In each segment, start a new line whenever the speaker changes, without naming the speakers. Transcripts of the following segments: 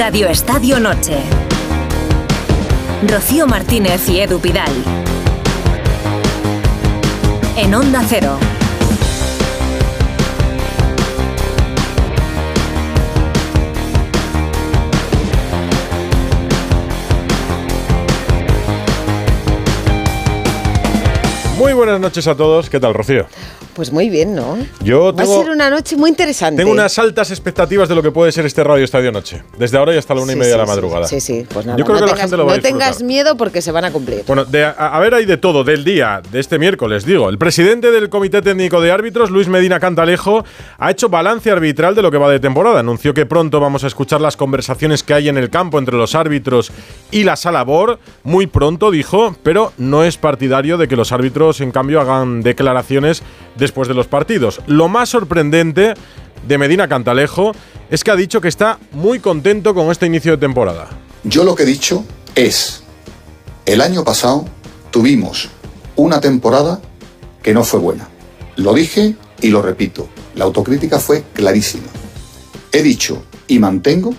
Radio Estadio Noche. Rocío Martínez y Edu Pidal. En Onda Cero.
Muy buenas noches a todos. ¿Qué tal, Rocío?
Pues muy bien, ¿no?
Va
a ser una noche muy interesante.
Tengo unas altas expectativas de lo que puede ser este Radio Estadio Noche. Desde ahora y hasta la 1:30 de la madrugada.
Sí, pues nada.
Yo creo que la gente lo va a disfrutar.
No tengas miedo porque se van a cumplir.
Bueno, a ver, hay de todo del día, de este miércoles, digo. El presidente del Comité Técnico de Árbitros, Luis Medina Cantalejo, ha hecho balance arbitral de lo que va de temporada. Anunció que pronto vamos a escuchar las conversaciones que hay en el campo entre los árbitros y la sala VAR. Muy pronto, dijo, pero no es partidario de que los árbitros, en cambio, hagan declaraciones después de los partidos. Lo más sorprendente de Medina Cantalejo es que ha dicho que está muy contento con este inicio de temporada.
Yo lo que he dicho es, el año pasado tuvimos una temporada que no fue buena. Lo dije y lo repito, la autocrítica fue clarísima. He dicho y mantengo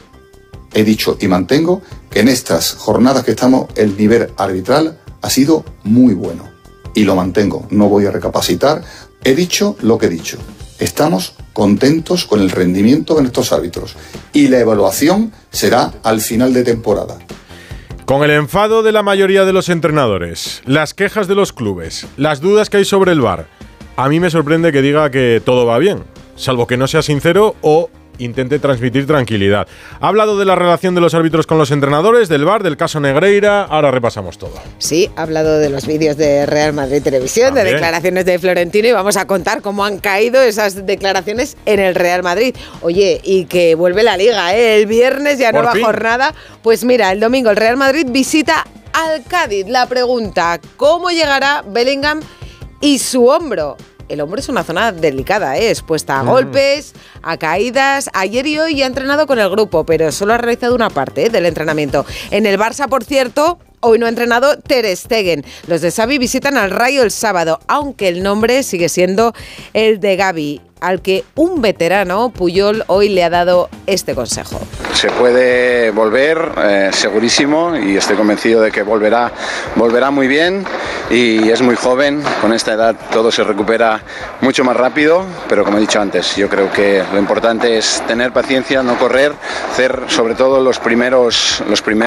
que en estas jornadas que estamos el nivel arbitral ha sido muy bueno. Y lo mantengo, no voy a recapacitar. He dicho lo que he dicho. Estamos contentos con el rendimiento de nuestros árbitros y la evaluación será al final de temporada.
Con el enfado de la mayoría de los entrenadores, las quejas de los clubes, las dudas que hay sobre el VAR, a mí me sorprende que diga que todo va bien, salvo que no sea sincero o intente transmitir tranquilidad. Ha hablado de la relación de los árbitros con los entrenadores, del VAR, del caso Negreira. Ahora repasamos todo.
Sí, ha hablado de los vídeos de Real Madrid Televisión, también de declaraciones de Florentino, y vamos a contar cómo han caído esas declaraciones en el Real Madrid. Oye, y que vuelve la Liga, ¿eh? El viernes ya nueva jornada. Pues mira, el domingo el Real Madrid visita al Cádiz. La pregunta, ¿cómo llegará Bellingham y su hombro? El hombro es una zona delicada, expuesta a golpes, a caídas. Ayer y hoy ha entrenado con el grupo, pero solo ha realizado una parte del entrenamiento. En el Barça, por cierto, hoy no ha entrenado Ter Stegen. Los de Xavi visitan al Rayo el sábado, aunque el nombre sigue siendo el de Gavi, al que un veterano, Puyol, hoy le ha dado este consejo.
Se puede volver, segurísimo, y estoy convencido de que volverá muy bien, y es muy joven. Con esta edad todo se recupera mucho más rápido, pero como he dicho antes, yo creo que lo importante es tener paciencia, no correr, hacer sobre todo los primeros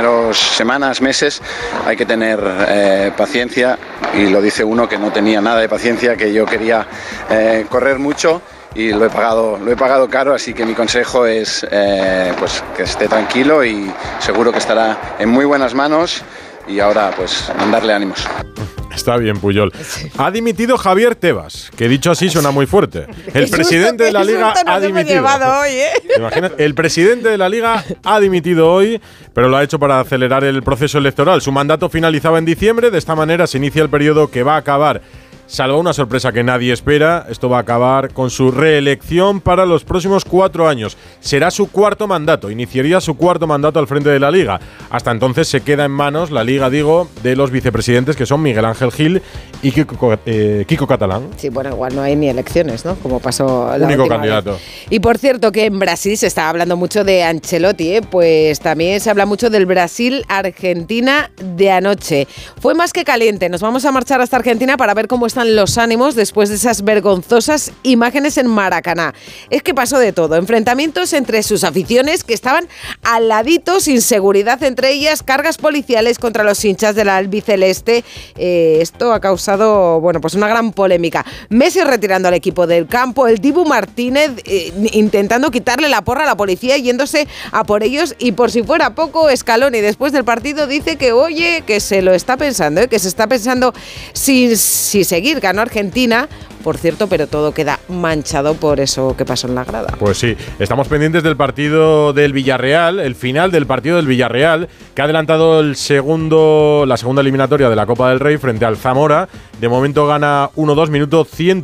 semanas, meses, hay que tener paciencia, y lo dice uno que no tenía nada de paciencia, que yo quería correr mucho. Y lo he pagado caro, así que mi consejo es pues que esté tranquilo, y seguro que estará en muy buenas manos, y ahora pues mandarle ánimos.
Está bien, Puyol. Ha dimitido Javier Tebas, que dicho así suena muy fuerte. El presidente de la Liga ha dimitido.
Hoy,
¿Te imaginas? El presidente de la Liga ha dimitido hoy, pero lo ha hecho para acelerar el proceso electoral. Su mandato finalizaba en diciembre, de esta manera se inicia el periodo que va a acabar. Salvo una sorpresa que nadie espera, esto va a acabar con su reelección para los próximos 4 años. Será su cuarto mandato, iniciaría su cuarto mandato al frente de la Liga. Hasta entonces se queda en manos la Liga, de los vicepresidentes, que son Miguel Ángel Gil y Kiko Catalán.
Sí, bueno, igual no hay ni elecciones, ¿no? Como pasó la
único
última
candidato.
vez. Y por cierto que en Brasil se está hablando mucho de Ancelotti, pues también se habla mucho del Brasil-Argentina de anoche. Fue más que caliente. Nos vamos a marchar hasta Argentina para ver cómo están los ánimos después de esas vergonzosas imágenes en Maracaná. Es que pasó de todo, enfrentamientos entre sus aficiones que estaban al ladito, sin seguridad entre ellas, cargas policiales contra los hinchas del albiceleste. Esto ha causado, pues una gran polémica. Messi retirando al equipo del campo, el Dibu Martínez intentando quitarle la porra a la policía, yéndose a por ellos, y por si fuera poco, Scaloni después del partido dice que, oye, que se lo está pensando, que se está pensando si seguir. Ganó Argentina, por cierto, pero todo queda manchado por eso que pasó en la grada.
Pues sí, estamos pendientes del partido del Villarreal, el final del partido del Villarreal, que ha adelantado la segunda eliminatoria de la Copa del Rey frente al Zamora. De momento gana 1-2, minuto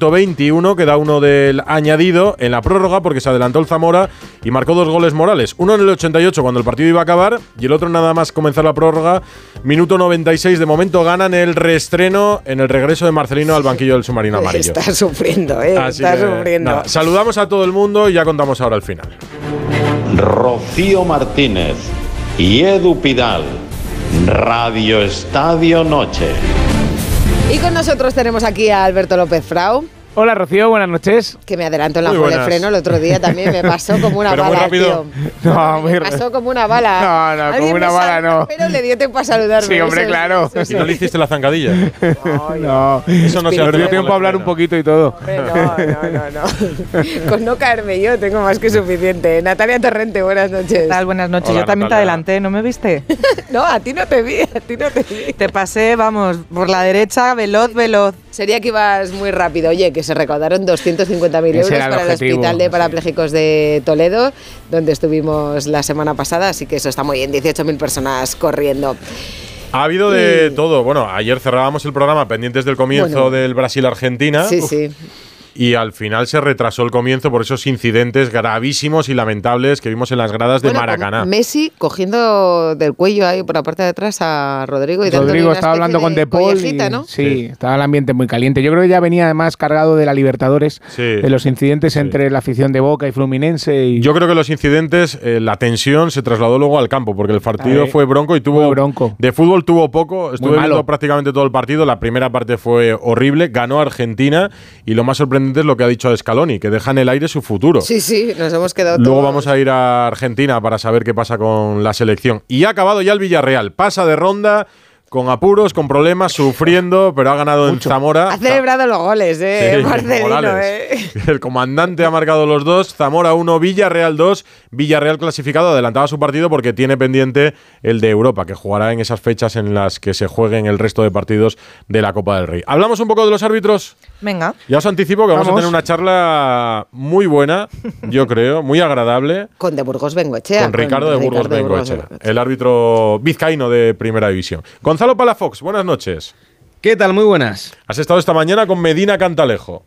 121, queda uno del añadido en la prórroga, porque se adelantó el Zamora y marcó 2 goles Morales. Uno en el 88 cuando el partido iba a acabar, y el otro nada más comenzar la prórroga, minuto 96. De momento ganan el reestreno en el regreso de Marcelino al banquillo del submarino amarillo.
Está sufriendo, está sufriendo.
Nada, saludamos a todo el mundo y ya contamos ahora el final.
Rocío Martínez y Edu Pidal. Radio Estadio Noche.
Y con nosotros tenemos aquí a Alberto López Frau.
Hola Rocío, buenas noches.
Que me adelanto en la
Muy
bola de
buenas.
freno el otro día también, me pasó como una
Pero muy
bala,
rápido.
tío.
No, muy
Me pasó como una bala.
No, no,
Alguien
como una
me
bala
saluda,
no.
Pero le dio tiempo a saludarme.
Sí, hombre,
eso es,
claro.
eso es.
¿Y no le hiciste la zancadilla?
No,
Eso no se
me
hace
dio
con
tiempo
la
a hablar un
freno.
poquito y todo.
Hombre, no. Con no caerme yo tengo más que suficiente. Natalia Torrente, buenas noches.
¿Qué tal? Buenas noches.
Hola,
Yo también
Natalia.
te adelanté, ¿no me viste?
No, a ti no te vi, a ti no te vi.
Te pasé, vamos, por la derecha, veloz, veloz.
Sería que ibas muy rápido. Oye, que se recaudaron 250.000 euros
Ese era el
para el
objetivo,
Hospital de
sí.
Parapléjicos de Toledo, donde estuvimos la semana pasada, así que eso está muy bien, 18.000 personas corriendo.
Ha habido de todo. Bueno, ayer cerrábamos el programa pendientes del comienzo
Bueno.
del Brasil-Argentina.
Sí, sí.
Y al final se retrasó el comienzo por esos incidentes gravísimos y lamentables que vimos en las gradas de
Bueno,
Maracaná.
con Messi cogiendo del cuello ahí por la parte de atrás a Rodrigo y dándole
Rodrigo
una
estaba
especie
hablando con De Paul.
collejita, ¿no?
Sí, estaba el ambiente muy caliente. Yo creo que ya venía además cargado de la Libertadores,
Sí.
de los incidentes
Sí.
entre la afición de Boca y Fluminense. Y
Yo creo que los incidentes, la tensión se trasladó luego al campo, porque el partido
Ahí.
fue bronco y tuvo.
Fue bronco.
De fútbol tuvo poco. Estuve
malo.
viendo prácticamente todo el partido. La primera parte fue horrible. Ganó Argentina. Y lo más sorprendente es lo que ha dicho Scaloni, que deja en el aire su futuro.
Sí, sí, nos hemos quedado
Luego
todos.
vamos a ir a Argentina para saber qué pasa con la selección. Y ha acabado ya el Villarreal. Pasa de ronda con apuros, con problemas, sufriendo, pero ha ganado en Zamora.
Ha celebrado los goles,
Sí,
Marcelino,
Morales. El comandante ha marcado los dos. Zamora 1, Villarreal 2. Villarreal clasificado, adelantaba su partido porque tiene pendiente el de Europa, que jugará en esas fechas en las que se jueguen el resto de partidos de la Copa del Rey. ¿Hablamos un poco de los árbitros?
Venga.
Ya os anticipo que vamos a
Vamos.
tener una charla muy buena, yo creo, muy agradable.
Con de Burgos Bengoechea.
Con Ricardo de Burgos Bengoechea,
Bengoechea.
el árbitro vizcaíno de Primera División. Gonzalo Palafox, buenas noches.
¿Qué tal? Muy buenas.
Has estado esta mañana con Medina Cantalejo.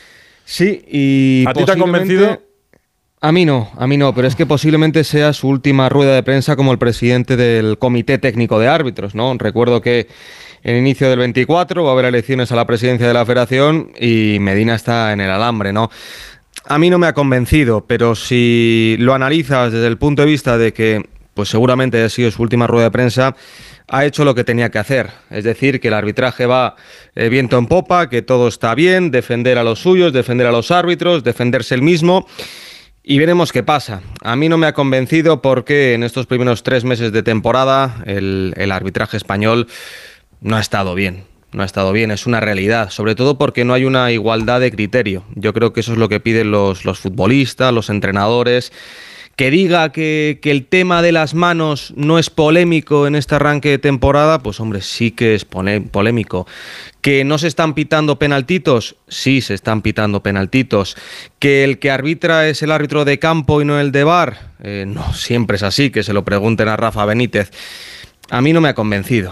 Sí, y
¿A ti te ha
posiblemente-
convencido?
A mí no, pero es que posiblemente sea su última rueda de prensa como el presidente del Comité Técnico de Árbitros, ¿no? Recuerdo que en el inicio del 24 va a haber elecciones a la presidencia de la Federación y Medina está en el alambre, ¿no? A mí no me ha convencido, pero si lo analizas desde el punto de vista de que pues seguramente ha sido su última rueda de prensa, ha hecho lo que tenía que hacer. Es decir, que el arbitraje va viento en popa, que todo está bien, defender a los suyos, defender a los árbitros, defenderse el mismo. Y veremos qué pasa. A mí no me ha convencido porque en estos primeros 3 meses de temporada el arbitraje español no ha estado bien. No ha estado bien, es una realidad, sobre todo porque no hay una igualdad de criterio. Yo creo que eso es lo que piden los futbolistas, los entrenadores. Que diga que el tema de las manos no es polémico en este arranque de temporada, pues hombre, sí que es polémico. ¿Que no se están pitando penaltitos? Sí, se están pitando penaltitos. ¿Que el que arbitra es el árbitro de campo y no el de VAR? No, siempre es así, que se lo pregunten a Rafa Benítez. A mí no me ha convencido,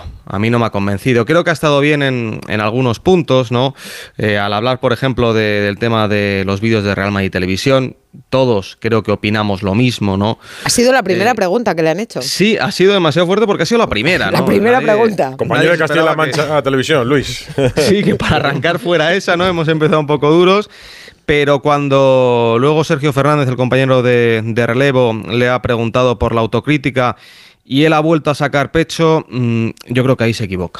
Creo que ha estado bien en algunos puntos, ¿no? Al hablar, por ejemplo, del tema de los vídeos de Real Madrid Televisión, todos creo que opinamos lo mismo, ¿no?
Ha sido la primera pregunta que le han hecho.
Sí, ha sido demasiado fuerte porque ha sido la primera, ¿no?
La primera pregunta.
Compañero de
nadie
Castilla-La
esperaba que-
Mancha Televisión, Luis.
Sí, que para arrancar fuera esa, ¿no? Hemos empezado un poco duros, pero cuando luego Sergio Fernández, el compañero de relevo, le ha preguntado por la autocrítica y él ha vuelto a sacar pecho, yo creo que ahí se equivoca.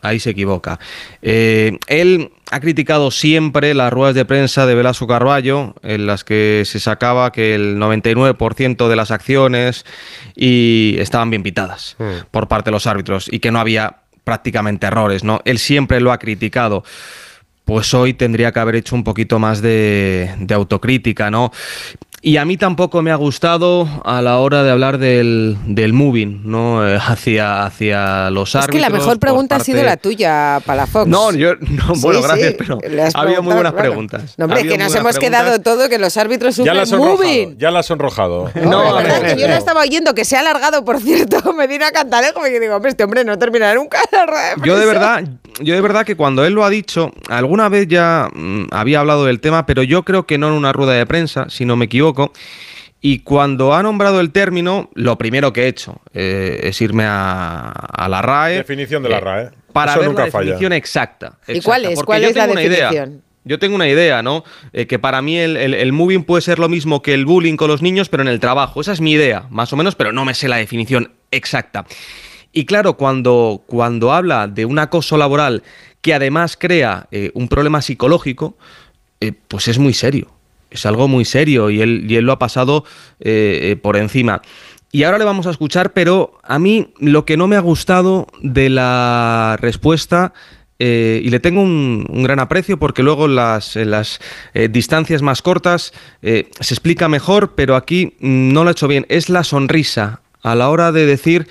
Él ha criticado siempre las ruedas de prensa de Velasco Carballo, en las que se sacaba que el 99% de las acciones estaban bien pitadas por parte de los árbitros y que no había prácticamente errores, ¿no? Él siempre lo ha criticado. Pues hoy tendría que haber hecho un poquito más de autocrítica, ¿no? Y a mí tampoco me ha gustado a la hora de hablar del moving, ¿no? Hacia los árbitros.
Es que la mejor
por
pregunta ha
parte-
sido la tuya, Palafox.
No, bueno,
Sí,
gracias,
sí,
pero
le has
ha habido muy
preguntado,
buenas
claro.
preguntas.
No, hombre,
Ha
es que
habido
nos
muy
hemos
buenas
quedado
preguntas.
todo que los árbitros
Ya la has
sufren
sonrojado.
moving.
Ya la has sonrojado.
No, la verdad
no,
es que yo
no.
lo estaba oyendo, que se ha alargado, por cierto, Medina Cantalejo, y yo digo, hombre, este hombre no terminará nunca la rueda de
Yo de
prensa.
verdad que cuando él lo ha dicho, alguna vez ya había hablado del tema, pero yo creo que no en una rueda de prensa, si no me equivoco. Y cuando ha nombrado el término, lo primero que he hecho es irme a la RAE.
Definición de la RAE.
Para
Eso
ver
nunca
la
falla.
definición exacta.
¿Y cuál es?
Porque
¿Cuál
yo
es la
tengo una idea.
definición?
Yo tengo una idea, ¿no? Que para mí el moving puede ser lo mismo que el bullying con los niños, pero en el trabajo. Esa es mi idea, más o menos, pero no me sé la definición exacta. Y claro, cuando habla de un acoso laboral que además crea un problema psicológico, pues es muy serio. Es algo muy serio y él lo ha pasado por encima. Y ahora le vamos a escuchar, pero a mí lo que no me ha gustado de la respuesta, y le tengo un gran aprecio porque luego en las distancias más cortas se explica mejor, pero aquí no lo ha hecho bien, es la sonrisa a la hora de decir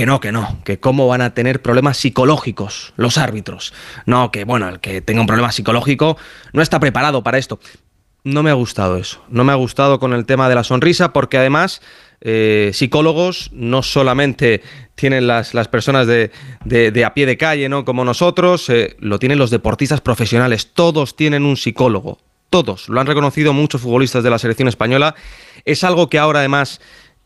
que cómo van a tener problemas psicológicos los árbitros. No, que bueno, el que tenga un problema psicológico no está preparado para esto. No me ha gustado eso, no me ha gustado con el tema de la sonrisa porque además psicólogos no solamente tienen las personas de a pie de calle, ¿no? Como nosotros, lo tienen los deportistas profesionales, todos tienen un psicólogo, todos, lo han reconocido muchos futbolistas de la selección española, es algo que ahora además,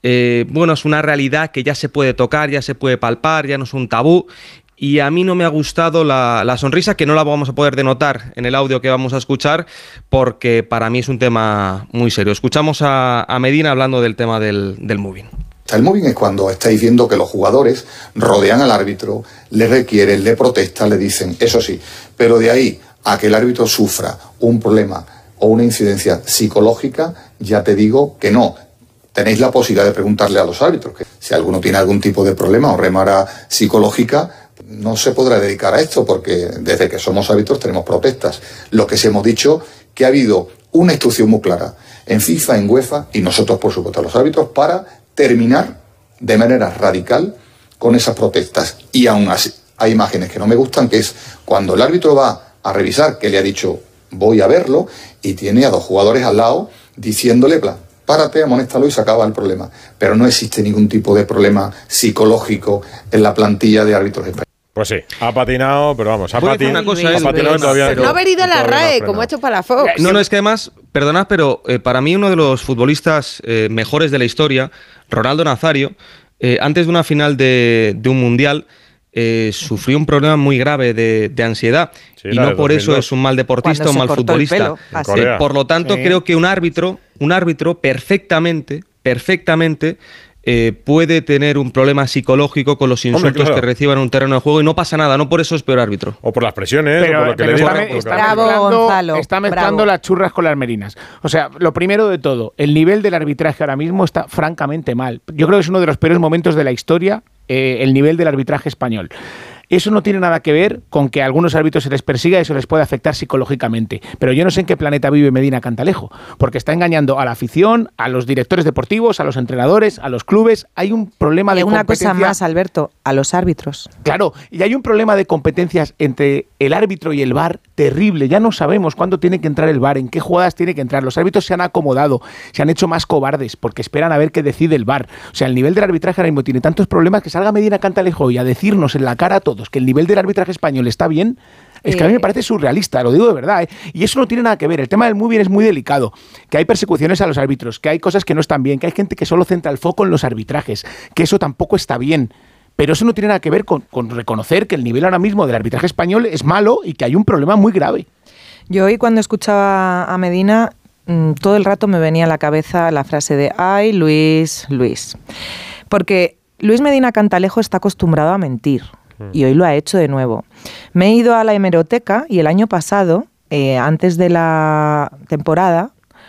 es una realidad que ya se puede tocar, ya se puede palpar, ya no es un tabú. Y a mí no me ha gustado la sonrisa, que no la vamos a poder denotar en el audio que vamos a escuchar, porque para mí es un tema muy serio. Escuchamos a Medina hablando del tema del moving.
El moving es cuando estáis viendo que los jugadores rodean al árbitro, le requieren, le protestan, le dicen, eso sí, pero de ahí a que el árbitro sufra un problema o una incidencia psicológica, ya te digo que no. Tenéis la posibilidad de preguntarle a los árbitros que si alguno tiene algún tipo de problema o remora psicológica, no se podrá dedicar a esto porque desde que somos árbitros tenemos protestas. Lo que sí hemos dicho que ha habido una instrucción muy clara en FIFA, en UEFA y nosotros por supuesto a los árbitros para terminar de manera radical con esas protestas. Y aún así hay imágenes que no me gustan, que es cuando el árbitro va a revisar, que le ha dicho voy a verlo y tiene a dos jugadores al lado diciéndole párate, amonéstalo y se acaba el problema. Pero no existe ningún tipo de problema psicológico en la plantilla de árbitros españoles.
Pues sí, ha patinado, pero vamos, ha patinado
todavía. No haber ido a la RAE, como ha hecho Palafox.
No, es que además, perdonad, pero para mí uno de los futbolistas mejores de la historia, Ronaldo Nazario, antes de una final de un mundial, sufrió un problema muy grave de ansiedad. Sí, y no por 2002. Eso es un mal deportista o un mal futbolista. Por lo tanto, creo que un árbitro perfectamente puede tener un problema psicológico con los insultos que reciban en un terreno de juego y no pasa nada, no por eso es peor árbitro.
O por las presiones, o por lo que le digan.
Está mezclando las churras con las merinas. O sea, lo primero de todo, el nivel del arbitraje ahora mismo está francamente mal. Yo creo que es uno de los peores momentos de la historia, el nivel del arbitraje español. Eso no tiene nada que ver con que a algunos árbitros se les persiga y eso les puede afectar psicológicamente. Pero yo no sé en qué planeta vive Medina Cantalejo, porque está engañando a la afición, a los directores deportivos, a los entrenadores, a los clubes. Hay un problema de competencia.
Una cosa más, Alberto, a los árbitros.
Claro, y hay un problema de competencias entre el árbitro y el VAR terrible. Ya no sabemos cuándo tiene que entrar el VAR, en qué jugadas tiene que entrar. Los árbitros se han acomodado, se han hecho más cobardes porque esperan a ver qué decide el VAR. O sea, el nivel del arbitraje ahora mismo tiene tantos problemas que salga Medina Cantalejo y a decirnos en la cara a todos que el nivel del arbitraje español está bien, es que a mí me parece surrealista, lo digo de verdad, ¿eh? Y eso no tiene nada que ver. El tema del muy bien es muy delicado, que hay persecuciones a los árbitros, que hay cosas que no están bien, que hay gente que solo centra el foco en los arbitrajes, que eso tampoco está bien. Pero eso no tiene nada que ver con reconocer que el nivel ahora mismo del arbitraje español es malo y que hay un problema muy grave.
Yo hoy cuando escuchaba a Medina, todo el rato me venía a la cabeza la frase de ¡ay, Luis! Porque Luis Medina Cantalejo está acostumbrado a mentir. Y hoy lo ha hecho de nuevo. Me he ido a la hemeroteca y el año pasado, antes de la temporada,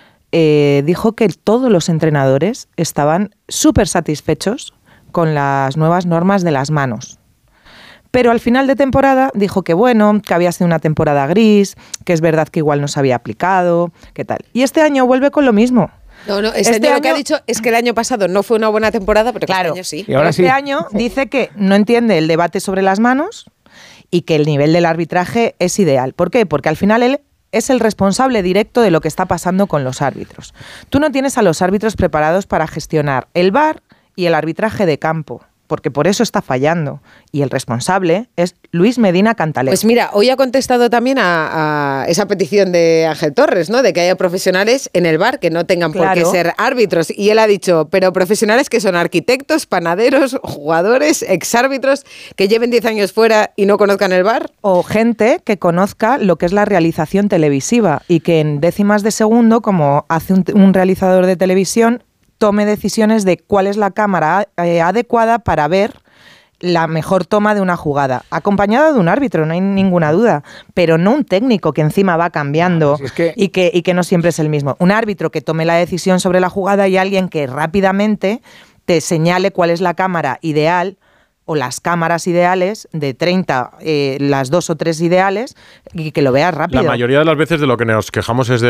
dijo que todos los entrenadores estaban súper satisfechos con las nuevas normas de las manos. Pero al final de temporada dijo que bueno, que había sido una temporada gris, que es verdad que igual no se había aplicado, qué tal. Y este año vuelve con lo mismo.
No, este año lo que ha dicho es que el año pasado no fue una buena temporada, pero claro, este año sí.
Y ahora este año dice que no entiende el debate sobre las manos y que el nivel del arbitraje es ideal. ¿Por qué? Porque al final él es el responsable directo de lo que está pasando con los árbitros. Tú no tienes a los árbitros preparados para gestionar el VAR y el arbitraje de campo, porque por eso está fallando. Y el responsable es Luis Medina Cantalejo.
Pues mira, hoy ha contestado también a esa petición de Ángel Torres, ¿no? De que haya profesionales en el VAR que no tengan por qué ser árbitros. Y él ha dicho, pero profesionales que son arquitectos, panaderos, jugadores, exárbitros, que lleven 10 años fuera y no conozcan el VAR.
O gente que conozca lo que es la realización televisiva y que en décimas de segundo, como hace un realizador de televisión, tome decisiones de cuál es la cámara adecuada para ver la mejor toma de una jugada, acompañado de un árbitro, no hay ninguna duda, pero no un técnico que encima va cambiando y que no siempre es el mismo. Un árbitro que tome la decisión sobre la jugada y alguien que rápidamente te señale cuál es la cámara ideal o las cámaras ideales de 30, las 2 o 3 ideales, y que lo veas rápido.
La mayoría de las veces de lo que nos quejamos es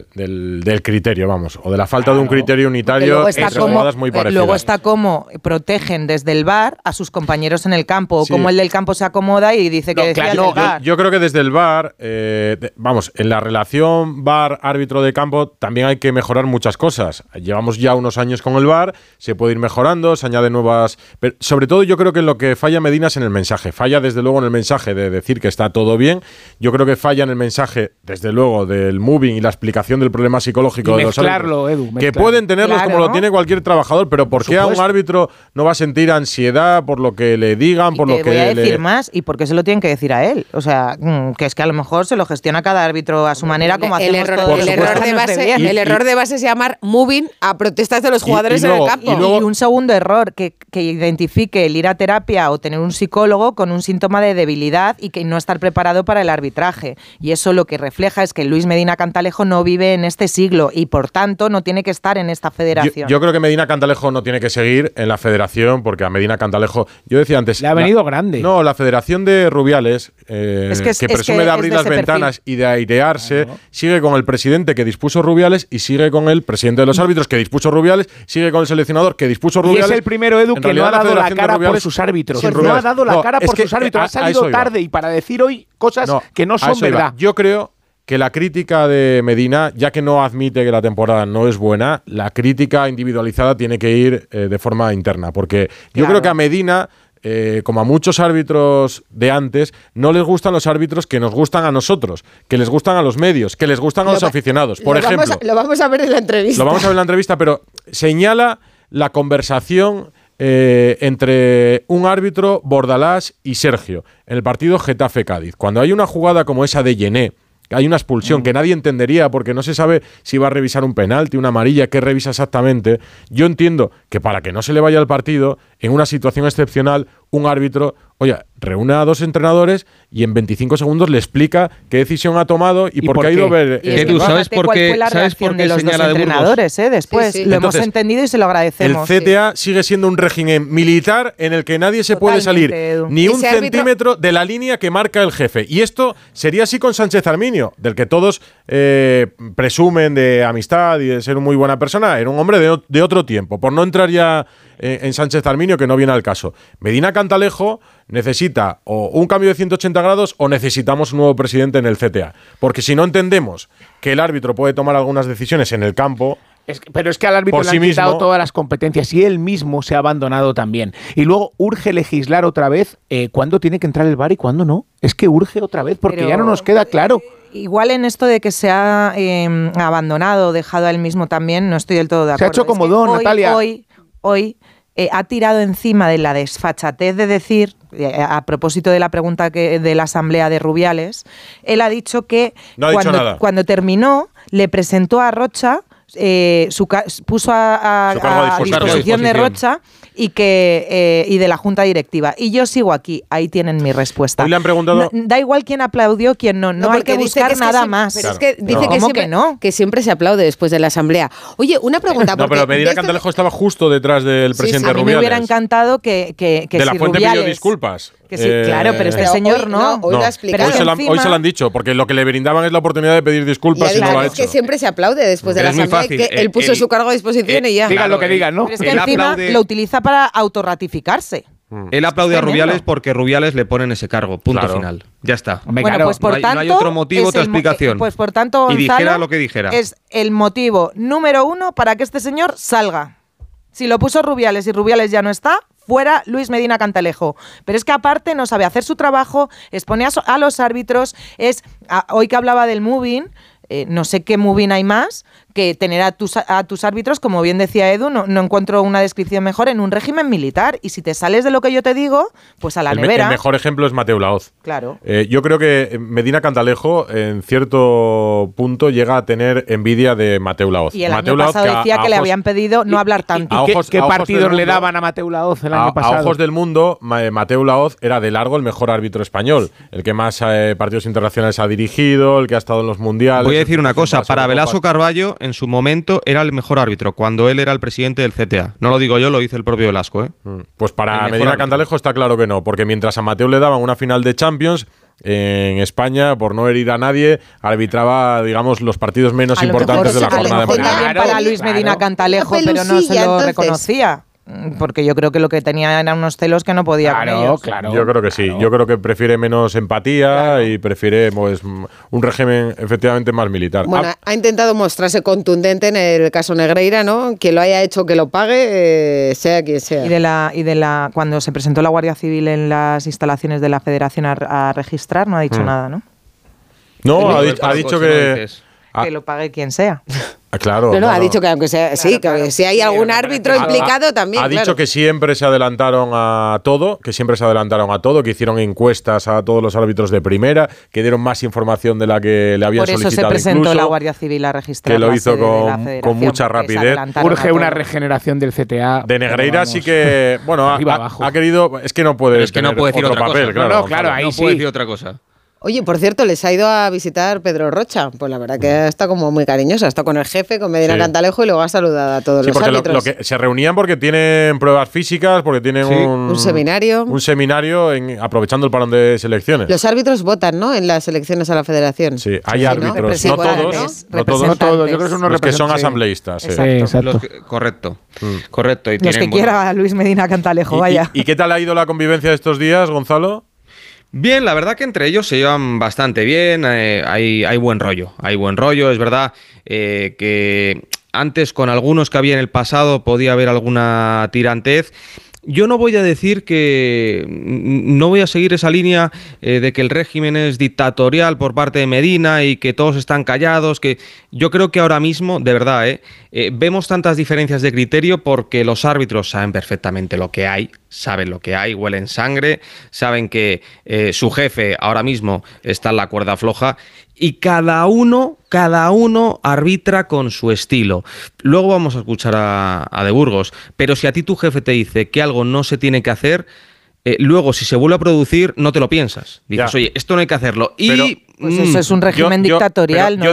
del criterio, vamos, o de la falta de un criterio unitario en jugadas muy parecidas.
Luego está cómo protegen desde el VAR a sus compañeros en el campo, o cómo el del campo se acomoda y dice que decía el VAR.
Yo creo que desde el VAR, vamos, en la relación VAR-árbitro de campo también hay que mejorar muchas cosas. Llevamos ya unos años con el VAR, se puede ir mejorando, se añaden nuevas... Pero sobre todo yo creo que en lo que falla Medina es en el mensaje. Falla desde luego en el mensaje de decir que está todo bien. Yo creo que falla en el mensaje, desde luego, del moving y la explicación del problema psicológico de los árbitros.
Edu,
que pueden tenerlos como lo tiene cualquier trabajador, pero ¿por qué a un árbitro no va a sentir ansiedad por lo que le digan, por lo que
voy a decir más, y por qué se lo tienen que decir a él? O sea, que es que a lo mejor se lo gestiona cada árbitro a su manera, como hacemos todos.
El error de base es llamar moving a protestas de los jugadores en el campo.
Y un segundo error, que identifique el ir a terapia o tener un psicólogo con un síntoma de debilidad y que no estar preparado para el arbitraje. Y eso lo que refleja es que Luis Medina Cantalejo no vive en este siglo y por tanto no tiene que estar en esta federación.
Yo creo que Medina Cantalejo no tiene que seguir en la federación porque a Medina Cantalejo, yo decía antes...
Le ha venido grande.
No, la federación de Rubiales, que presume de abrir las ventanas y de airearse, sigue con el presidente que dispuso Rubiales y sigue con el presidente de los árbitros que dispuso Rubiales, sigue con el seleccionador que dispuso Rubiales.
Y es el primero, Edu, que no ha dado la cara por sus árbitros. No ha dado la cara por sus árbitros. Ha salido tarde y para decir hoy cosas que no son verdad.
Yo creo que la crítica de Medina, ya que no admite que la temporada no es buena, la crítica individualizada tiene que ir de forma interna. Porque yo creo que a Medina, como a muchos árbitros de antes, no les gustan los árbitros que nos gustan a nosotros, que les gustan a los medios, que les gustan a los aficionados. Por ejemplo,
lo vamos a ver en la entrevista.
Lo vamos a ver en la entrevista, pero señala la conversación entre un árbitro, Bordalás y Sergio, en el partido Getafe-Cádiz. Cuando hay una jugada como esa de Yené, hay una expulsión que nadie entendería porque no se sabe si va a revisar un penalti, una amarilla, qué revisa exactamente. Yo entiendo que para que no se le vaya el partido, en una situación excepcional, un árbitro, reúne a 2 entrenadores y en 25 segundos le explica qué decisión ha tomado y por qué ha ido a ver.
Edu, ¿sabes por qué? ¿Sabes por qué
los
señala
dos entrenadores? Después lo hemos entendido y se lo agradecemos.
El CTA sigue siendo un régimen militar en el que nadie se puede salir ni un centímetro de la línea que marca el jefe. Y esto sería así con Sánchez Arminio, del que todos presumen de amistad y de ser una muy buena persona. Era un hombre de otro tiempo. Por no entrar ya en Sánchez Arminio, que no viene al caso. Medina Cantalejo necesita o un cambio de 180 grados o necesitamos un nuevo presidente en el CTA. Porque si no entendemos que el árbitro puede tomar algunas decisiones en el campo...
Pero es que al árbitro le han quitado todas las competencias y él mismo se ha abandonado también. Y luego urge legislar otra vez cuándo tiene que entrar el VAR y cuándo no. Es que urge otra vez porque ya no nos queda claro.
Igual en esto de que se ha abandonado, dejado a él mismo también, no estoy del todo de acuerdo.
Se ha hecho como don, Natalia.
Hoy ha tirado encima de la desfachatez de decir, a propósito de la pregunta de la asamblea de Rubiales, él ha dicho que cuando terminó le presentó a Rocha, puso a disposición de Rocha y de la junta directiva. Y yo sigo aquí, ahí tienen mi respuesta.
Hoy le han preguntado...
Da igual quién aplaudió, quién no hay que buscar nada más.
Pero es que dice que siempre se aplaude después de la asamblea. Oye, una pregunta.
No, pero Medina Cantalejo estaba justo detrás del presidente Rubiales.
A mí me hubiera encantado que
de la
si
Fuente
Rubiales,
pidió disculpas.
Que sí, claro, pero este señor no.
Hoy
hoy se lo han dicho, porque lo que le brindaban es la oportunidad de pedir disculpas y no lo ha hecho.
Es que siempre se aplaude después de la asamblea, que él puso su cargo a disposición y ya.
Digan lo que digan, ¿no?
Pero es que encima lo utiliza para autorratificarse.
Él aplaude a Rubiales porque Rubiales le pone en ese cargo. Punto final. Ya está.
Bueno, pues por tanto,
no hay otro motivo, otra explicación.
Pues por tanto, Gonzalo,
y dijera lo que dijera.
Es el motivo número 1 para que este señor salga. Si lo puso Rubiales y Rubiales ya no está, fuera Luis Medina Cantalejo. Pero es que aparte no sabe hacer su trabajo, expone a los árbitros. Hoy que hablaba del moving, no sé qué moving hay más que tener a tus árbitros, como bien decía Edu, no encuentro una descripción mejor, en un régimen militar. Y si te sales de lo que yo te digo, pues a la nevera.
El mejor ejemplo es Mateu Laoz.
Claro.
Yo creo que Medina Cantalejo, en cierto punto, llega a tener envidia de Mateu Laoz.
Y el año pasado decía que le habían pedido no hablar tanto.
¿Qué partidos le daban a Mateu Laoz el año pasado?
A ojos del mundo, Mateu Laoz era de largo el mejor árbitro español, el que más partidos internacionales ha dirigido, el que ha estado en los mundiales.
Voy a decir una cosa, para Velasco Carballo en su momento era el mejor árbitro, cuando él era el presidente del CTA. No lo digo yo, lo dice el propio Velasco.
Pues para Medina Cantalejo está claro que no, porque mientras a Mateu le daban una final de Champions, en España, por no herir a nadie, arbitraba, digamos, los partidos menos importantes de la jornada.
También para Luis Medina Cantalejo, pero no se lo reconocía. Porque yo creo que lo que tenía eran unos celos que no podía con ellos.
Claro. Yo creo que sí. Yo creo que prefiere menos empatía y prefiere pues, un régimen efectivamente más militar.
Bueno, ha intentado mostrarse contundente en el caso Negreira, ¿no? Quien lo haya hecho que lo pague, sea quien sea.
Y de la cuando se presentó la Guardia Civil en las instalaciones de la Federación a registrar, no ha dicho nada, ¿no?
No, ha dicho que
lo pague quien sea.
Claro.
No, ha dicho que aunque sea, claro, que si hay algún árbitro implicado también.
Ha dicho que siempre se adelantaron a todo, que hicieron encuestas a todos los árbitros de primera, que dieron más información de la que le habían solicitado.
Por eso se presentó incluso la Guardia Civil a registrar.
Que lo hizo con mucha rapidez.
Urge una regeneración del CTA.
De Negreira sí que, bueno, ha querido, es que no puede
decir
otro papel,
cosa.
Claro, ahí
no
sí.
puede decir otra cosa.
Oye, por cierto, les ha ido a visitar Pedro Rocha. Pues la verdad que está como muy cariñosa. Está con el jefe, con Medina Cantalejo, y luego ha saludado a todos los árbitros.
Lo que se reunían porque tienen pruebas físicas, porque tienen un seminario. Un seminario aprovechando el parón de selecciones.
Los árbitros votan, ¿no? En las elecciones a la federación.
Sí, hay árbitros. No todos. Yo creo que son los que son asambleístas.
Exacto.
Correcto.
Y los que quiera Luis Medina Cantalejo, vaya.
¿Y qué tal ha ido la convivencia de estos días, Gonzalo?
Bien, la verdad que entre ellos se llevan bastante bien, hay buen rollo, es verdad que antes con algunos que había en el pasado podía haber alguna tirantez. Yo no voy a decir no voy a seguir esa línea de que el régimen es dictatorial por parte de Medina y que todos están callados, que yo creo que ahora mismo, de verdad, vemos tantas diferencias de criterio porque los árbitros saben perfectamente lo que hay, saben lo que hay, huelen sangre, saben que su jefe ahora mismo está en la cuerda floja y cada uno arbitra con su estilo. Luego vamos a escuchar a De Burgos, pero si a ti tu jefe te dice que algo no se tiene que hacer, luego si se vuelve a producir no te lo piensas. Dices, oye, esto no hay que hacerlo.
Pues eso es un régimen dictatorial.
No,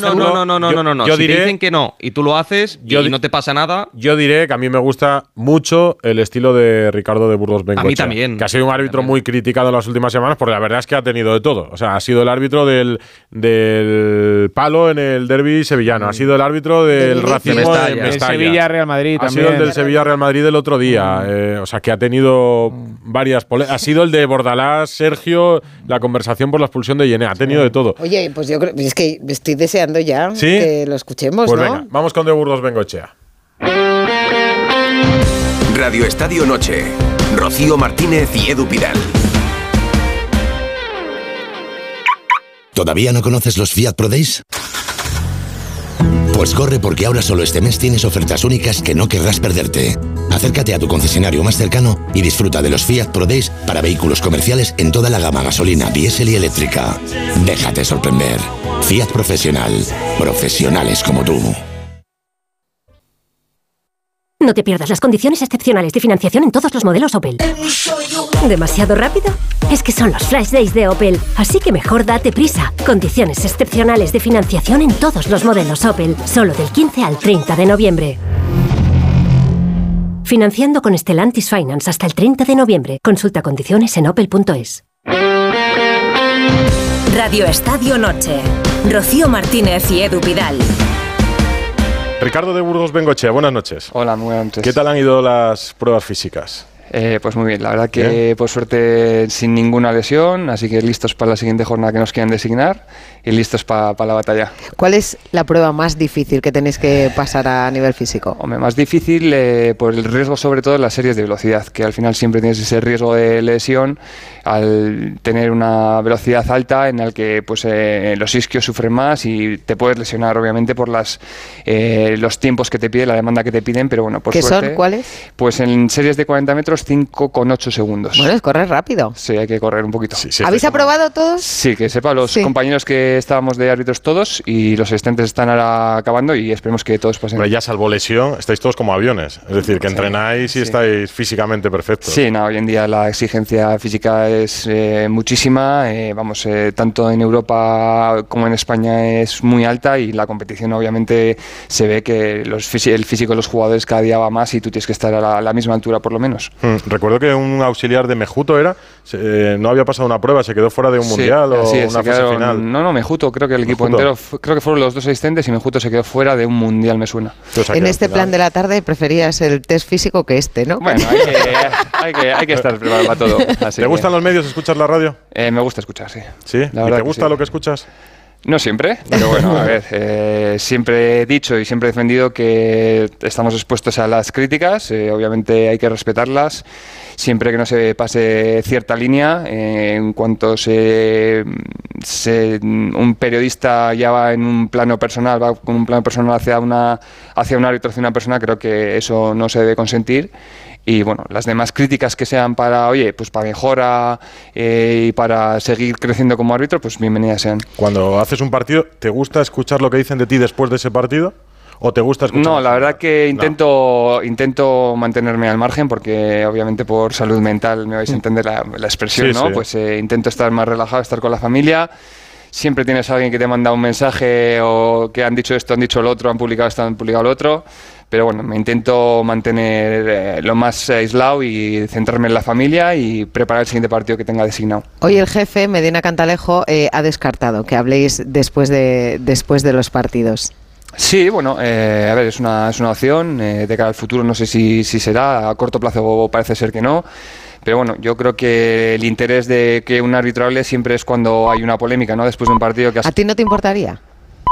si te dicen que no y tú lo haces y no te pasa nada.
Yo diré que a mí me gusta mucho el estilo de Ricardo de Burgos Bengoechea.
A mí también.
Que ha sido un árbitro muy criticado en las últimas semanas porque la verdad es que ha tenido de todo. O sea, ha sido el árbitro del palo en el derbi sevillano. Ha sido el árbitro del racismo en Mestalla.
Sevilla-Real Madrid
también. Ha sido el del Sevilla-Real Madrid del otro día. O sea, que ha tenido varias ha sido el de Bordalás, Sergio, la conversación por la expulsión de Yené. Ha tenido de todo.
Oye, pues yo creo es que estoy deseando ya que lo escuchemos,
pues
¿no?
Venga, vamos con De Burgos Bengoechea.
Radio Estadio Noche. Rocío Martínez y Edu Pidal.
¿Todavía no conoces los Fiat Pro Days? Pues corre, porque ahora solo este mes tienes ofertas únicas que no querrás perderte. Acércate a tu concesionario más cercano y disfruta de los Fiat Pro Days para vehículos comerciales en toda la gama gasolina, diésel y eléctrica. Déjate sorprender. Fiat Profesional. Profesionales como tú.
No te pierdas las condiciones excepcionales de financiación en todos los modelos Opel. ¿Demasiado rápido? Es que son los Flash Days de Opel, así que mejor date prisa. Condiciones excepcionales de financiación en todos los modelos Opel, solo del 15 al 30 de noviembre. Financiando con Stellantis Finance hasta el 30 de noviembre. Consulta condiciones en opel.es.
Radio Estadio Noche. Rocío Martínez y Edu Pidal.
Ricardo de Burgos Bengoechea, buenas noches.
Hola, muy buenas noches.
¿Qué tal han ido las pruebas físicas?
Pues muy bien, la verdad que por suerte sin ninguna lesión, así que listos para la siguiente jornada que nos quieran designar y listos para la batalla.
¿Cuál es la prueba más difícil que tenéis que pasar a nivel físico?
Hombre, más difícil por el riesgo sobre todo en las series de velocidad, que al final siempre tienes ese riesgo de lesión al tener una velocidad alta en la que pues, los isquios sufren más y te puedes lesionar obviamente por los tiempos que te pide, la demanda que te piden, pero bueno, por
¿Qué
suerte,
son? ¿Cuáles?
Pues en series de 40 metros 5,8 segundos.
Bueno, es correr rápido.
Sí, hay que correr un poquito.
¿Habéis aprobado todos?
Sí, que sepa los compañeros que estábamos de árbitros todos y los asistentes están ahora acabando y esperemos que todos pasen.
Pero ya salvo lesión, estáis todos como aviones. Es decir, que entrenáis y estáis físicamente perfectos.
Sí, no, hoy en día la exigencia física es muchísima. Tanto en Europa como en España es muy alta y la competición obviamente se ve que el físico de los jugadores cada día va más y tú tienes que estar a la misma altura por lo menos.
Recuerdo que un auxiliar de Mejuto no había pasado una prueba, se quedó fuera de un mundial o una fase final.
No, Mejuto, creo que el equipo entero, creo que fueron los dos asistentes y Mejuto se quedó fuera de un mundial, me suena.
En este plan de la tarde preferías el test físico que ¿no?
Bueno, hay que estar preparado para todo.
¿Te gustan los medios? ¿Escuchas la radio?
Me gusta escuchar, sí.
¿Sí? ¿Y te gusta lo que escuchas?
No siempre, pero bueno, a ver, siempre he dicho y siempre he defendido que estamos expuestos a las críticas, obviamente hay que respetarlas, siempre que no se pase cierta línea, en cuanto un periodista ya va en un plano personal, va con un plano personal hacia un árbitro, hacia una persona, creo que eso no se debe consentir. Y bueno, las demás críticas que sean para mejora y para seguir creciendo como árbitro, pues bienvenidas sean.
Cuando haces un partido, ¿te gusta escuchar lo que dicen de ti después de ese partido? ¿O te gusta escuchar?
No, la verdad que intento mantenerme al margen porque obviamente por salud mental me vais a entender la expresión, sí, ¿no? Sí. Pues intento estar más relajado, estar con la familia. Siempre tienes a alguien que te manda un mensaje o que han dicho esto, han dicho lo otro, han publicado esto, han publicado lo otro. Pero bueno, me intento mantener lo más aislado y centrarme en la familia y preparar el siguiente partido que tenga designado.
Hoy el jefe, Medina Cantalejo, ha descartado que habléis después de los partidos.
Sí, bueno, a ver, es una opción. De cara al futuro no sé si será, a corto plazo parece ser que no. Pero bueno, yo creo que el interés de que un árbitro hable siempre es cuando hay una polémica, ¿no? Después de un partido que...
¿A ti no te importaría?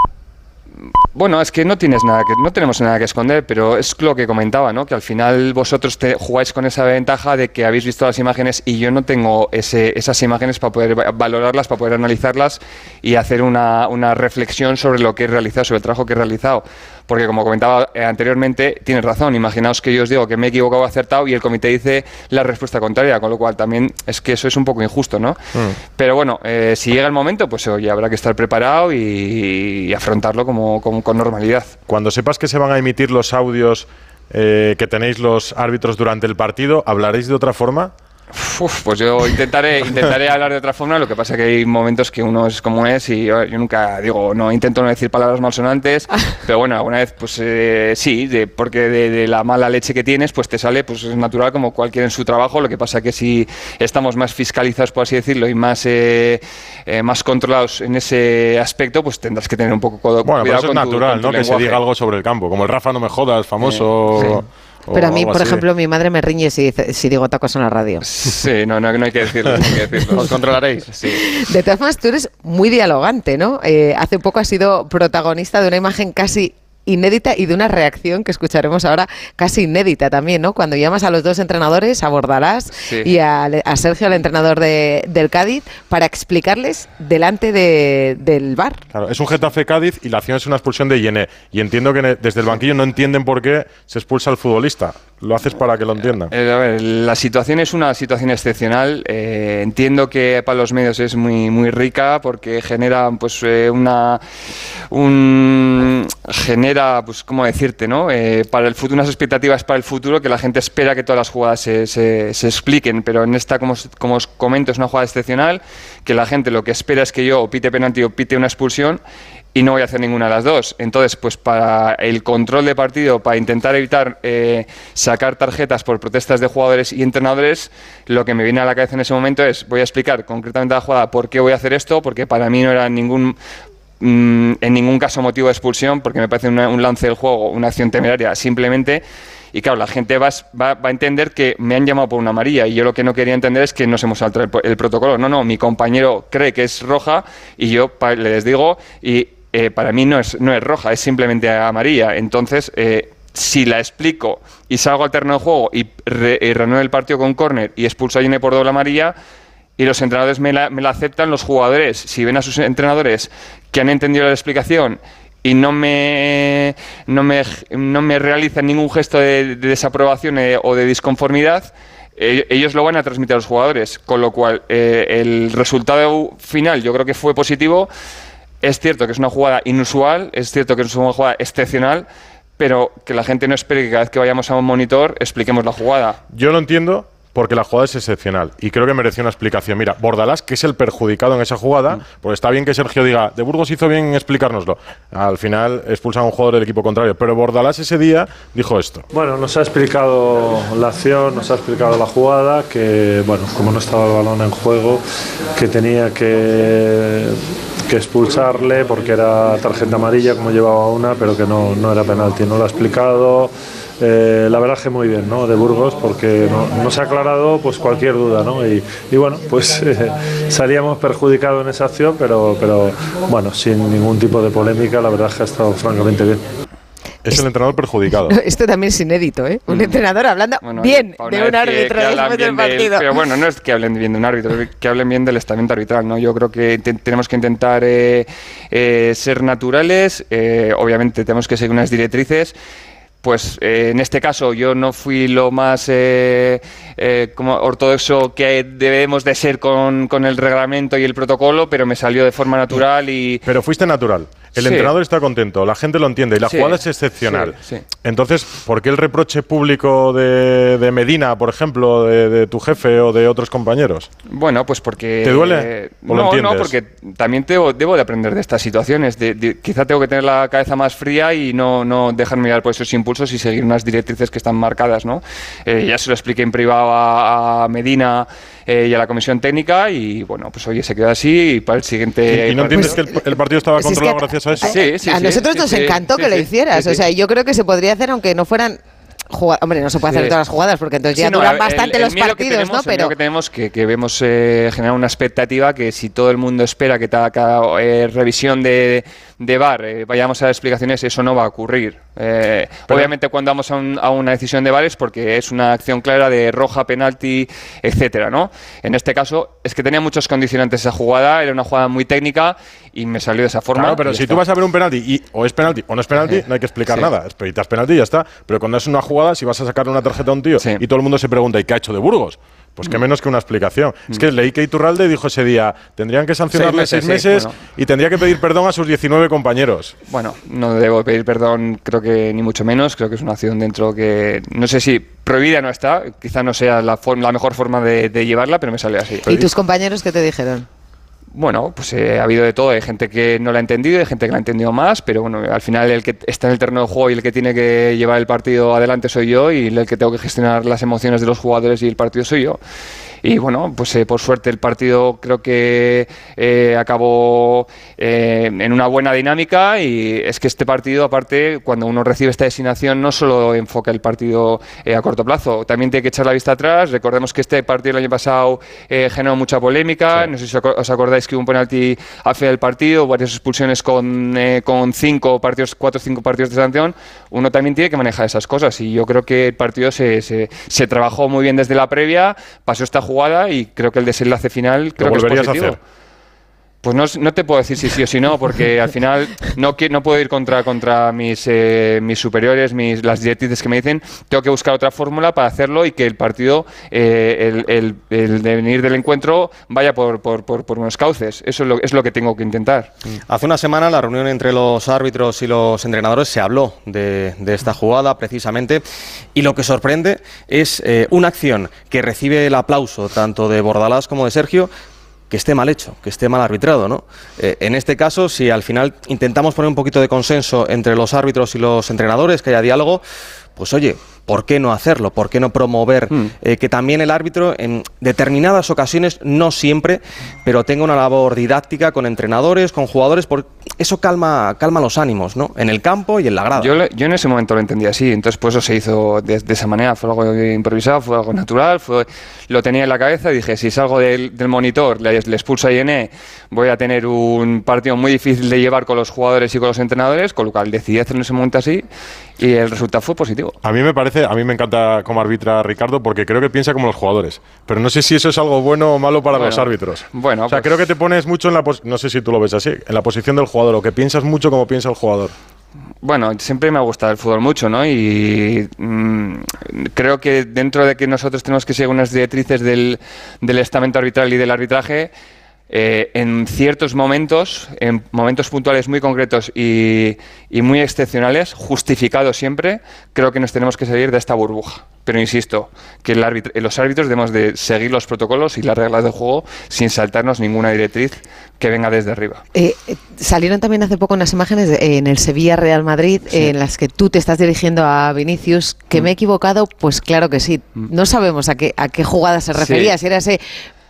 Bueno, es que no tenemos nada que esconder, pero es lo que comentaba, ¿no? Que al final vosotros jugáis con esa ventaja de que habéis visto las imágenes y yo no tengo esas imágenes para poder valorarlas, para poder analizarlas y hacer una reflexión sobre lo que he realizado, sobre el trabajo que he realizado. Porque como comentaba anteriormente, tienes razón, imaginaos que yo os digo que me he equivocado o acertado y el comité dice la respuesta contraria, con lo cual también es que eso es un poco injusto, ¿no? Pero bueno, si llega el momento, pues oye, habrá que estar preparado y afrontarlo con normalidad.
Cuando sepas que se van a emitir los audios que tenéis los árbitros durante el partido, ¿hablaréis de otra forma?
Pues yo intentaré hablar de otra forma, lo que pasa es que hay momentos que uno es como es y yo nunca intento no decir palabras malsonantes, pero bueno, alguna vez pues sí, porque de la mala leche que tienes pues te sale, pues es natural como cualquiera en su trabajo, lo que pasa que si estamos más fiscalizados, por así decirlo, y más controlados en ese aspecto, pues tendrás que tener un poco cuidado.
Bueno, pero eso es natural, ¿no? Que se diga algo sobre el campo, como el Rafa no me jodas, famoso...
Sí. Pero a mí, por ejemplo, mi madre me riñe si digo otra cosa en la radio.
Sí, no hay que decirlo. Os controlaréis. Sí.
De todas formas, tú eres muy dialogante, ¿no? Hace poco has sido protagonista de una imagen casi inédita y de una reacción que escucharemos ahora casi inédita también, ¿no? Cuando llamas a los dos entrenadores, a Bordalás y a Sergio, el entrenador del Cádiz, para explicarles delante del VAR.
Claro, es un Getafe-Cádiz y la acción es una expulsión de Yené. Y entiendo que desde el banquillo no entienden por qué se expulsa al futbolista. Lo haces para que lo entiendan.
A ver, la situación es una situación excepcional. Entiendo que para los medios es muy, muy rica porque genera, pues, pues, ¿cómo decirte, no? Para el futuro, unas expectativas para el futuro que la gente espera que todas las jugadas se expliquen, pero en esta, como os comento, es una jugada excepcional que la gente lo que espera es que yo o pite penalti o pite una expulsión y no voy a hacer ninguna de las dos. Entonces, pues para el control de partido, para intentar evitar sacar tarjetas por protestas de jugadores y entrenadores, lo que me viene a la cabeza en ese momento es, voy a explicar concretamente la jugada por qué voy a hacer esto, porque para mí no era en ningún caso motivo de expulsión, porque me parece un lance del juego, una acción temeraria, simplemente, Y claro, la gente va a entender que me han llamado por una amarilla, y yo lo que no quería entender es que nos hemos saltado el protocolo. No, mi compañero cree que es roja y yo les digo, y para mí no es roja, es simplemente amarilla. Entonces, si la explico y salgo al terreno de juego y reanudo el partido con córner y expulso a Yone por doble amarilla, y los entrenadores me la aceptan, los jugadores, si ven a sus entrenadores que han entendido la explicación y no me realizan ningún gesto de desaprobación o de disconformidad, ellos lo van a transmitir a los jugadores, con lo cual el resultado final yo creo que fue positivo. Es cierto que es una jugada inusual, es cierto que es una jugada excepcional, pero que la gente no espere que cada vez que vayamos a un monitor expliquemos la jugada.
Yo lo entiendo, porque la jugada es excepcional y creo que mereció una explicación. Mira, Bordalás, que es el perjudicado en esa jugada, pues está bien que Sergio diga, de Burgos hizo bien en explicárnoslo. Al final expulsan a un jugador del equipo contrario, pero Bordalás ese día dijo esto.
Bueno, nos ha explicado la acción, nos ha explicado la jugada, que bueno, como no estaba el balón en juego, que tenía que expulsarle porque era tarjeta amarilla, como llevaba una, pero que no era penalti. No lo ha explicado. La verdad que muy bien, ¿no? De Burgos, porque no se ha aclarado pues cualquier duda, ¿no? Y bueno, pues salíamos perjudicados en esa acción, pero bueno, sin ningún tipo de polémica, la verdad que ha estado francamente bien.
Es el entrenador perjudicado.
Esto también es inédito, ¿eh? Un entrenador hablando bien de un árbitro después del partido.
Pero bueno, no es que hablen bien de un árbitro, es que hablen bien del estamento arbitral, ¿no? Yo creo que tenemos que intentar ser naturales, obviamente tenemos que seguir unas directrices. Pues en este caso yo no fui lo más como ortodoxo que debemos de ser con el reglamento y el protocolo, pero me salió de forma natural y...
Pero fuiste natural. El entrenador está contento, la gente lo entiende y la jugada es excepcional. Entonces, ¿por qué el reproche público de Medina, por ejemplo, de tu jefe o de otros compañeros?
Bueno, pues porque...
¿Te duele? ¿O lo entiendes?
No, porque también debo de aprender de estas situaciones. Quizá tengo que tener la cabeza más fría y no dejarme mirar por esos impulsos y seguir unas directrices que están marcadas, ¿no? Ya se lo expliqué en privado a Medina y a la comisión técnica y bueno, pues oye, se quedó así y para el siguiente...
¿Y no entiendes que el partido estaba controlado gracias a eso?
Sí, a nosotros nos encantó que lo hicieras. O sea, yo creo que se podría hacer aunque no fueran... Hombre, no se puede hacer todas las jugadas porque entonces ya duran bastante los partidos, ¿no?
Pero que tenemos que vemos generar una expectativa que si todo el mundo espera que cada revisión de VAR vayamos a las explicaciones, eso no va a ocurrir. Obviamente cuando vamos a una decisión de VAR es porque es una acción clara de roja, penalti, etcétera, ¿no? En este caso es que tenía muchos condicionantes esa jugada, era una jugada muy técnica y me salió de esa forma.
Claro, pero si tú vas a ver un penalti y o es penalti o no es penalti, no hay que explicar nada. Expeditas penalti y ya está. Pero cuando es una jugada, si vas a sacarle una tarjeta a un tío y todo el mundo se pregunta ¿y qué ha hecho de Burgos? Pues qué menos que una explicación. Es que leí que Iturralde dijo ese día, tendrían que sancionarle 6 meses y tendría que pedir perdón a sus 19 compañeros.
Bueno, no debo pedir perdón, creo que ni mucho menos. Creo que es una acción dentro que, no sé si prohibida no está, quizá no sea la mejor forma de llevarla, pero me salió así.
¿Y tus compañeros qué te dijeron?
Bueno, pues ha habido de todo. Hay gente que no la ha entendido, hay gente que la ha entendido más, pero bueno, al final el que está en el terreno de juego y el que tiene que llevar el partido adelante soy yo y el que tengo que gestionar las emociones de los jugadores y el partido soy yo. Y bueno, pues por suerte el partido creo que acabó en una buena dinámica y es que este partido, aparte, cuando uno recibe esta designación, no solo enfoca el partido a corto plazo, también tiene que echar la vista atrás. Recordemos que este partido el año pasado generó mucha polémica, no sé si os acordáis que hubo un penalti al final del partido, varias expulsiones con 4 o 5 partidos de sanción. Uno también tiene que manejar esas cosas y yo creo que el partido se trabajó muy bien desde la previa, pasó esta jugada y creo que el desenlace final creo que es positivo. Pues no te puedo decir si sí o si no, porque al final no puedo ir contra mis superiores, las directrices que me dicen. Tengo que buscar otra fórmula para hacerlo y que el partido, el devenir del encuentro, vaya por unos cauces. Eso es lo que tengo que intentar.
Hace una semana, la reunión entre los árbitros y los entrenadores, se habló de esta jugada precisamente, y lo que sorprende es una acción que recibe el aplauso tanto de Bordalás como de Sergio, que esté mal hecho, que esté mal arbitrado, ¿no? En este caso, si al final intentamos poner un poquito de consenso entre los árbitros y los entrenadores, que haya diálogo, pues oye, ¿por qué no hacerlo? ¿Por qué no promover que también el árbitro en determinadas ocasiones, no siempre, pero tenga una labor didáctica con entrenadores, con jugadores, porque eso calma los ánimos, ¿no? En el campo y en la grada.
Yo en ese momento lo entendí así, entonces pues eso se hizo de esa manera, fue algo improvisado, fue algo natural, lo tenía en la cabeza y dije, si salgo del monitor, le expulso a Yené, voy a tener un partido muy difícil de llevar con los jugadores y con los entrenadores, con lo cual decidí hacerlo en ese momento así y el resultado fue positivo.
A mí me encanta cómo arbitra Ricardo porque creo que piensa como los jugadores, pero no sé si eso es algo bueno o malo para los árbitros.
Bueno,
o sea, creo que te pones mucho en no sé si tú lo ves así, en la posición del jugador, o que piensas mucho como piensa el jugador.
Bueno, siempre me ha gustado el fútbol mucho, ¿no? Y creo que dentro de que nosotros tenemos que seguir unas directrices del estamento arbitral y del arbitraje, en ciertos momentos, en momentos puntuales muy concretos y muy excepcionales, justificados siempre, creo que nos tenemos que salir de esta burbuja. Pero insisto, que los árbitros debemos de seguir los protocolos y las reglas del juego sin saltarnos ninguna directriz que venga desde arriba.
Salieron también hace poco unas imágenes en el Sevilla-Real Madrid, en las que tú te estás dirigiendo a Vinicius, que me he equivocado, pues claro que sí. No sabemos a qué jugada se refería, si era ese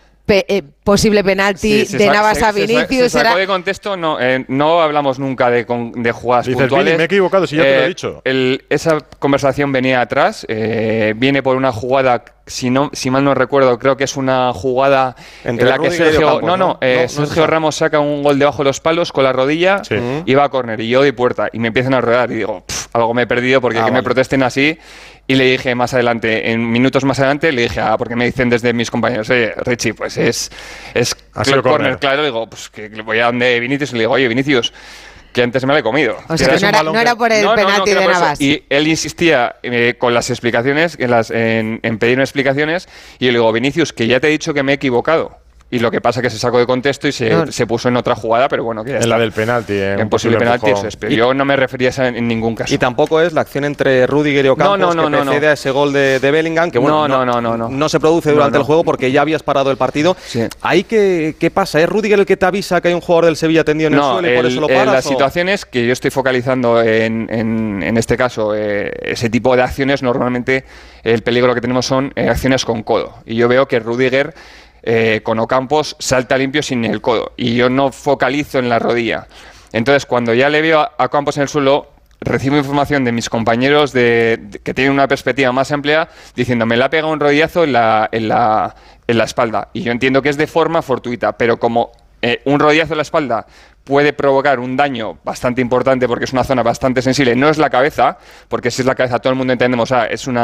posible penalti de Navas a Vinicius.
Se sacó de contexto, no hablamos nunca de jugadas puntuales.
Vini, me he equivocado, si ya te lo he dicho.
Esa conversación venía atrás, viene por una jugada, si mal no recuerdo, creo que es una jugada en la que Sergio Ramos saca un gol debajo de los palos con la rodilla y va a córner, y yo doy puerta, y me empiezan a rodar, y digo, algo me he perdido porque me protesten así. Y le dije más adelante, en minutos más adelante, le dije, porque me dicen desde mis compañeros, Richie, pues es córner, claro. Le digo, pues que voy a donde Vinicius y le digo, oye, Vinicius, que antes me lo he comido.
O sea, que no era por el penalti de Navas.
Y él insistía con las explicaciones, en pedirme explicaciones, y yo le digo, Vinicius, que ya te he dicho que me he equivocado. Y lo que pasa es que se sacó de contexto y se puso en otra jugada, pero bueno, que ya está.
En la del penalti.
En posible penalti, eso es. Pero yo no me refería a esa en ningún caso.
Y tampoco es la acción entre Rudiger y Ocampos que precede a ese gol de Bellingham, que bueno, no se produce durante el juego porque ya habías parado el partido. Sí. ¿Ahí qué pasa? ¿Es Rudiger el que te avisa que hay un jugador del Sevilla tendido en el suelo y por eso lo paras?
Las situaciones que yo estoy focalizando en este caso, ese tipo de acciones, normalmente el peligro que tenemos son acciones con codo. Y yo veo que Rudiger con Ocampos salta limpio sin el codo y yo no focalizo en la rodilla. Entonces, cuando ya le veo a Ocampos en el suelo, recibo información de mis compañeros que tienen una perspectiva más amplia diciendo, me le ha pegado un rodillazo en la espalda. Y yo entiendo que es de forma fortuita, pero como un rodillazo en la espalda puede provocar un daño bastante importante porque es una zona bastante sensible, no es la cabeza, porque si es la cabeza todo el mundo entendemos, es un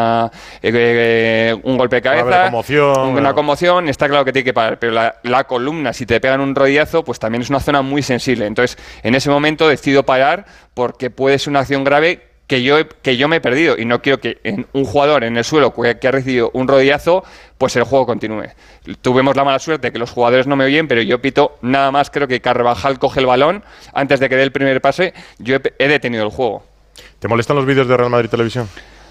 golpe de cabeza, una conmoción, está claro que tiene que parar, pero la columna, si te pegan un rodillazo, pues también es una zona muy sensible. Entonces, en ese momento decido parar porque puede ser una acción grave que yo me he perdido y no quiero que un jugador en el suelo que ha recibido un rodillazo, pues el juego continúe. Tuvimos la mala suerte que los jugadores no me oyen, pero yo pito nada más, creo que Carvajal coge el balón antes de que dé el primer pase, yo he detenido el juego.
¿Te molestan los vídeos de Real Madrid Televisión?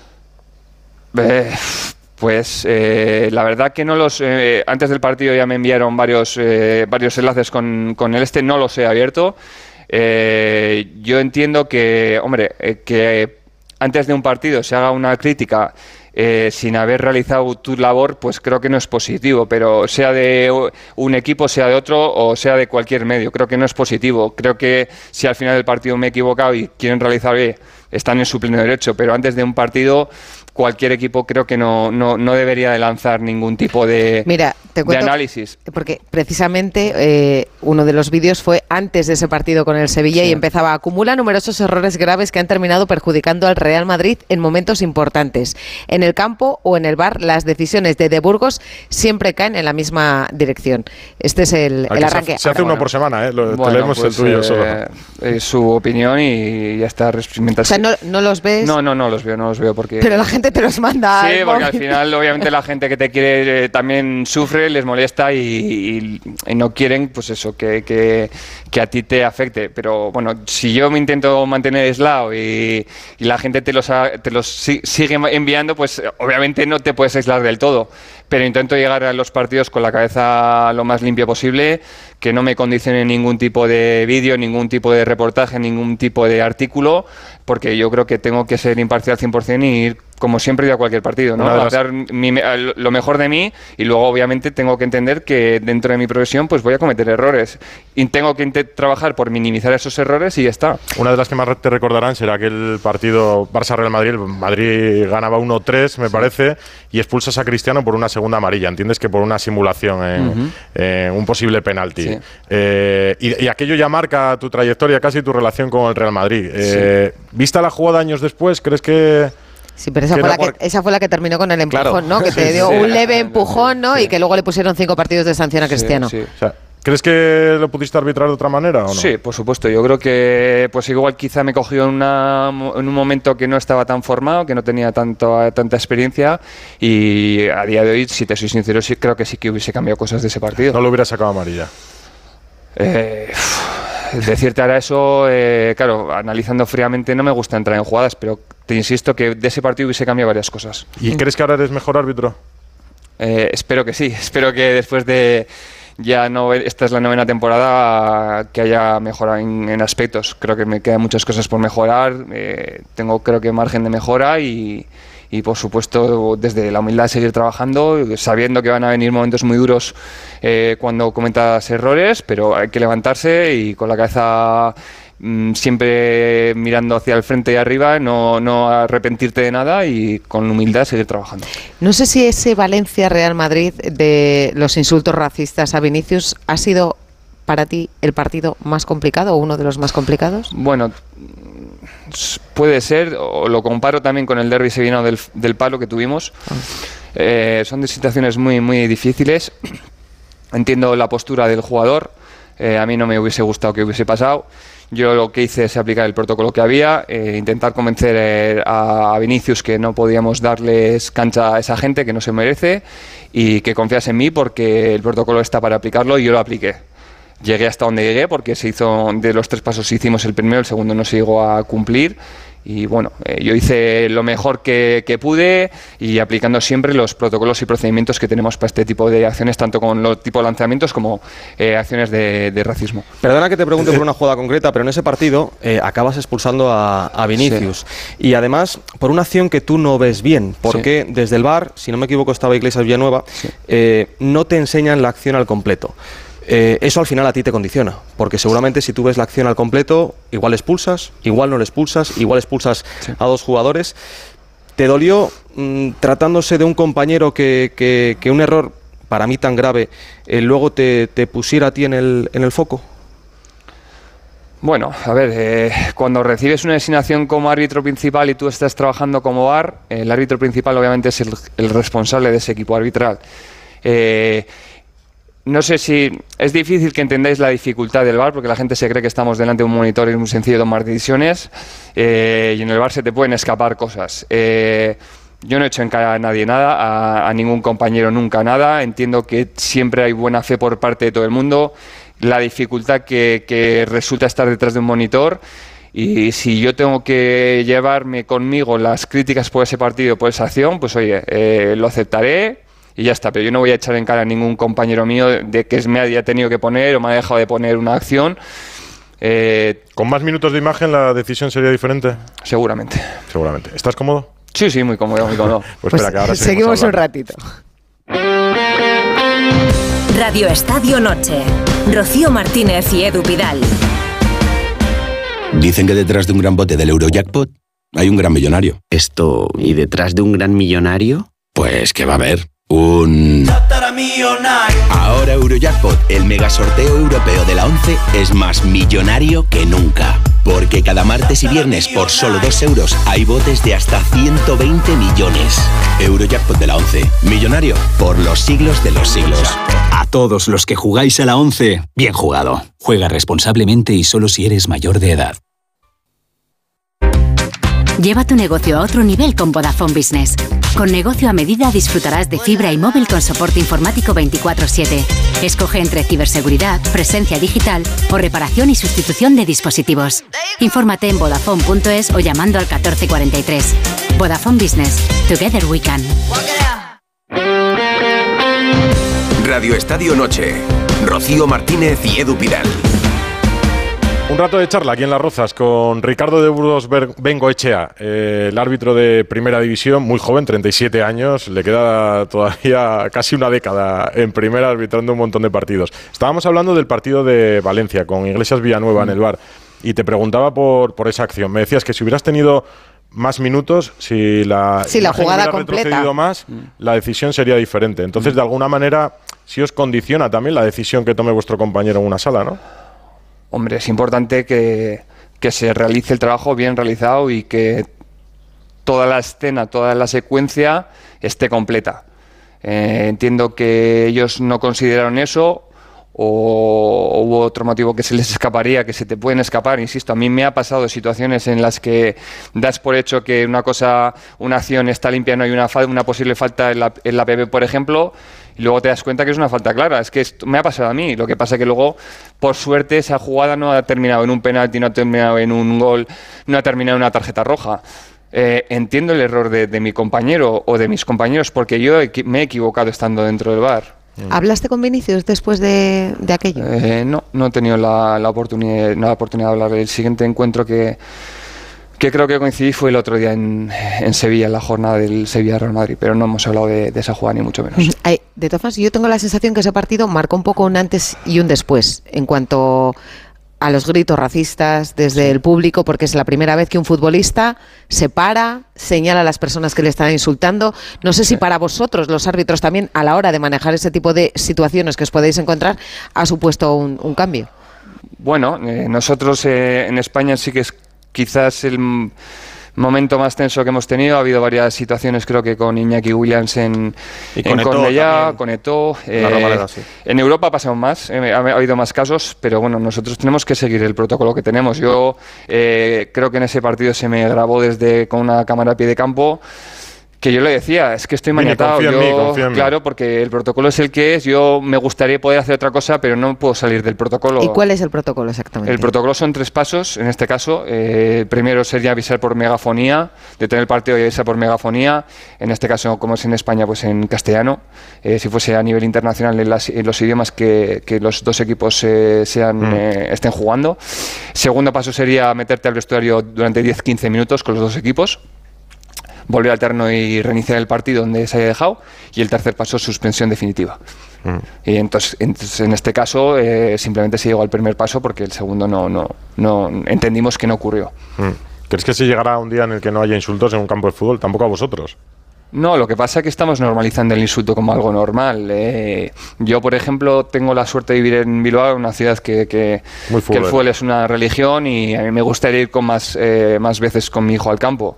Pues la verdad que no los... antes del partido ya me enviaron varios enlaces con el no los he abierto. Yo entiendo que, que antes de un partido se haga una crítica sin haber realizado tu labor, pues creo que no es positivo, pero sea de un equipo, sea de otro o sea de cualquier medio, creo que no es positivo. Creo que si al final del partido me he equivocado y quieren realizar están en su pleno derecho, pero antes de un partido cualquier equipo creo que no debería de lanzar ningún tipo de análisis.
Porque precisamente uno de los vídeos fue antes de ese partido con el Sevilla y empezaba: acumula numerosos errores graves que han terminado perjudicando al Real Madrid en momentos importantes. En el campo o en el bar, las decisiones de Burgos siempre caen en la misma dirección. Este es el arranque.
Se hace uno por semana, te leemos pues, el tuyo solo.
Su opinión y ya está.
O sea, ¿no los ves?
No los veo porque...
Pero la gente te los manda.
Sí, porque al final obviamente la gente que te quiere también sufre, les molesta y no quieren pues eso, que a ti te afecte. Pero bueno, si yo me intento mantener aislado y la gente te los sigue enviando, pues obviamente no te puedes aislar del todo. Pero intento llegar a los partidos con la cabeza lo más limpia posible, que no me condicione ningún tipo de vídeo, ningún tipo de reportaje, ningún tipo de artículo, porque yo creo que tengo que ser imparcial 100% y ir como siempre digo a cualquier partido, ¿no? Dar lo mejor de mí, y luego obviamente tengo que entender que dentro de mi profesión pues voy a cometer errores y tengo que trabajar por minimizar esos errores y ya está.
Una de las que más te recordarán será aquel partido Barça-Real Madrid. El Madrid ganaba 1-3, me parece, y expulsas a Cristiano por una segunda amarilla. Entiendes que por una simulación en un posible penalti.
Sí.
Y aquello ya marca tu trayectoria, casi tu relación con el Real Madrid. Vista la jugada años después, ¿crees que...?
Sí, pero esa fue la que terminó con el empujón, claro, ¿no? Que te dio un leve empujón, ¿no? Y que luego le pusieron 5 partidos de sanción a Cristiano.
O sea, ¿crees que lo pudiste arbitrar de otra manera o no?
Sí, por supuesto. Yo creo que pues igual quizá me cogió en un momento que no estaba tan formado, que no tenía tanta experiencia, y a día de hoy, si te soy sincero, sí creo que sí que hubiese cambiado cosas de ese partido.
¿No lo hubiera sacado amarilla?
Decirte ahora eso, claro, analizando fríamente no me gusta entrar en jugadas, pero te insisto que de ese partido hubiese cambiado varias cosas.
¿Y crees que ahora eres mejor árbitro?
Espero que sí, espero que después de esta es la 9ª temporada, que haya mejora en aspectos. Creo que me quedan muchas cosas por mejorar, creo que margen de mejora y por supuesto desde la humildad de seguir trabajando, sabiendo que van a venir momentos muy duros cuando cometas errores, pero hay que levantarse y con la cabeza siempre mirando hacia el frente y arriba, no arrepentirte de nada y con humildad seguir trabajando.
No sé si ese Valencia-Real Madrid de los insultos racistas a Vinicius ha sido para ti el partido más complicado o uno de los más complicados.
Bueno, puede ser, o lo comparo también con el derbi sevillano del Palo que tuvimos. Son de situaciones muy, muy difíciles. Entiendo la postura del jugador. A mí no me hubiese gustado que hubiese pasado. Yo lo que hice es aplicar el protocolo que había, intentar convencer a Vinicius que no podíamos darles cancha a esa gente que no se merece y que confiase en mí porque el protocolo está para aplicarlo y yo lo apliqué. Llegué hasta donde llegué porque de los 3 pasos hicimos el primero, el segundo no se llegó a cumplir. Y bueno, yo hice lo mejor que pude y aplicando siempre los protocolos y procedimientos que tenemos para este tipo de acciones, tanto con los tipos de lanzamientos como acciones de racismo.
Perdona que te pregunte por una jugada concreta, pero en ese partido acabas expulsando a Vinicius. Sí. Y además, por una acción que tú no ves bien, porque desde el VAR, si no me equivoco estaba Iglesias Villanueva, no te enseñan la acción al completo. Eso al final a ti te condiciona, porque seguramente si tú ves la acción al completo, igual expulsas, igual no le expulsas, igual expulsas a 2 jugadores. ¿Te dolió tratándose de un compañero que un error para mí tan grave luego te pusiera a ti en el foco?
Bueno, a ver, cuando recibes una designación como árbitro principal y tú estás trabajando como VAR, el árbitro principal obviamente es el responsable de ese equipo arbitral. No sé si es difícil que entendáis la dificultad del VAR, porque la gente se cree que estamos delante de un monitor y es muy sencillo tomar decisiones, y en el VAR se te pueden escapar cosas. Yo no he hecho en cara a nadie nada, a ningún compañero nunca nada. Entiendo que siempre hay buena fe por parte de todo el mundo, la dificultad que resulta estar detrás de un monitor, y si yo tengo que llevarme conmigo las críticas por ese partido, por esa acción, pues oye, lo aceptaré. Y ya está, pero yo no voy a echar en cara a ningún compañero mío de que me haya tenido que poner o me ha dejado de poner una acción.
¿Con más minutos de imagen la decisión sería diferente?
Seguramente.
Seguramente. ¿Estás cómodo?
Sí, muy cómodo, muy cómodo.
Pues espera, que ahora
seguimos un ratito.
Radio Estadio Noche. Rocío Martínez y Edu Pidal.
Dicen que detrás de un gran bote del Eurojackpot hay un gran millonario.
Esto, ¿y detrás de un gran millonario?
Pues que va a haber un... Ahora Eurojackpot, el mega sorteo europeo de la 11, es más millonario que nunca. Porque cada martes y viernes por solo 2 euros hay botes de hasta 120 millones. Eurojackpot de la 11, millonario por los siglos de los siglos.
A todos los que jugáis a la 11, bien jugado. Juega responsablemente y solo si eres mayor de edad.
Lleva tu negocio a otro nivel con Vodafone Business. Con negocio a medida disfrutarás de fibra y móvil con soporte informático 24/7. Escoge entre ciberseguridad, presencia digital o reparación y sustitución de dispositivos. Infórmate en Vodafone.es o llamando al 1443. Vodafone Business. Together we can.
Radio Estadio Noche. Rocío Martínez y Edu Pidal.
Un rato de charla aquí en Las Rozas con Ricardo de Burgos Bengoechea, el árbitro de Primera División, muy joven, 37 años, le queda todavía casi una década en Primera arbitrando un montón de partidos. Estábamos hablando del partido de Valencia con Iglesias Villanueva en el VAR y te preguntaba por esa acción. Me decías que si hubieras tenido más minutos, si la
jugada completa
retrocedido más, la decisión sería diferente. Entonces, de alguna manera, sí os condiciona también la decisión que tome vuestro compañero en una sala, ¿no?
Hombre, es importante que se realice el trabajo bien realizado y que toda la escena, toda la secuencia esté completa. Entiendo que ellos no consideraron eso o hubo otro motivo que se les escaparía, que se te pueden escapar. Insisto, a mí me ha pasado situaciones en las que das por hecho que una acción está limpia, no hay una posible falta en la PP, por ejemplo, y luego te das cuenta que es una falta clara. Es que esto me ha pasado a mí. Lo que pasa es que luego, por suerte, esa jugada no ha terminado en un penalti, no ha terminado en un gol, no ha terminado en una tarjeta roja. Entiendo el error de mi compañero o de mis compañeros, porque yo me he equivocado estando dentro del VAR.
¿Hablaste con Vinicius después de aquello?
No he tenido la oportunidad de hablar. El siguiente encuentro que creo que coincidí fue el otro día en Sevilla, en la jornada del Sevilla-Real Madrid, pero no hemos hablado de esa jugada ni mucho menos.
De todas formas, yo tengo la sensación que ese partido marcó un poco un antes y un después en cuanto a los gritos racistas desde el público, porque es la primera vez que un futbolista se para, señala a las personas que le están insultando. No sé si para vosotros, los árbitros también, a la hora de manejar ese tipo de situaciones que os podéis encontrar, ha supuesto un cambio.
Bueno, nosotros en España sí que es quizás el momento más tenso que hemos tenido. Ha habido varias situaciones, creo que con Iñaki Williams en Cornellá, con Eto'o. En Europa ha pasado más, ha habido más casos, pero bueno, nosotros tenemos que seguir el protocolo que tenemos. Yo creo que en ese partido se me grabó con una cámara a pie de campo, que yo le decía, es que estoy maniatado.
Confía en mí.
Claro, porque el protocolo es el que es. Yo me gustaría poder hacer otra cosa, pero no puedo salir del protocolo.
¿Y cuál es el protocolo exactamente?
El protocolo son 3 pasos, en este caso. Primero sería avisar por megafonía, detener el partido y avisar por megafonía. En este caso, como es en España, pues en castellano. Si fuese a nivel internacional, en los idiomas que los dos equipos estén jugando. Segundo paso sería meterte al vestuario durante 10-15 minutos con los dos equipos, volver al terreno y reiniciar el partido donde se haya dejado, y el tercer paso es suspensión definitiva. Y entonces en este caso simplemente se llegó al primer paso porque el segundo no entendimos que no ocurrió.
¿Crees que se llegará un día en el que no haya insultos en un campo de fútbol? Tampoco a vosotros.
No, lo que pasa es que estamos normalizando el insulto como algo normal. Yo, por ejemplo, tengo la suerte de vivir en Bilbao, una ciudad que el fútbol es una religión, y a mí me gustaría ir con más veces con mi hijo al campo.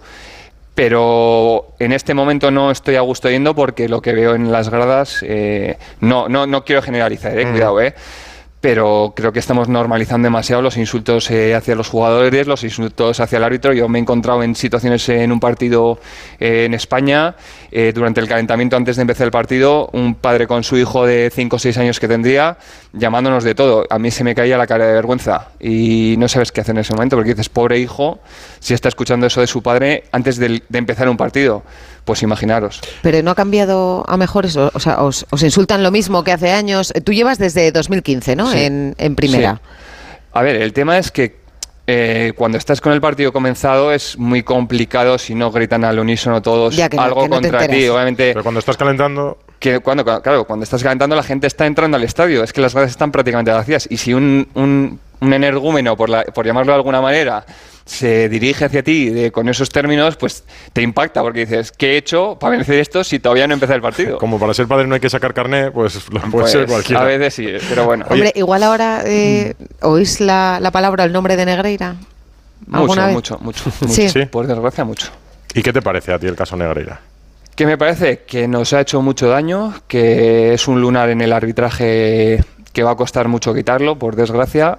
Pero en este momento no estoy a gusto yendo porque lo que veo en las gradas, no quiero generalizar, cuidado, pero creo que estamos normalizando demasiado los insultos hacia los jugadores, los insultos hacia el árbitro. Yo me he encontrado en situaciones en un partido en España, durante el calentamiento antes de empezar el partido, un padre con su hijo de 5 o 6 años que tendría, llamándonos de todo. A mí se me caía la cara de vergüenza y no sabes qué hacer en ese momento, porque dices, pobre hijo, si está escuchando eso de su padre antes de empezar un partido. Pues imaginaros.
Pero no ha cambiado a mejor eso, o sea, os insultan lo mismo que hace años. Tú llevas desde 2015, ¿no? Sí. En primera.
Sí. A ver, el tema es que cuando estás con el partido comenzado es muy complicado si no gritan al unísono todos algo contra ti, obviamente.
Pero cuando estás calentando...
Cuando estás calentando, la gente está entrando al estadio, es que las gradas están prácticamente vacías, y si un energúmeno, por llamarlo de alguna manera, se dirige hacia ti con esos términos, pues te impacta, porque dices, ¿qué he hecho para merecer esto si todavía no he empezado el partido?
Como para ser padre no hay que sacar carné, pues puede ser cualquiera.
A veces sí, pero bueno.
Hombre, igual ahora oís la palabra, el nombre de Negreira.
Mucho.
¿Sí?
Por desgracia, mucho.
¿Y qué te parece a ti el caso Negreira?
Que me parece que nos ha hecho mucho daño, que es un lunar en el arbitraje que va a costar mucho quitarlo, por desgracia,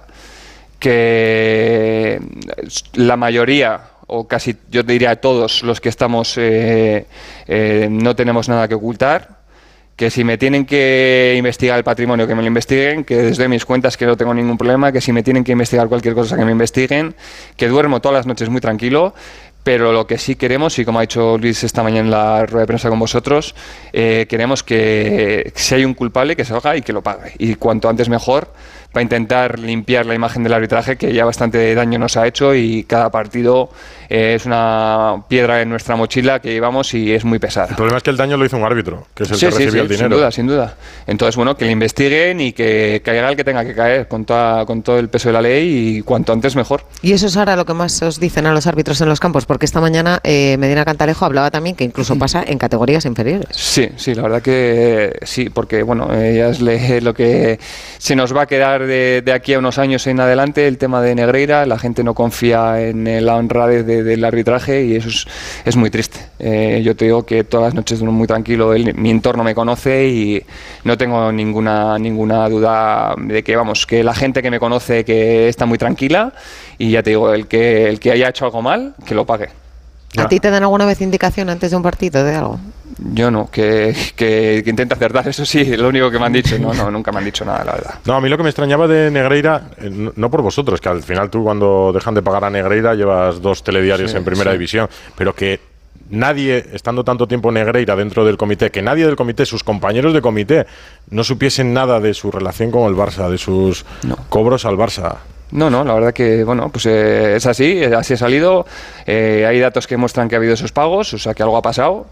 que la mayoría, o casi yo diría todos los que estamos, no tenemos nada que ocultar, que si me tienen que investigar el patrimonio, que me lo investiguen, que desde mis cuentas que no tengo ningún problema, que si me tienen que investigar cualquier cosa, que me investiguen, que duermo todas las noches muy tranquilo. Pero lo que sí queremos, y como ha dicho Luis esta mañana en la rueda de prensa con vosotros, queremos que si hay un culpable, que salga y que lo pague. Y cuanto antes mejor, para intentar limpiar la imagen del arbitraje, que ya bastante daño nos ha hecho, y cada partido es una piedra en nuestra mochila que llevamos y es muy pesada.
El problema es que el daño lo hizo un árbitro, que es el que recibió el dinero.
Sin duda. Entonces, bueno, que le investiguen y que caiga el que tenga que caer con todo el peso de la ley, y cuanto antes mejor.
Y eso es ahora lo que más os dicen a los árbitros en los campos, porque esta mañana Medina Cantalejo hablaba también que incluso pasa en categorías inferiores.
Sí, la verdad que sí, porque bueno, ya es lo que se nos va a quedar de aquí a unos años en adelante, el tema de Negreira. La gente no confía en la honradez del arbitraje, y eso es muy triste. Yo te digo que todas las noches duermo muy tranquilo, mi entorno me conoce y no tengo ninguna duda de que la gente que me conoce que está muy tranquila, y ya te digo, el que haya hecho algo mal, que lo pague.
¿A ti te dan alguna vez indicación antes de un partido de algo?
Yo no, que intenta acertar, eso sí, lo único que me han dicho. No, nunca me han dicho nada, la verdad.
No, a mí lo que me extrañaba de Negreira, no por vosotros, que al final tú cuando dejan de pagar a Negreira llevas 2 telediarios en primera división, pero que nadie, estando tanto tiempo Negreira dentro del comité, que nadie del comité, sus compañeros de comité, no supiesen nada de su relación con el Barça, de sus cobros al Barça.
No, la verdad que, bueno, pues es así ha salido. Hay datos que muestran que ha habido esos pagos, o sea que algo ha pasado,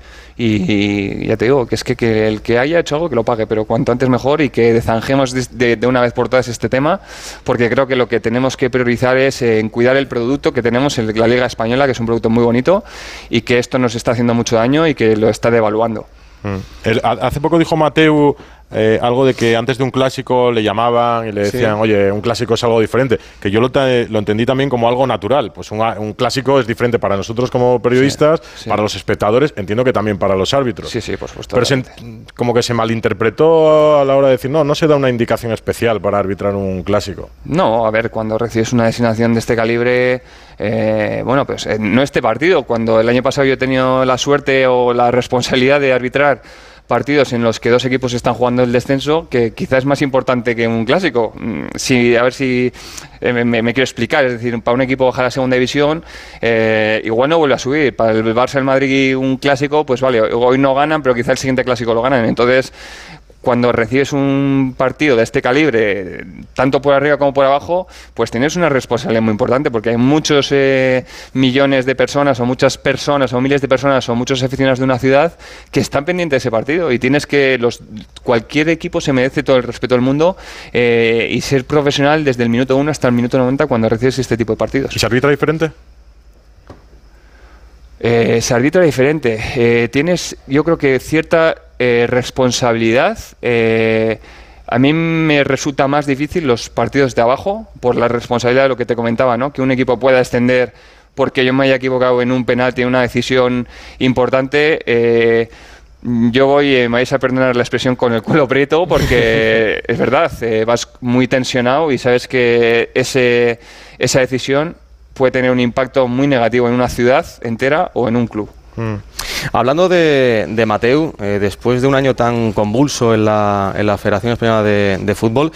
y ya te digo, que es que el que haya hecho algo que lo pague, pero cuanto antes mejor, y que zanjemos de una vez por todas este tema, porque creo que lo que tenemos que priorizar es en cuidar el producto que tenemos en la Liga Española, que es un producto muy bonito, y que esto nos está haciendo mucho daño y que lo está devaluando.
Hace poco dijo Mateu algo de que antes de un clásico le llamaban y le decían, oye, un clásico es algo diferente, que yo lo entendí también como algo natural. Pues un clásico es diferente para nosotros como periodistas, para los espectadores, entiendo que también para los árbitros.
Sí, por supuesto.
Pero como que se malinterpretó a la hora de decir, no se da una indicación especial para arbitrar un clásico.
No, a ver, cuando recibes una designación de este calibre, no este partido, cuando el año pasado yo he tenido la suerte o la responsabilidad de arbitrar partidos en los que 2 equipos están jugando el descenso, que quizás es más importante que un clásico. A ver si me quiero explicar. Es decir, para un equipo bajar a segunda división, igual no vuelve a subir. Para el Barça, el Madrid, un clásico, pues vale, hoy no ganan, pero quizás el siguiente clásico lo ganan. Entonces, cuando recibes un partido de este calibre, tanto por arriba como por abajo, pues tienes una responsabilidad muy importante, porque hay muchos millones de personas, o muchas personas, o miles de personas, o muchos aficionados de una ciudad que están pendientes de ese partido, y tienes que cualquier equipo se merece todo el respeto del mundo, y ser profesional desde el minuto 1 hasta el minuto 90 cuando recibes este tipo de partidos.
¿Y se arbitra diferente?
Se arbitra diferente. Tienes, yo creo que cierta responsabilidad. A mí me resulta más difícil los partidos de abajo, por la responsabilidad de lo que te comentaba, ¿no? Que un equipo pueda extender porque yo me haya equivocado en un penalti, en una decisión importante. Yo me vais a perdonar la expresión, con el culo prieto, porque es verdad, vas muy tensionado y sabes que esa decisión puede tener un impacto muy negativo en una ciudad entera o en un club.
Hablando de Mateu, después de un año tan convulso en la Federación Española de Fútbol,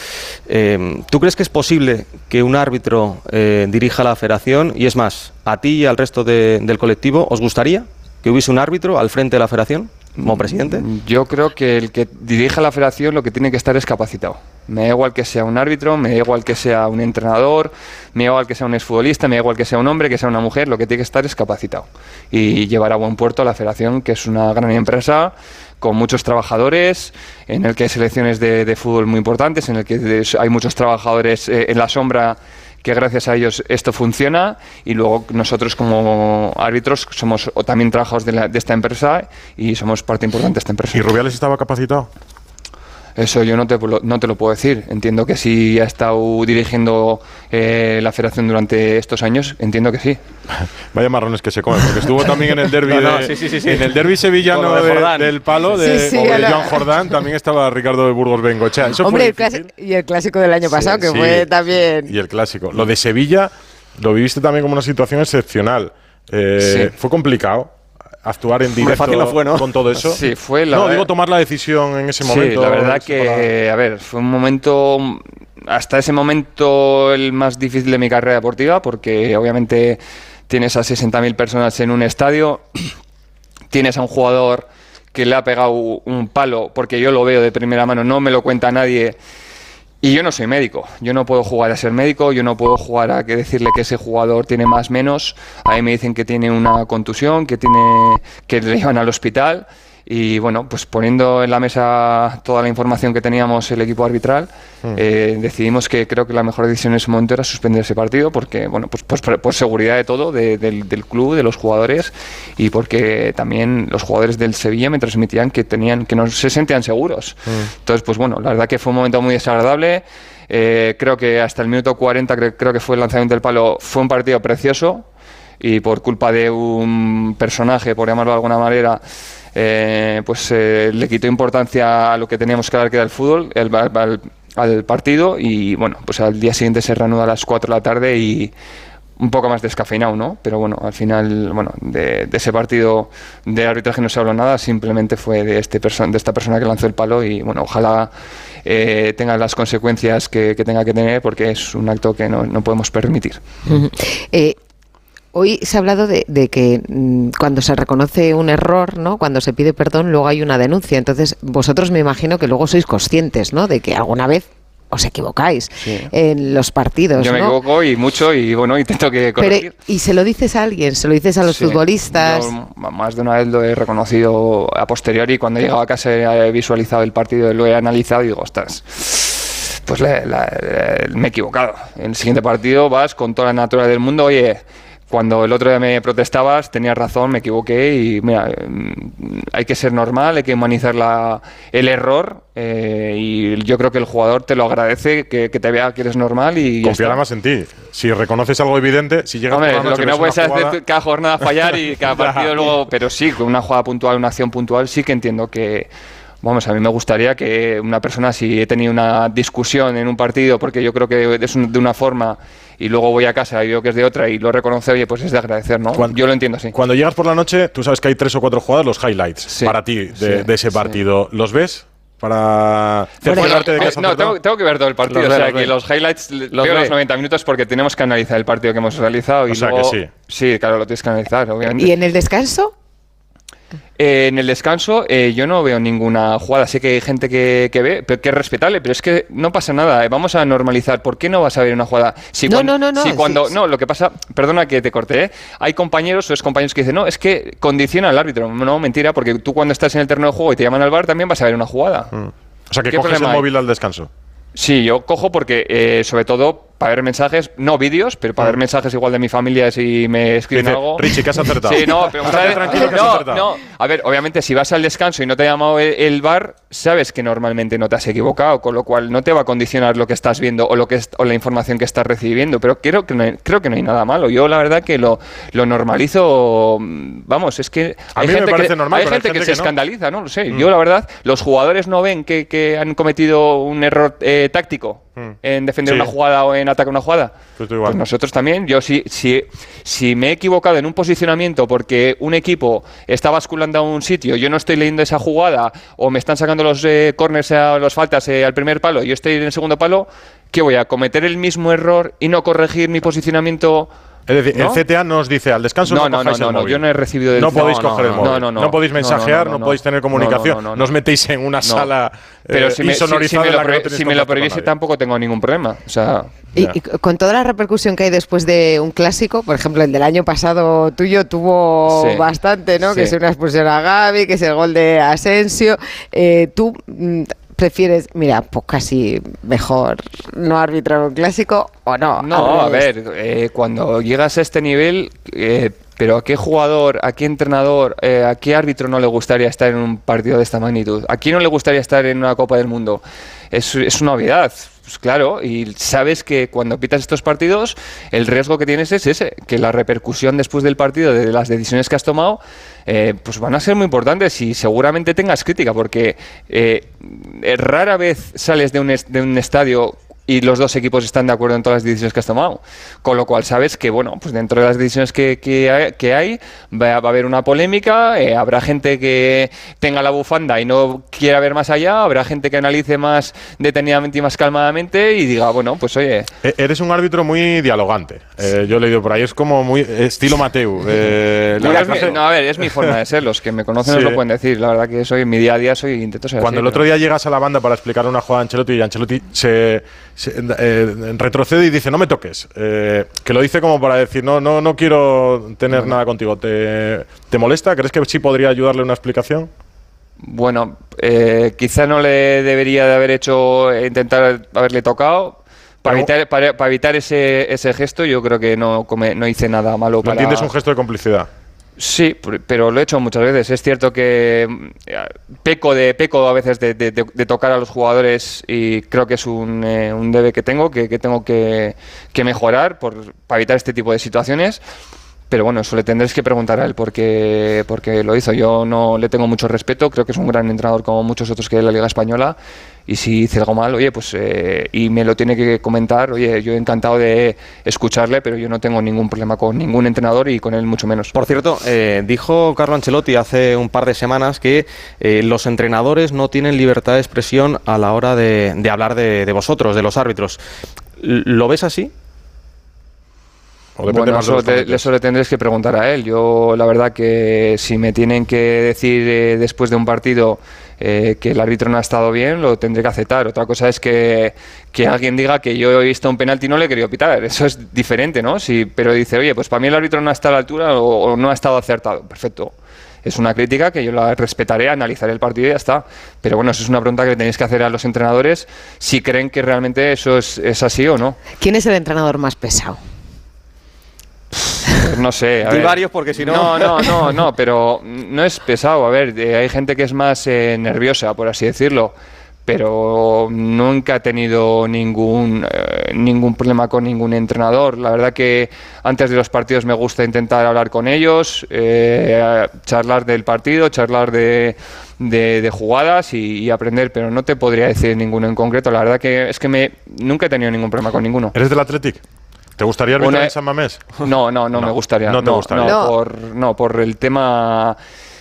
¿tú crees que es posible que un árbitro dirija la federación? Y es más, ¿a ti y al resto del colectivo os gustaría que hubiese un árbitro al frente de la federación como presidente?
Yo creo que el que dirige la federación lo que tiene que estar es capacitado. Me da igual que sea un árbitro, me da igual que sea un entrenador, me da igual que sea un exfutbolista, me da igual que sea un hombre, que sea una mujer, lo que tiene que estar es capacitado y llevar a buen puerto a la federación, que es una gran empresa con muchos trabajadores, en el que hay selecciones de fútbol muy importantes, en el que hay muchos trabajadores en la sombra, que gracias a ellos esto funciona, y luego nosotros como árbitros somos también trabajadores de esta empresa y somos parte importante de esta empresa.
¿Y Rubiales estaba capacitado?
Eso yo no te lo puedo decir. Entiendo que sí ha estado dirigiendo la federación durante estos años, entiendo que sí.
Vaya marrones que se comen, porque estuvo también en el derbi en el derbi sevillano del Palo de Joan Jordán, también estaba Ricardo de Burgos Bengochea.
Hombre, y el clásico del año pasado, que fue también...
Y el clásico. Lo de Sevilla lo viviste también como una situación excepcional. Fue complicado actuar en directo
no fue, ¿no?
con todo eso.
Sí, fue
tomar la decisión en ese momento.
Sí, la verdad que, a ver, fue un momento, hasta ese momento, el más difícil de mi carrera deportiva, porque obviamente tienes a 60.000 personas en un estadio, tienes a un jugador que le ha pegado un palo, porque yo lo veo de primera mano, no me lo cuenta nadie, Y yo no soy médico, yo no puedo jugar a ser médico, yo no puedo jugar a decirle que ese jugador tiene más menos. A mí me dicen que tiene una contusión, que le llevan al hospital. Y bueno, pues poniendo en la mesa toda la información que teníamos el equipo arbitral, decidimos que creo que la mejor decisión en ese momento era suspender ese partido, porque bueno, pues por seguridad de todo, del club, de los jugadores, y porque también los jugadores del Sevilla me transmitían que no se sentían seguros. Entonces, pues bueno, la verdad que fue un momento muy desagradable. Creo que hasta el minuto 40, creo que fue el lanzamiento del palo, fue un partido precioso, y por culpa de un personaje, por llamarlo de alguna manera, le quitó importancia a lo que teníamos que dar, que era el fútbol, al partido, y bueno, pues al día siguiente se reanuda a las 4 de la tarde y un poco más descafeinado, ¿no? Pero bueno, al final, bueno, de ese partido de arbitraje no se habló nada, simplemente fue de esta persona que lanzó el palo, y bueno, ojalá tenga las consecuencias que tenga que tener, porque es un acto que no podemos permitir.
Hoy se ha hablado de que cuando se reconoce un error, ¿no? Cuando se pide perdón, luego hay una denuncia. Entonces, vosotros me imagino que luego sois conscientes, ¿no? De que alguna vez os equivocáis en los partidos.
Yo me equivoco y mucho, y bueno, intento que corregir.
Pero, ¿y se lo dices a alguien? ¿Se lo dices a los futbolistas?
Yo más de una vez lo he reconocido a posteriori. Cuando he llegado a casa he visualizado el partido, lo he analizado y digo, ostras, pues me he equivocado. En el siguiente partido vas con toda la naturalidad del mundo, oye, cuando el otro día me protestabas, tenías razón, me equivoqué, y mira, hay que ser normal, hay que humanizar el error, y yo creo que el jugador te lo agradece, que te vea que eres normal y
confiará más en ti. Si reconoces algo evidente, si llegas por la noche,
lo que no puedes hacer cada jornada fallar y cada partido luego, pero sí, con una jugada puntual, una acción puntual, sí que entiendo que... Vamos, a mí me gustaría que una persona, si he tenido una discusión en un partido, porque yo creo que es de una forma, y luego voy a casa y veo que es de otra y lo reconoce, oye, pues es de agradecer, ¿no? Yo lo entiendo así.
Cuando llegas por la noche, tú sabes que hay 3 o 4 jugadas, los highlights, para ti, de ese partido. ¿Los ves? Para cerciorarte de que has acertado.
No, tengo que ver todo el partido. Que los highlights veo los 90 minutos, porque tenemos que analizar el partido que hemos realizado. Y luego, que sí. Sí, claro, lo tienes que analizar, obviamente.
¿Y en el descanso?
En el descanso yo no veo ninguna jugada. Sé que hay gente que ve, pero que es respetable, pero es que no pasa nada. Vamos a normalizar. ¿Por qué no vas a ver una jugada? No, lo que pasa, perdona que te corté, hay compañeros o excompañeros que dicen, no, es que condiciona al árbitro. No, mentira, porque tú cuando estás en el terreno de juego y te llaman al VAR también vas a ver una jugada.
O sea, que coges el móvil al descanso.
Sí, yo cojo porque, sobre todo, para ver mensajes, no vídeos, pero para ver mensajes igual de mi familia si me escriben algo.
Richie, que has acertado.
Sí, no, pero tranquilo, que has acertado. No. A ver, obviamente, si vas al descanso y no te ha llamado el VAR, sabes que normalmente no te has equivocado, con lo cual no te va a condicionar lo que estás viendo o la información que estás recibiendo. Pero creo que no hay nada malo. Yo, la verdad, que lo normalizo. Vamos, es que hay gente que se escandaliza, ¿no? Lo sé. Yo, la verdad, los jugadores no ven que han cometido un error táctico en defender una jugada o en atacar una jugada. Pues nosotros también. Yo si me he equivocado en un posicionamiento porque un equipo está basculando a un sitio, yo no estoy leyendo esa jugada, o me están sacando los corners o los faltas al primer palo y yo estoy en el segundo palo, ¿qué voy a cometer el mismo error y no corregir mi posicionamiento?
Es decir, el CTA nos dice al descanso no cojáis el móvil.
Yo no he recibido del...
No podéis coger el móvil. No podéis mensajear, no podéis tener comunicación. No os metéis en una sala insonorizada.
Si me lo prohibiese tampoco tengo ningún problema. O sea...
Y con toda la repercusión que hay después de un clásico, por ejemplo, el del año pasado tuyo tuvo bastante, ¿no? Que es una expulsión a Gavi, que es el gol de Asensio. Tú... ¿prefieres, mira, pues casi mejor no arbitrar un clásico o no?
No, a ver, cuando llegas a este nivel, pero ¿a qué jugador, a qué entrenador, a qué árbitro no le gustaría estar en un partido de esta magnitud? ¿A quién no le gustaría estar en una Copa del Mundo? Es una obviedad. Pues claro, y sabes que cuando pitas estos partidos, el riesgo que tienes es ese, que la repercusión después del partido de las decisiones que has tomado, pues van a ser muy importantes y seguramente tengas crítica, porque rara vez sales de un estadio y los dos equipos están de acuerdo en todas las decisiones que has tomado. Con lo cual sabes que, bueno, pues dentro de las decisiones que hay va a haber una polémica, habrá gente que tenga la bufanda y no quiera ver más allá, habrá gente que analice más detenidamente y más calmadamente y diga, bueno, pues oye...
Eres un árbitro muy dialogante. Yo he leído por ahí, es como muy estilo Mateu.
A ver, es mi forma de ser, los que me conocen os lo pueden decir. La verdad que soy, en mi día a día intento ser
Cuando
así,
el otro día llegas a la banda para explicar una jugada a Ancelotti y Ancelotti se retrocede y dice no me toques, que lo dice como para decir no quiero tener nada contigo, ¿te molesta? ¿Crees que sí podría ayudarle una explicación?
Bueno, quizá no le debería de haber intentar haberle tocado para evitar ese gesto. Yo creo que no hice nada malo.
¿No entiendes un gesto de complicidad?
Sí, pero lo he hecho muchas veces. Es cierto que peco a veces de tocar a los jugadores y creo que es un debe que tengo que mejorar para evitar este tipo de situaciones. Pero bueno, eso le tendréis que preguntar a él porque lo hizo. Yo no le tengo mucho respeto, creo que es un gran entrenador como muchos otros que hay en la Liga Española. Y si hice algo mal, oye, pues y me lo tiene que comentar, oye, yo encantado de escucharle, pero yo no tengo ningún problema con ningún entrenador y con él mucho menos.
Por cierto, dijo Carlo Ancelotti hace un par de semanas que los entrenadores no tienen libertad de expresión a la hora de hablar de vosotros, de los árbitros. ¿Lo ves así?
Bueno, eso le tendréis que preguntar a él. Yo la verdad que si me tienen que decir después de un partido que el árbitro no ha estado bien, lo tendré que aceptar. Otra cosa es que alguien diga que yo he visto un penalti y no le he querido pitar. Eso es diferente, ¿no? Pero dice, oye, pues para mí el árbitro no está a la altura o no ha estado acertado. Perfecto. Es una crítica que yo la respetaré, analizaré el partido y ya está. Pero bueno, eso es una pregunta que tenéis que hacer a los entrenadores si creen que realmente eso es así o no.
¿Quién es el entrenador más pesado?
Pues no sé.
Di varios porque si no...
No, pero no es pesado. A ver, hay gente que es más nerviosa, por así decirlo. Pero nunca he tenido ningún problema con ningún entrenador. La verdad que antes de los partidos me gusta intentar hablar con ellos, charlar del partido, charlar de jugadas y aprender, pero no te podría decir ninguno en concreto. La verdad que es que nunca he tenido ningún problema con ninguno.
¿Eres del Athletic? ¿Te gustaría arbitrar en San Mamés?
No, me gustaría.
No te gustaría.
Por el tema...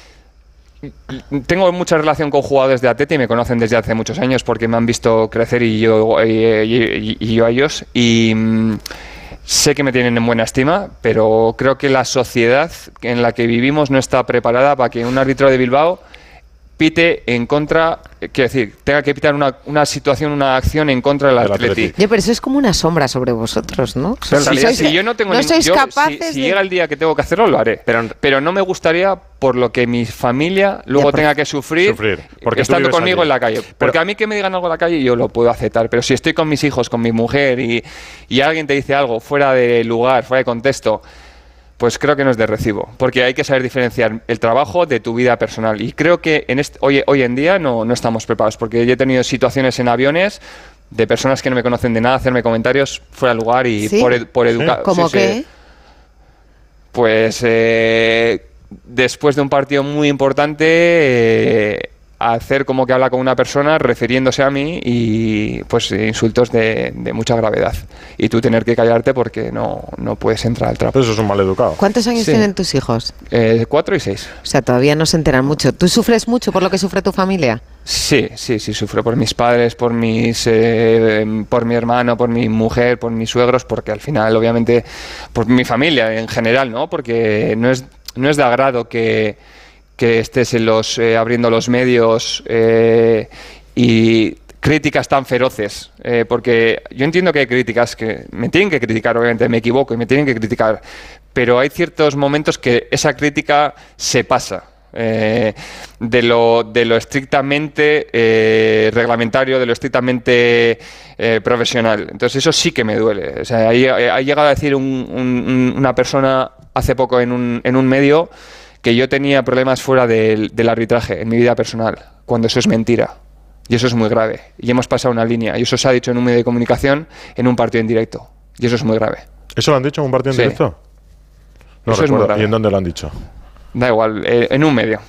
Tengo mucha relación con jugadores de Atleti y me conocen desde hace muchos años porque me han visto crecer y yo a ellos. Y sé que me tienen en buena estima, pero creo que la sociedad en la que vivimos no está preparada para que un árbitro de Bilbao pite en contra, quiero decir, tenga que pitar una situación, una acción en contra del Atleti.
Pero eso es como una sombra sobre vosotros, ¿no?
Si yo no tengo
sois capaces
si llega el día que tengo que hacerlo, lo haré. Pero no me gustaría por lo que mi familia luego tenga que sufrir porque estando conmigo en la calle. Porque a mí que me digan algo en la calle yo lo puedo aceptar, pero si estoy con mis hijos, con mi mujer y alguien te dice algo fuera de lugar, fuera de contexto, pues creo que no es de recibo, porque hay que saber diferenciar el trabajo de tu vida personal. Y creo que hoy en día no estamos preparados, porque yo he tenido situaciones en aviones de personas que no me conocen de nada hacerme comentarios fuera de lugar y
¿sí?
por educar.
¿Cómo qué?
Pues después de un partido muy importante... hacer como que habla con una persona refiriéndose a mí y pues insultos de mucha gravedad y tú tener que callarte porque no puedes entrar al trapo.
Eso es un mal educado.
¿Cuántos años tienen tus hijos?
4 y 6.
O sea, todavía no se enteran mucho. ¿Tú sufres mucho por lo que sufre tu familia?
Sí, sufro por mis padres, por mi hermano, por mi mujer, por mis suegros, porque al final obviamente por mi familia en general, ¿no? Porque no es de agrado que estés abriendo los medios y críticas tan feroces, porque yo entiendo que hay críticas que me tienen que criticar, obviamente me equivoco y me tienen que criticar, pero hay ciertos momentos que esa crítica se pasa de lo estrictamente reglamentario, de lo estrictamente profesional. Entonces eso sí que me duele. O sea, ha llegado a decir una persona hace poco en un medio que yo tenía problemas fuera del arbitraje en mi vida personal, cuando eso es mentira. Y eso es muy grave. Y hemos pasado una línea. Y eso se ha dicho en un medio de comunicación en un partido en directo. Y eso es muy grave.
¿Eso lo han dicho en un partido en directo? No
eso
recuerdo.
Es muy grave.
¿Y en dónde lo han dicho?
Da igual, en un medio.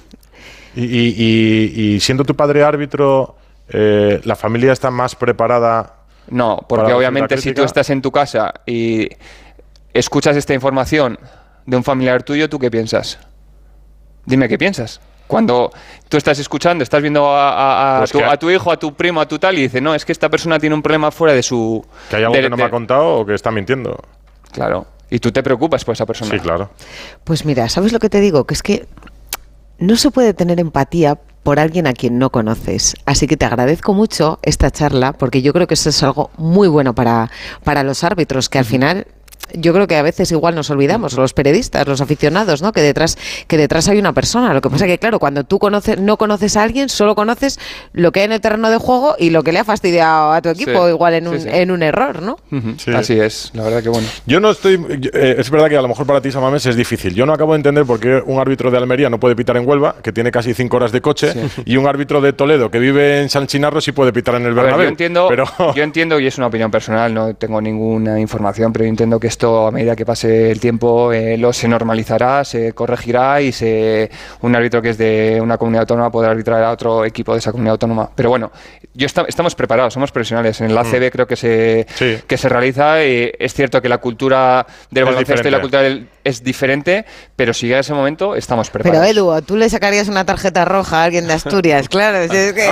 Y siendo tu padre árbitro, ¿la familia está más preparada
No, porque obviamente si tú estás en tu casa y escuchas esta información de un familiar tuyo, ¿tú qué piensas? Dime qué piensas. Cuando tú estás escuchando, estás viendo a tu hijo, a tu primo, a tu tal, y dices, no, es que esta persona tiene un problema fuera de su...
Que hay algo que no me ha contado o que está mintiendo.
Claro. Y tú te preocupas por esa persona.
Sí, claro.
Pues mira, ¿sabes lo que te digo? Que es que no se puede tener empatía por alguien a quien no conoces. Así que te agradezco mucho esta charla, porque yo creo que eso es algo muy bueno para los árbitros, que al final... Yo creo que a veces igual nos olvidamos, los periodistas, los aficionados, ¿no? Que detrás hay una persona. Lo que pasa es que, claro, cuando tú no conoces a alguien, solo conoces lo que hay en el terreno de juego y lo que le ha fastidiado a tu equipo, igual en un error, ¿no?
Sí. Así es, la verdad que bueno.
Yo no estoy... es verdad que a lo mejor para ti, Samames, es difícil. Yo no acabo de entender por qué un árbitro de Almería no puede pitar en Huelva, que tiene casi 5 horas de coche, y un árbitro de Toledo, que vive en San Chinarro, sí puede pitar en el Bernabéu.
Yo entiendo, y es una opinión personal, no tengo ninguna información, pero yo entiendo que esto, a medida que pase el tiempo, se normalizará, se corregirá y un árbitro que es de una comunidad autónoma podrá arbitrar a otro equipo de esa comunidad autónoma. Pero bueno, estamos preparados, somos profesionales. En el ACB creo que se realiza. Es cierto que la cultura del baloncesto y la cultura es diferente, pero si llega ese momento, estamos preparados.
Pero Edu, tú le sacarías una tarjeta roja a alguien de Asturias, claro. Es que...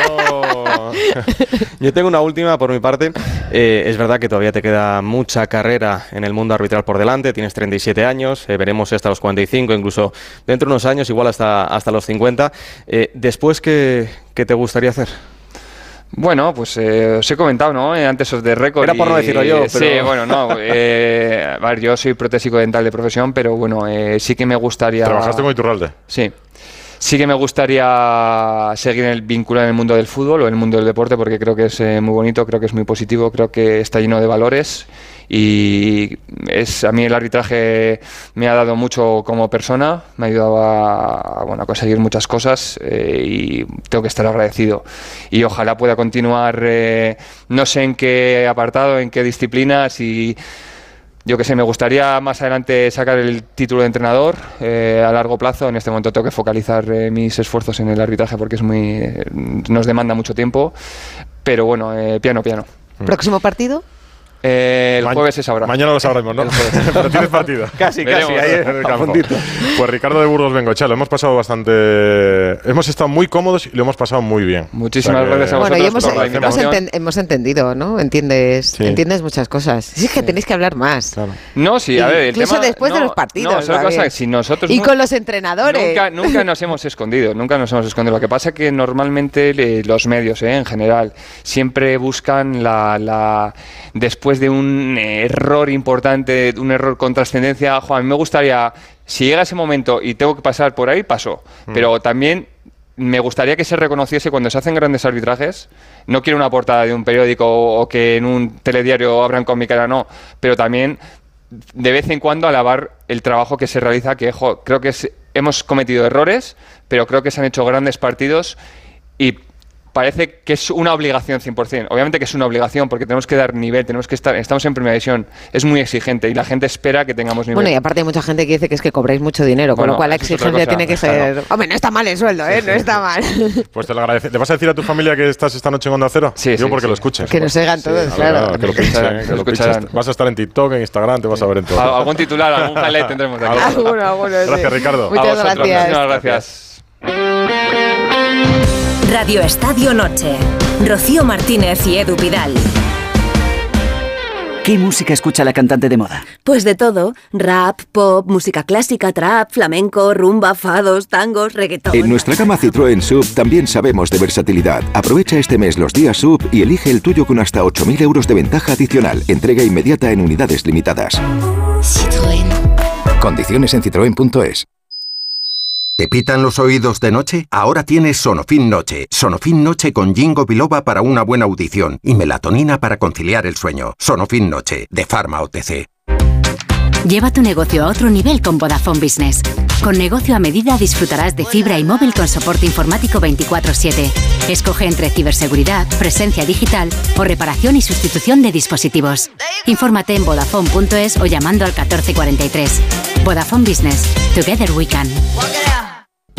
Yo tengo una última por mi parte. Es verdad que todavía te queda mucha carrera en el mundo arbitral por delante. Tienes 37 años, veremos hasta los 45, incluso dentro de unos años, igual hasta los 50. Después, ¿qué te gustaría hacer?
Bueno, pues os he comentado, ¿no? Antes os de récord.
Era por no decirlo yo, pero...
Sí, bueno, no. A ver, yo soy protésico dental de profesión, pero bueno, sí que me gustaría...
¿Trabajaste con Iturralde?
Sí. Sí que me gustaría seguir vinculado en el mundo del fútbol o en el mundo del deporte, porque creo que es muy bonito, creo que es muy positivo, creo que está lleno de valores y a mí el arbitraje me ha dado mucho como persona, me ha ayudado a conseguir muchas cosas y tengo que estar agradecido. Y ojalá pueda continuar, no sé en qué apartado, en qué disciplinas y... Yo que sé, me gustaría más adelante sacar el título de entrenador a largo plazo. En este momento tengo que focalizar mis esfuerzos en el arbitraje porque nos demanda mucho tiempo. Pero bueno, piano.
¿Próximo partido?
El jueves se sabrá.
Mañana lo sabremos, ¿no? Pero tienes partido.
Casi, ahí en el campo.
Pues Ricardo de Burgos Bengoechea, lo hemos pasado bastante... Hemos estado muy cómodos y lo hemos pasado muy bien.
Muchísimas gracias a vosotros por la invitación.
Hemos entendido, ¿no? Entiendes muchas cosas. Sí, es que tenéis que hablar más.
Claro.
No, sí, a ver...
Incluso después de los partidos.
No, solo cosa que si nosotros...
Y con los entrenadores.
Nunca nos hemos escondido, Lo que pasa es que normalmente los medios, en general, siempre buscan después de un error importante, un error con trascendencia, a mí me gustaría, si llega ese momento y tengo que pasar por ahí, paso. Pero también me gustaría que se reconociese cuando se hacen grandes arbitrajes. No quiero una portada de un periódico o que en un telediario abran con mi cara, no. Pero también, de vez en cuando, alabar el trabajo que se realiza, que creo que hemos cometido errores, pero creo que se han hecho grandes partidos y parece que es una obligación 100%. Obviamente que es una obligación porque tenemos que dar nivel, estamos en primera división, es muy exigente y la gente espera que tengamos nivel.
Bueno, y aparte hay mucha gente que dice que es que cobráis mucho dinero, con lo cual la exigencia tiene que ser... Claro. Hombre, no está mal el sueldo, no está mal.
Pues te lo agradezco. ¿Le vas a decir a tu familia que estás esta noche en Onda Cero?
Sí,
Yo porque lo escuches.
Que nos oigan todos, claro.
Que lo pinchen. Vas a estar en TikTok, en Instagram, te vas a ver en todo.
Algún titular, algún highlight tendremos de aquí.
Alguno,
Gracias, Ricardo.
Muchas gracias.
Muchísimas gracias.
Radio Estadio Noche. Rocío Martínez y Edu Pidal.
¿Qué música escucha la cantante de moda?
Pues de todo. Rap, pop, música clásica, trap, flamenco, rumba, fados, tangos, reggaetón.
En nuestra gama Citroën SUV también sabemos de versatilidad. Aprovecha este mes los días SUV y elige el tuyo con hasta 8.000 euros de ventaja adicional. Entrega inmediata en unidades limitadas.
Citroën.
Condiciones en citroen.es.
¿Te pitan los oídos de noche? Ahora tienes Sonofin Noche. Sonofin Noche con Ginkgo biloba para una buena audición y melatonina para conciliar el sueño. Sonofin Noche, de Pharma OTC.
Lleva tu negocio a otro nivel con Vodafone Business. Con negocio a medida disfrutarás de fibra y móvil con soporte informático 24/7. Escoge entre ciberseguridad, presencia digital o reparación y sustitución de dispositivos. Infórmate en Vodafone.es o llamando al 1443. Vodafone Business. Together we can.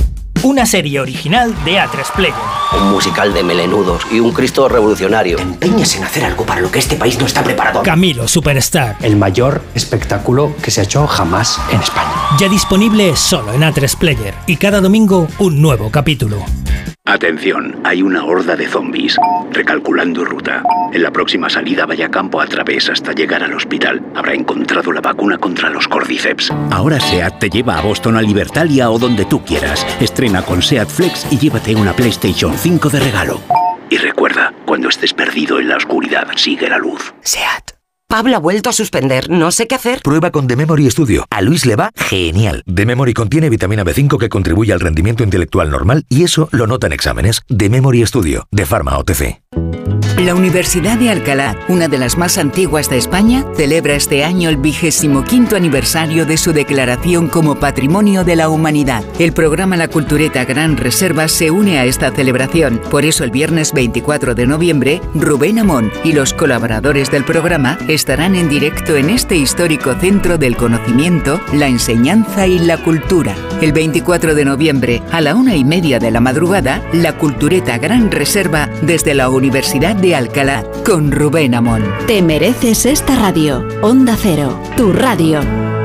una serie original de A3 Player.
Un musical de melenudos y un Cristo revolucionario. Te empeñas en hacer algo para lo que este país no está preparado.
Camilo Superstar.
El mayor espectáculo que se ha hecho jamás en España.
Ya disponible solo en A3 Player y cada domingo un nuevo capítulo.
Atención, hay una horda de zombies. Recalculando ruta. En la próxima salida vaya a campo a través hasta llegar al hospital. Habrá encontrado la vacuna contra los Cordyceps. Ahora SEAT te lleva a Boston, a Libertalia o donde tú quieras. Estrena con SEAT Flex y llévate una PlayStation 5 de regalo. Y recuerda, cuando estés perdido en la oscuridad, sigue la luz.
SEAT. Pablo ha vuelto a suspender, no sé qué hacer.
Prueba con The Memory Studio. A Luis le va genial. The Memory contiene vitamina B5 que contribuye al rendimiento intelectual normal y eso lo nota en exámenes. The Memory Studio, de Pharma OTC.
La Universidad de Alcalá, una de las más antiguas de España, celebra este año el 25º aniversario de su declaración como Patrimonio de la Humanidad. El programa La Cultureta Gran Reserva se une a esta celebración. Por eso el viernes 24 de noviembre, Rubén Amón y los colaboradores del programa estarán en directo en este histórico centro del conocimiento, la enseñanza y la cultura. El 24 de noviembre, a la 1:30 de la madrugada, La Cultureta Gran Reserva desde la Universidad de Alcalá, con Rubén Amón.
Te mereces esta radio. Onda Cero, tu radio.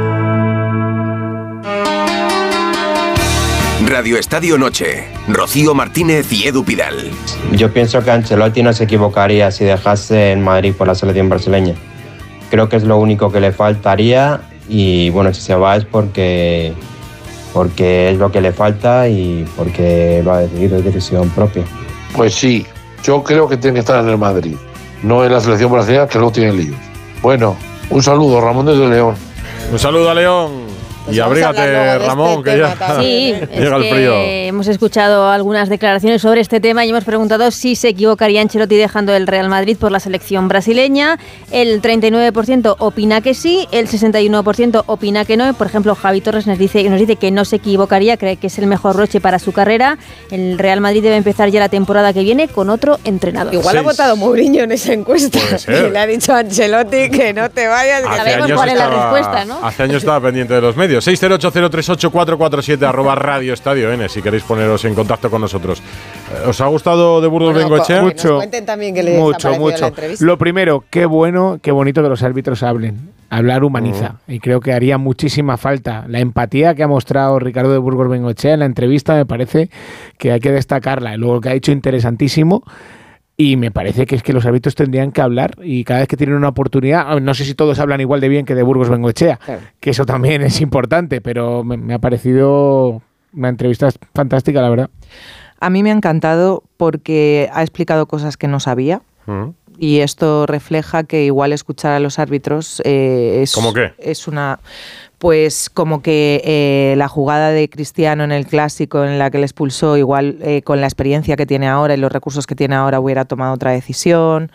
Radio Estadio Noche. Rocío Martínez y Edu Pidal.
Yo pienso que Ancelotti no se equivocaría si dejase en Madrid por la selección brasileña. Creo que es lo único que le faltaría y bueno, si se va es porque es lo que le falta y porque lo ha decidido, es decisión propia.
Pues sí, yo creo que tiene que estar en el Madrid, no en la selección brasileña que no tiene líos. Bueno, un saludo, Ramón desde León.
Un saludo a León.
Pues
y abrígate, Ramón, que ya
sí,
llega el frío.
Hemos escuchado algunas declaraciones sobre este tema y hemos preguntado si se equivocaría Ancelotti dejando el Real Madrid por la selección brasileña. El 39% opina que sí, el 61% opina que no. Por ejemplo, Javi Torres nos dice que no se equivocaría, cree que es el mejor broche para su carrera. El Real Madrid debe empezar ya la temporada que viene con otro entrenador.
Igual ha votado Mourinho en esa encuesta. Y le ha dicho a Ancelotti que no te vayas.
Que sabemos cuál es la respuesta, ¿no?
Hace años estaba pendiente de los medios. 608038447 @Radio Estadio N, si queréis poneros en contacto con nosotros. ¿Os ha gustado de Burgos Bengoechea?
Mucho. Cuenten también que les ha parecido la entrevista.
Lo primero, qué bueno, qué bonito que los árbitros hablen. Hablar humaniza. Y creo que haría muchísima falta. La empatía que ha mostrado Ricardo de Burgos Bengoechea en la entrevista me parece que hay que destacarla. Y luego, que ha hecho interesantísimo. Y me parece que es que los árbitros tendrían que hablar y cada vez que tienen una oportunidad, no sé si todos hablan igual de bien que de Burgos Bengoechea, que eso también es importante, pero me ha parecido una entrevista fantástica, la verdad.
A mí me ha encantado porque ha explicado cosas que no sabía. Y esto refleja que igual escuchar a los árbitros
¿Cómo qué?
Es una... Pues como que la jugada de Cristiano en el Clásico en la que le expulsó, igual con la experiencia que tiene ahora y los recursos que tiene ahora hubiera tomado otra decisión.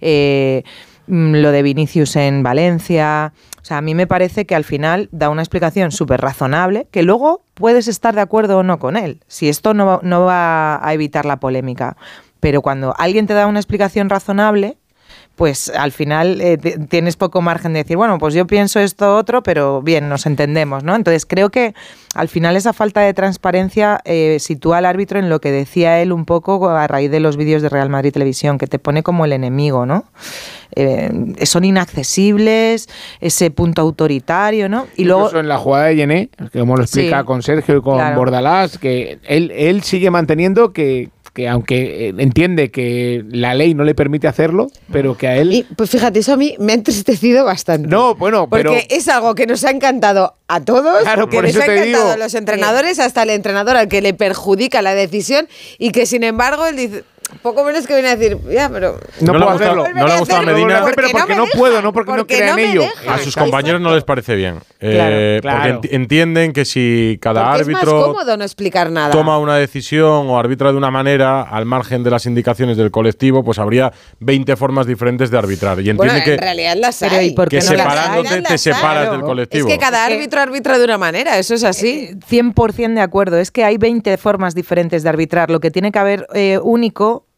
Lo de Vinicius en Valencia. O sea, a mí me parece que al final da una explicación súper razonable, que luego puedes estar de acuerdo o no con él. Si esto no va a evitar la polémica. Pero cuando alguien te da una explicación razonable, pues al final tienes poco margen de decir, bueno, pues yo pienso esto otro, pero bien, nos entendemos, ¿no? Entonces creo que al final esa falta de transparencia sitúa al árbitro en lo que decía él un poco a raíz de los vídeos de Real Madrid Televisión, que te pone como el enemigo, ¿no? Son inaccesibles, ese punto autoritario, ¿no? Y luego
en la jugada de Yené, como lo explica con Sergio y con Bordalás, que él sigue manteniendo que aunque entiende que la ley no le permite hacerlo, pero que a él...
Y, pues fíjate, eso a mí me ha entristecido bastante.
No, bueno, pero...
Porque es algo que nos ha encantado a todos,
claro,
que
por
nos
eso
ha
te
encantado
digo.
a los entrenadores, hasta el entrenador al que le perjudica la decisión y que sin embargo él dice... Poco menos que viene a decir, ya, pero...
No puedo hacerlo. No le gusta a Medina.
Pero porque no puedo, no porque no crea en ello.
A sus compañeros no les parece bien.
Claro.
Porque entienden que si cada árbitro
es más cómodo no explicar nada.
Toma una decisión o arbitra de una manera, al margen de las indicaciones del colectivo, pues habría 20 formas diferentes de arbitrar. Y entiende que
en realidad las hay.
Que separándote te separas del colectivo.
Es que cada árbitro arbitra de una manera, eso es así.
100% de acuerdo. Es que hay 20 formas diferentes de arbitrar. Lo que tiene que haber único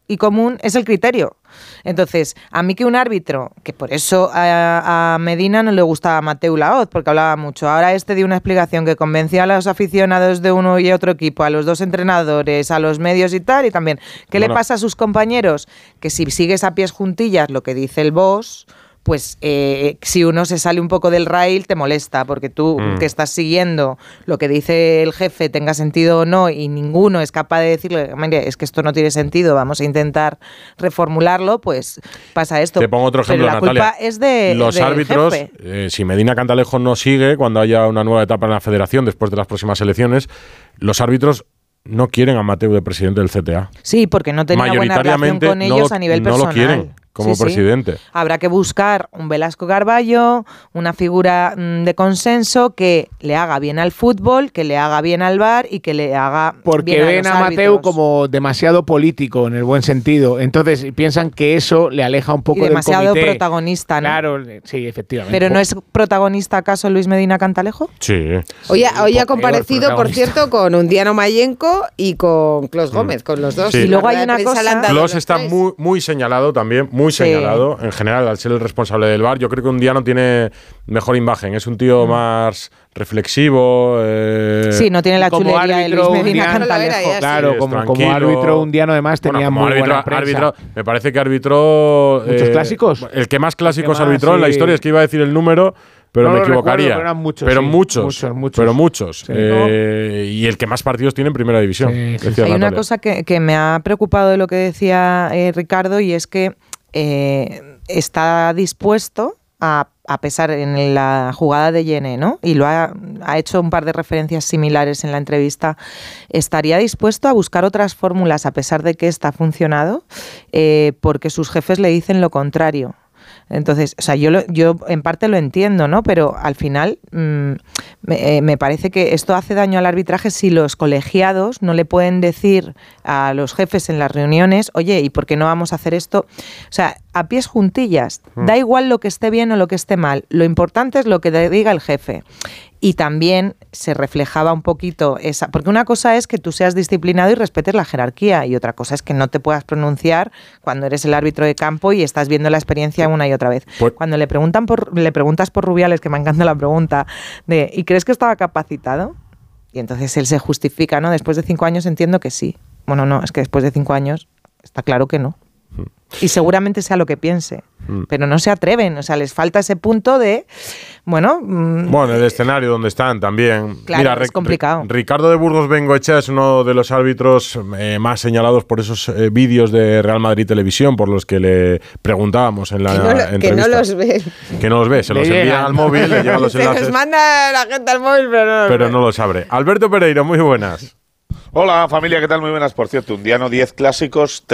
y común es el criterio. Entonces, a mí que un árbitro, que por eso a Medina no le gustaba Mateu Laoz, porque hablaba mucho, ahora dio una explicación que convencía a los aficionados de uno y otro equipo, a los dos entrenadores, a los medios y tal, y también, ¿qué le pasa a sus compañeros? Que si sigues a pies juntillas lo que dice el boss, pues si uno se sale un poco del rail te molesta, porque tú que estás siguiendo lo que dice el jefe, tenga sentido o no, y ninguno es capaz de decirle, mire, es que esto no tiene sentido, vamos a intentar reformularlo, pues pasa esto.
Te pongo otro ejemplo,
pero la
Natalia.
culpa es de
los árbitros, si Medina Cantalejo no sigue, cuando haya una nueva etapa en la federación, después de las próximas elecciones, los árbitros no quieren a Mateu de presidente del CTA.
Sí, porque no tenía buena relación con ellos a nivel personal.
No lo quieren como presidente.
Habrá que buscar un Velasco Carballo, una figura de consenso que le haga bien al fútbol, que le haga bien al VAR y que le haga
porque
bien a
ven
los
a Mateu
árbitros.
como demasiado político, en el buen sentido. Entonces piensan que eso le aleja un poco
y demasiado
del comité.
protagonista, ¿no?
Claro, sí, efectivamente.
¿Pero no es protagonista acaso Luis Medina Cantalejo?
Sí.
Hoy ha comparecido, por cierto, con Undiano Mayenco y con Clos Gómez, con los dos.
Sí.
Y luego hay una cosa...
Clos está muy señalado también, muy señalado. En general, al ser el responsable del VAR, yo creo que Undiano tiene mejor imagen. Es un tío más reflexivo.
Sí, no tiene la chulería de Luis Medina Cantalejo.
Claro, como árbitro Undiano además tenía muy buena prensa.
Me parece que arbitró...
¿Muchos clásicos?
El que más clásicos arbitró en la historia, es que iba a decir el número, pero me equivocaría.
Recuerdo,
muchos. Sí. Y el que más partidos tiene en primera división.
Sí. Hay una cosa que me ha preocupado de lo que decía Ricardo, y es que está dispuesto a pesar en la jugada de Yene, ¿no? Y lo ha hecho un par de referencias similares en la entrevista. Estaría dispuesto a buscar otras fórmulas a pesar de que esta ha funcionado, porque sus jefes le dicen lo contrario. Entonces, o sea, yo en parte lo entiendo, ¿no? Pero al final me parece que esto hace daño al arbitraje si los colegiados no le pueden decir a los jefes en las reuniones, oye, ¿y por qué no vamos a hacer esto? O sea, a pies juntillas, da igual lo que esté bien o lo que esté mal, lo importante es lo que te diga el jefe. Y también se reflejaba un poquito esa... Porque una cosa es que tú seas disciplinado y respetes la jerarquía, y otra cosa es que no te puedas pronunciar cuando eres el árbitro de campo y estás viendo la experiencia una y otra vez. Cuando le preguntas por Rubiales, que me encanta la pregunta, ¿y crees que estaba capacitado? Y entonces él se justifica, ¿no? Después de 5 años entiendo que sí. Bueno, no, es que después de 5 años está claro que no. Y seguramente sea lo que piense, pero no se atreven, o sea, les falta ese punto de, bueno,
el escenario donde están también.
Claro,
mira,
es complicado.
Ricardo de Burgos Bengoechea es uno de los árbitros más señalados por esos vídeos de Real Madrid Televisión, por los que le preguntábamos en la entrevista.
Que no los ve.
Que no los ve, se los envían al móvil, le llevan los enlaces.
Se los manda la gente al móvil, pero
no los abre. Alberto Pereiro, muy buenas.
Hola familia, ¿qué tal? Muy buenas. Por cierto, Undiano 10 clásicos,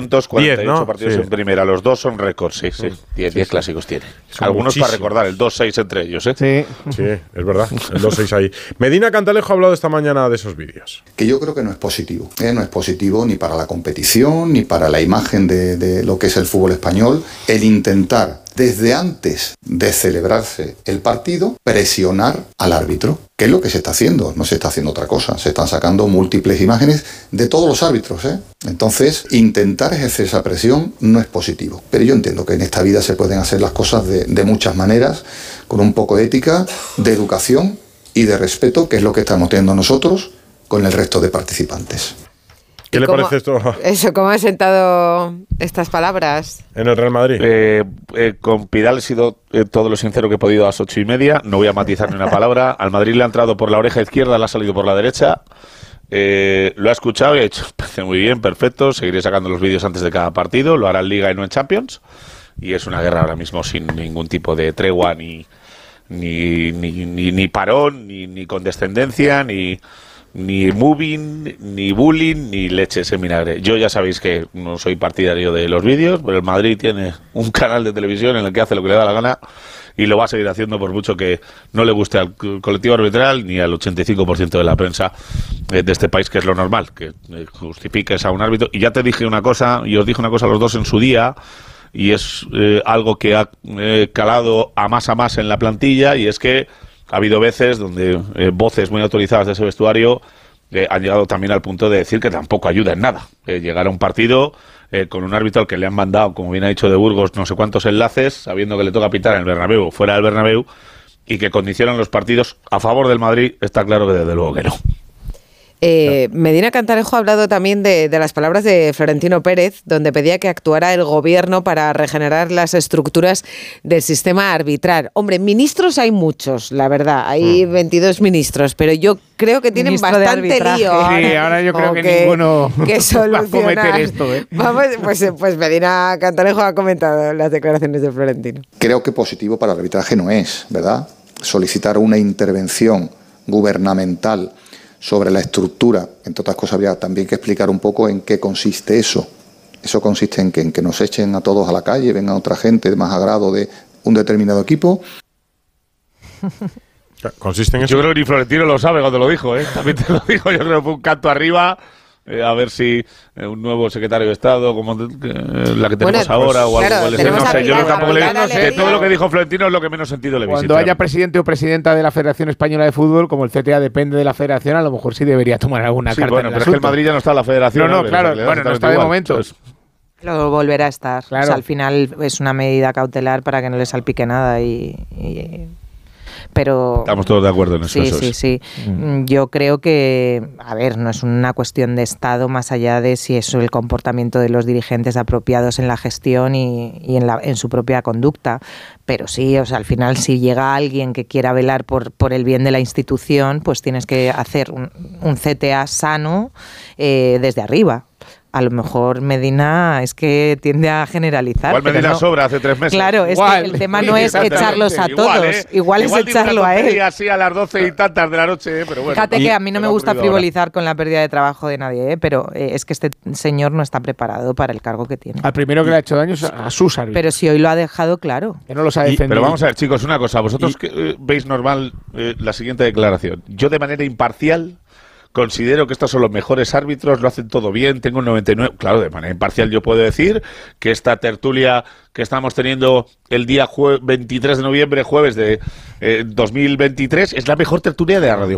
348 partidos en primera. Los dos son récords, sí. 10 clásicos tiene.
Son
algunos
muchísimos.
para recordar, el 2-6 entre ellos, ¿eh?
Sí, es verdad, el 2-6 ahí. Medina Cantalejo ha hablado esta mañana de esos vídeos.
Que yo creo que no es positivo. No es positivo ni para la competición, ni para la imagen de lo que es el fútbol español. El intentar, desde antes de celebrarse el partido, presionar al árbitro, que es lo que se está haciendo, no se está haciendo otra cosa, se están sacando múltiples imágenes de todos los árbitros, ¿eh? Entonces, intentar ejercer esa presión no es positivo, pero yo entiendo que en esta vida se pueden hacer las cosas de muchas maneras, con un poco de ética, de educación y de respeto, que es lo que estamos teniendo nosotros con el resto de participantes.
¿Qué le parece esto?
Eso, ¿cómo han sentado estas palabras?
En el Real Madrid.
Con Pidal he sido todo lo sincero que he podido a las 8:30. No voy a matizar ni una palabra. Al Madrid le ha entrado por la oreja izquierda, le ha salido por la derecha. Lo ha escuchado y ha dicho, parece muy bien, perfecto. Seguiré sacando los vídeos antes de cada partido. Lo hará en Liga y no en Champions. Y es una guerra ahora mismo sin ningún tipo de tregua, ni parón, ni condescendencia, ni moving, ni bullying, ni leches en vinagre. Yo ya sabéis que no soy partidario de los vídeos, pero el Madrid tiene un canal de televisión en el que hace lo que le da la gana y lo va a seguir haciendo por mucho que no le guste al colectivo arbitral ni al 85% de la prensa de este país, que es lo normal, que justifiques a un árbitro. Y ya te dije una cosa, y os dije una cosa a los dos en su día, y es algo que ha calado a más en la plantilla, y es que ha habido veces donde voces muy autorizadas de ese vestuario han llegado también al punto de decir que tampoco ayuda en nada. Llegar a un partido con un árbitro al que le han mandado, como bien ha dicho de Burgos, no sé cuántos enlaces, sabiendo que le toca pitar en el Bernabéu, fuera del Bernabéu, y que condicionan los partidos a favor del Madrid, está claro que desde luego que no.
Medina Cantalejo ha hablado también de las palabras de Florentino Pérez, donde pedía que actuara el gobierno para regenerar las estructuras del sistema arbitral. Hombre, ministros hay muchos, la verdad, hay 22 ministros, pero yo creo que tienen
Ministro
bastante lío.
Sí, ahora yo creo que ninguno
que
va a cometer esto.
Vamos, pues Medina Cantalejo ha comentado las declaraciones de Florentino.
Creo que positivo para el arbitraje no es, ¿verdad? Solicitar una intervención gubernamental sobre la estructura, entre otras cosas habría también que explicar un poco en qué consiste eso. Eso consiste en que nos echen a todos a la calle, venga otra gente de más agrado de un determinado equipo.
¿Consiste en eso?
Yo creo que ni Florentino lo sabe cuando lo dijo, también te lo digo, yo creo que fue un canto arriba. A ver si un nuevo secretario de Estado como la que tenemos ahora o
claro,
algo. No sé, yo tampoco que todo lo que dijo Florentino es lo que menos sentido le visita.
Cuando haya presidente o presidenta de la Federación Española de Fútbol, como el CTA depende de la Federación, a lo mejor sí debería tomar alguna carta.
Bueno, pero es que el Madrid ya no está en la Federación.
No, claro, bueno, no está de momento.
Pues,
Lo volverá a estar.
Claro.
O sea, al final es una medida cautelar para que no le salpique nada pero
estamos todos de acuerdo en eso.
Sí. Yo creo que, a ver, no es una cuestión de Estado más allá de si es el comportamiento de los dirigentes apropiados en la gestión y en su propia conducta. Pero sí, o sea, al final si llega alguien que quiera velar por el bien de la institución, pues tienes que hacer un CTA sano desde arriba. A lo mejor Medina es que tiende a generalizar.
Igual Medina sobra hace 3 meses.
Claro, es que el tema no es echarlos a todos. Igual es echarlo a él.
Así a las 12 y tantas de la noche, pero bueno.
Fíjate que a mí no me gusta frivolizar con la pérdida de trabajo de nadie, pero es que este señor no está preparado para el cargo que tiene.
Al primero que le ha hecho daño es a sus árbitros.
Pero si hoy lo ha dejado claro.
Que no los ha defendido.
Pero vamos a ver, chicos, una cosa. Vosotros veis normal la siguiente declaración. Yo de manera imparcial considero que estos son los mejores árbitros, lo hacen todo bien, tengo un 99. Claro, de manera imparcial yo puedo decir que esta tertulia que estamos teniendo el día 23 de noviembre, jueves de 2023, es la mejor tertulia de la radio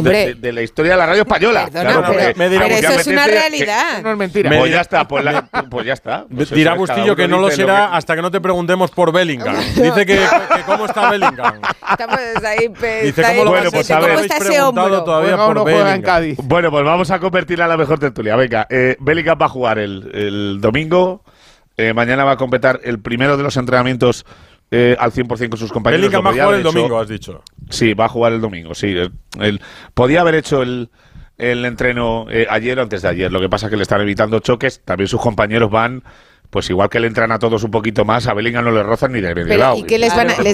de la historia de la radio española.
Perdona,
claro,
pero eso es una realidad.
No es mentira.
Pues ya está, pues ya está. Pues
dirá Bustillo que no lo será hasta que no te preguntemos por Bellingham. Dice que cómo está Bellingham.
Estamos ahí
dice cómo
está ese hombro.
Todavía por Bellingham.
Bueno, pues vamos a convertirla en la mejor tertulia. Venga, Bellingham va a jugar el domingo. Mañana va a completar el primero de los entrenamientos al 100% con sus compañeros.
Bellingham va a jugar el domingo, has dicho.
Sí, va a jugar el domingo, sí. Podía haber hecho el entreno ayer o antes de ayer. Lo que pasa es que le están evitando choques. También sus compañeros van... Pues igual que le entran a todos un poquito más, a Bellingham no le rozan ni de medio lado.
¿Y qué les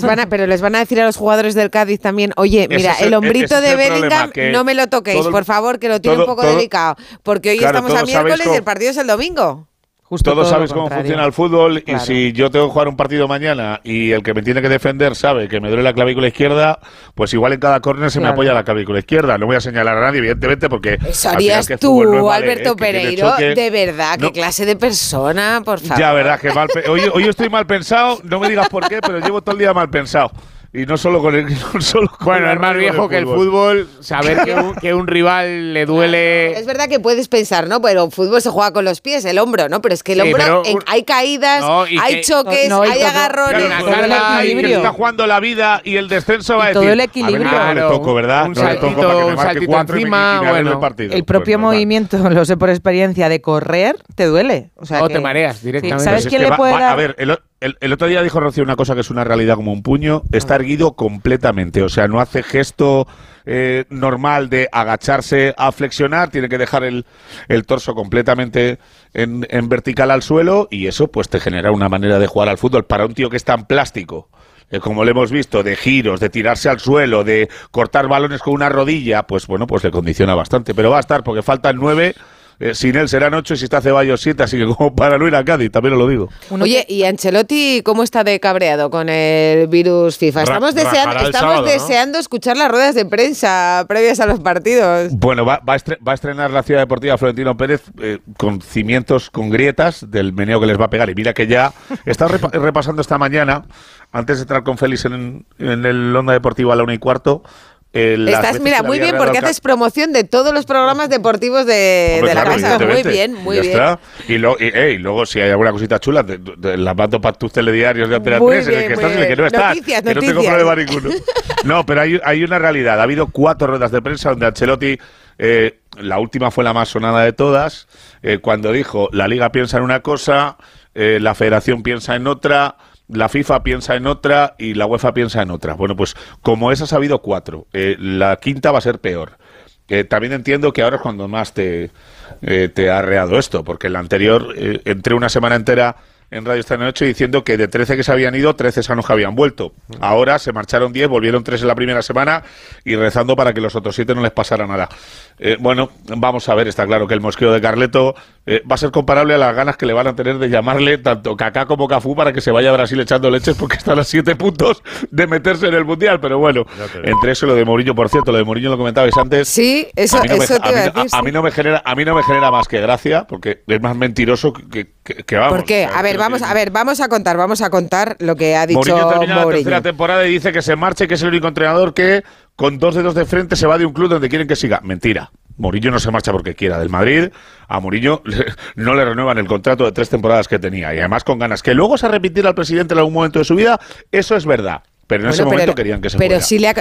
van a decir a los jugadores del Cádiz también? Oye, mira, el hombrito de Bellingham no me lo toquéis, por favor, que lo tiene un poco delicado. Porque hoy estamos a miércoles y el partido es el domingo.
Todos sabéis cómo funciona el fútbol, claro. Y si yo tengo que jugar un partido mañana y el que me tiene que defender sabe que me duele la clavícula izquierda, pues igual en cada córner se me apoya la clavícula izquierda. No voy a señalar a nadie, evidentemente, porque...
Eso harías tú, no vale, Alberto Pereiro, de verdad, qué clase de persona, por favor.
Ya, verdad, que hoy estoy mal pensado, no me digas por qué, pero llevo todo el día mal pensado. Y no solo con el...
Bueno, es más viejo que el fútbol, saber que un rival le duele...
Es verdad que puedes pensar, ¿no? Pero el fútbol se juega con los pies, el hombro, ¿no? Pero es que el hombro, hay caídas, hay choques, hay agarrones...
Que está jugando la vida y el descenso va a decir...
todo el equilibrio.
No le toco, ¿verdad?
Un saltito encima, bueno...
El propio movimiento, lo sé por experiencia, de correr, te duele. O sea,
te mareas directamente.
¿Sabes quién le puede dar...?
A ver, el otro día dijo Rocío una cosa que es una realidad como un puño. Está erguido completamente. O sea, no hace gesto normal de agacharse a flexionar. Tiene que dejar el torso completamente en vertical al suelo. Y eso pues te genera una manera de jugar al fútbol. Para un tío que es tan plástico, como lo hemos visto, de giros, de tirarse al suelo, de cortar balones con una rodilla, pues bueno, pues le condiciona bastante. Pero va a estar porque faltan 9... sin él serán 8 y si está Ceballos 7, así que como para no ir a Cádiz, también os lo digo.
Oye, ¿y Ancelotti cómo está de cabreado con el virus FIFA? Estamos deseando escuchar las ruedas de prensa previas a los partidos.
Bueno, va a estrenar la Ciudad Deportiva Florentino Pérez con cimientos, con grietas del meneo que les va a pegar. Y mira que ya está repasando esta mañana, antes de entrar con Félix en el Onda Deportiva a la 1:15,
Estás, mira, muy bien porque haces promoción de todos los programas deportivos de la casa. Muy bien, muy bien.
Está. Y luego, si hay alguna cosita chula, la mando para tus telediarios de Antena 3, en el que estás y en el que no estás.
Noticias.
No tengo problema ninguno. No, pero hay una realidad. Ha habido 4 ruedas de prensa donde Ancelotti, la última fue la más sonada de todas, cuando dijo, la Liga piensa en una cosa, la Federación piensa en otra, la FIFA piensa en otra y la UEFA piensa en otra. Bueno, pues como esas ha habido 4. La quinta va a ser peor. También entiendo que ahora es cuando más te ha arreado esto, porque en la anterior entré una semana entera en Radio Esta Noche diciendo que de 13 que se habían ido, 13 sanos que habían vuelto. Ahora se marcharon 10, volvieron 3 en la primera semana y rezando para que los otros 7 no les pasara nada. Bueno, vamos a ver, está claro que el mosqueo de Carleto va a ser comparable a las ganas que le van a tener de llamarle tanto Kaká como Cafú para que se vaya a Brasil echando leches porque están a 7 puntos de meterse en el Mundial. Pero bueno, entre eso y lo de Mourinho, por cierto, lo de Mourinho lo comentabais antes.
Sí, eso te iba a decir.
A mí no me genera más que gracia porque es más mentiroso que vamos.
¿Por qué? A ver, vamos a contar lo que ha dicho
Mourinho. Termina
Mourinho.
La tercera temporada y dice que se marche, que es el único entrenador que con 2 dedos de frente se va de un club donde quieren que siga. Mentira. Mourinho no se marcha porque quiera del Madrid. A Mourinho no le renuevan el contrato de 3 temporadas que tenía y además con ganas. Que luego se arrepintiera al presidente en algún momento de su vida, eso es verdad. Pero en ese momento querían que se fuera.
Pero sí le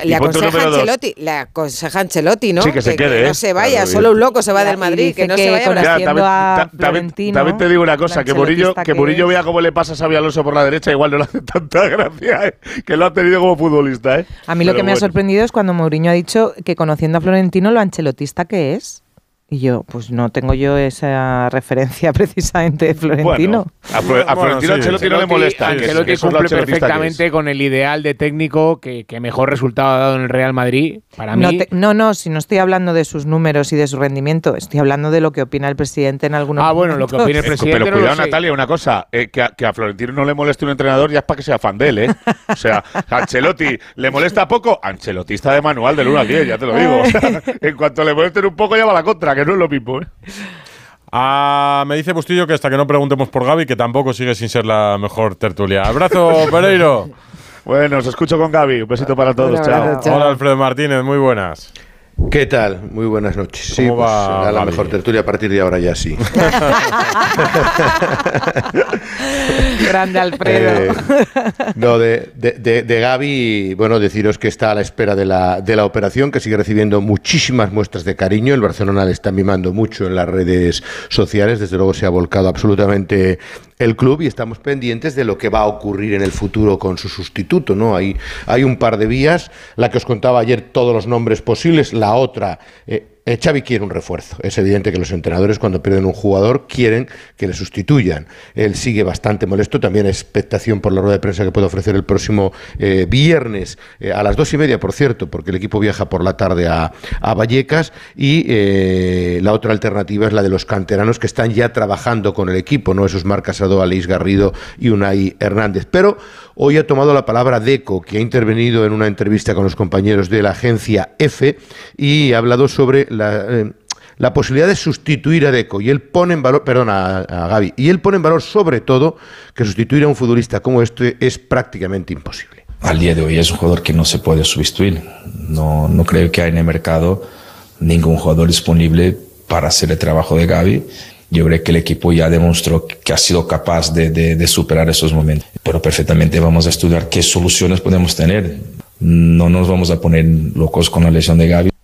aconseja Ancelotti, ¿no?
Sí, que se quede.
Que no se vaya, solo un loco se va del Madrid, que no se vaya.
También te digo una cosa, que Mourinho vea cómo le pasa a Xabi Alonso por la derecha, igual no le hace tanta gracia, que lo ha tenido como futbolista.
A mí lo que me ha sorprendido es cuando Mourinho ha dicho que conociendo a Florentino lo ancelotista que es. Y yo, pues no tengo yo esa referencia precisamente de Florentino.
Bueno, a Florentino Ancelotti no le molesta.
Ancelotti cumple perfectamente con el ideal de técnico que mejor resultado ha dado en el Real Madrid. Para mí.
Si no estoy hablando de sus números y de su rendimiento, estoy hablando de lo que opina el presidente en algunos momentos.
Bueno, lo que opina el presidente.
Pero cuidado, Natalia, una cosa, que a Florentino no le moleste un entrenador ya es para que sea fan de él, O sea, a Ancelotti le molesta poco, Ancelotista de manual del 1 al 10, ya te lo digo. O sea, en cuanto le molesten un poco ya va la contra, que no es lo mismo,
me dice Bustillo que hasta que no preguntemos por Gaby, que tampoco sigue sin ser la mejor tertulia. Abrazo, Pereiro.
Bueno, os escucho con Gaby. Un besito para todos. Chao.
Hola, Alfredo Martínez. Muy buenas.
¿Qué tal? Muy buenas noches. Sí,
¿Cómo va,
será la mejor tertulia a partir de ahora ya sí.
Grande Alfredo.
De Gaby, bueno, deciros que está a la espera de la operación, que sigue recibiendo muchísimas muestras de cariño. El Barcelona le está mimando mucho en las redes sociales. Desde luego se ha volcado absolutamente el club y estamos pendientes de lo que va a ocurrir en el futuro con su sustituto, ¿no? Hay un par de vías, la que os contaba ayer, todos los nombres posibles, la otra, Xavi quiere un refuerzo. Es evidente que los entrenadores cuando pierden un jugador quieren que le sustituyan. Él sigue bastante molesto, también hay expectación por la rueda de prensa que puede ofrecer el próximo viernes a las 2:30, por cierto, porque el equipo viaja por la tarde a Vallecas y la otra alternativa es la de los canteranos que están ya trabajando con el equipo, ¿no? Esos Marc Casado, Aleix Garrido y Unai Hernández. Pero hoy ha tomado la palabra Deco, que ha intervenido en una entrevista con los compañeros de la agencia EFE y ha hablado sobre la posibilidad de sustituir a Deco, y él pone en valor, a Gavi, y él pone en valor sobre todo que sustituir a un futbolista como este es prácticamente imposible.
Al día de hoy es un jugador que no se puede sustituir. No creo que haya en el mercado ningún jugador disponible para hacer el trabajo de Gavi. Yo creo que el equipo ya demostró que ha sido capaz de superar esos momentos. Pero perfectamente vamos a estudiar qué soluciones podemos tener. No nos vamos a poner locos con la lesión de Gavi.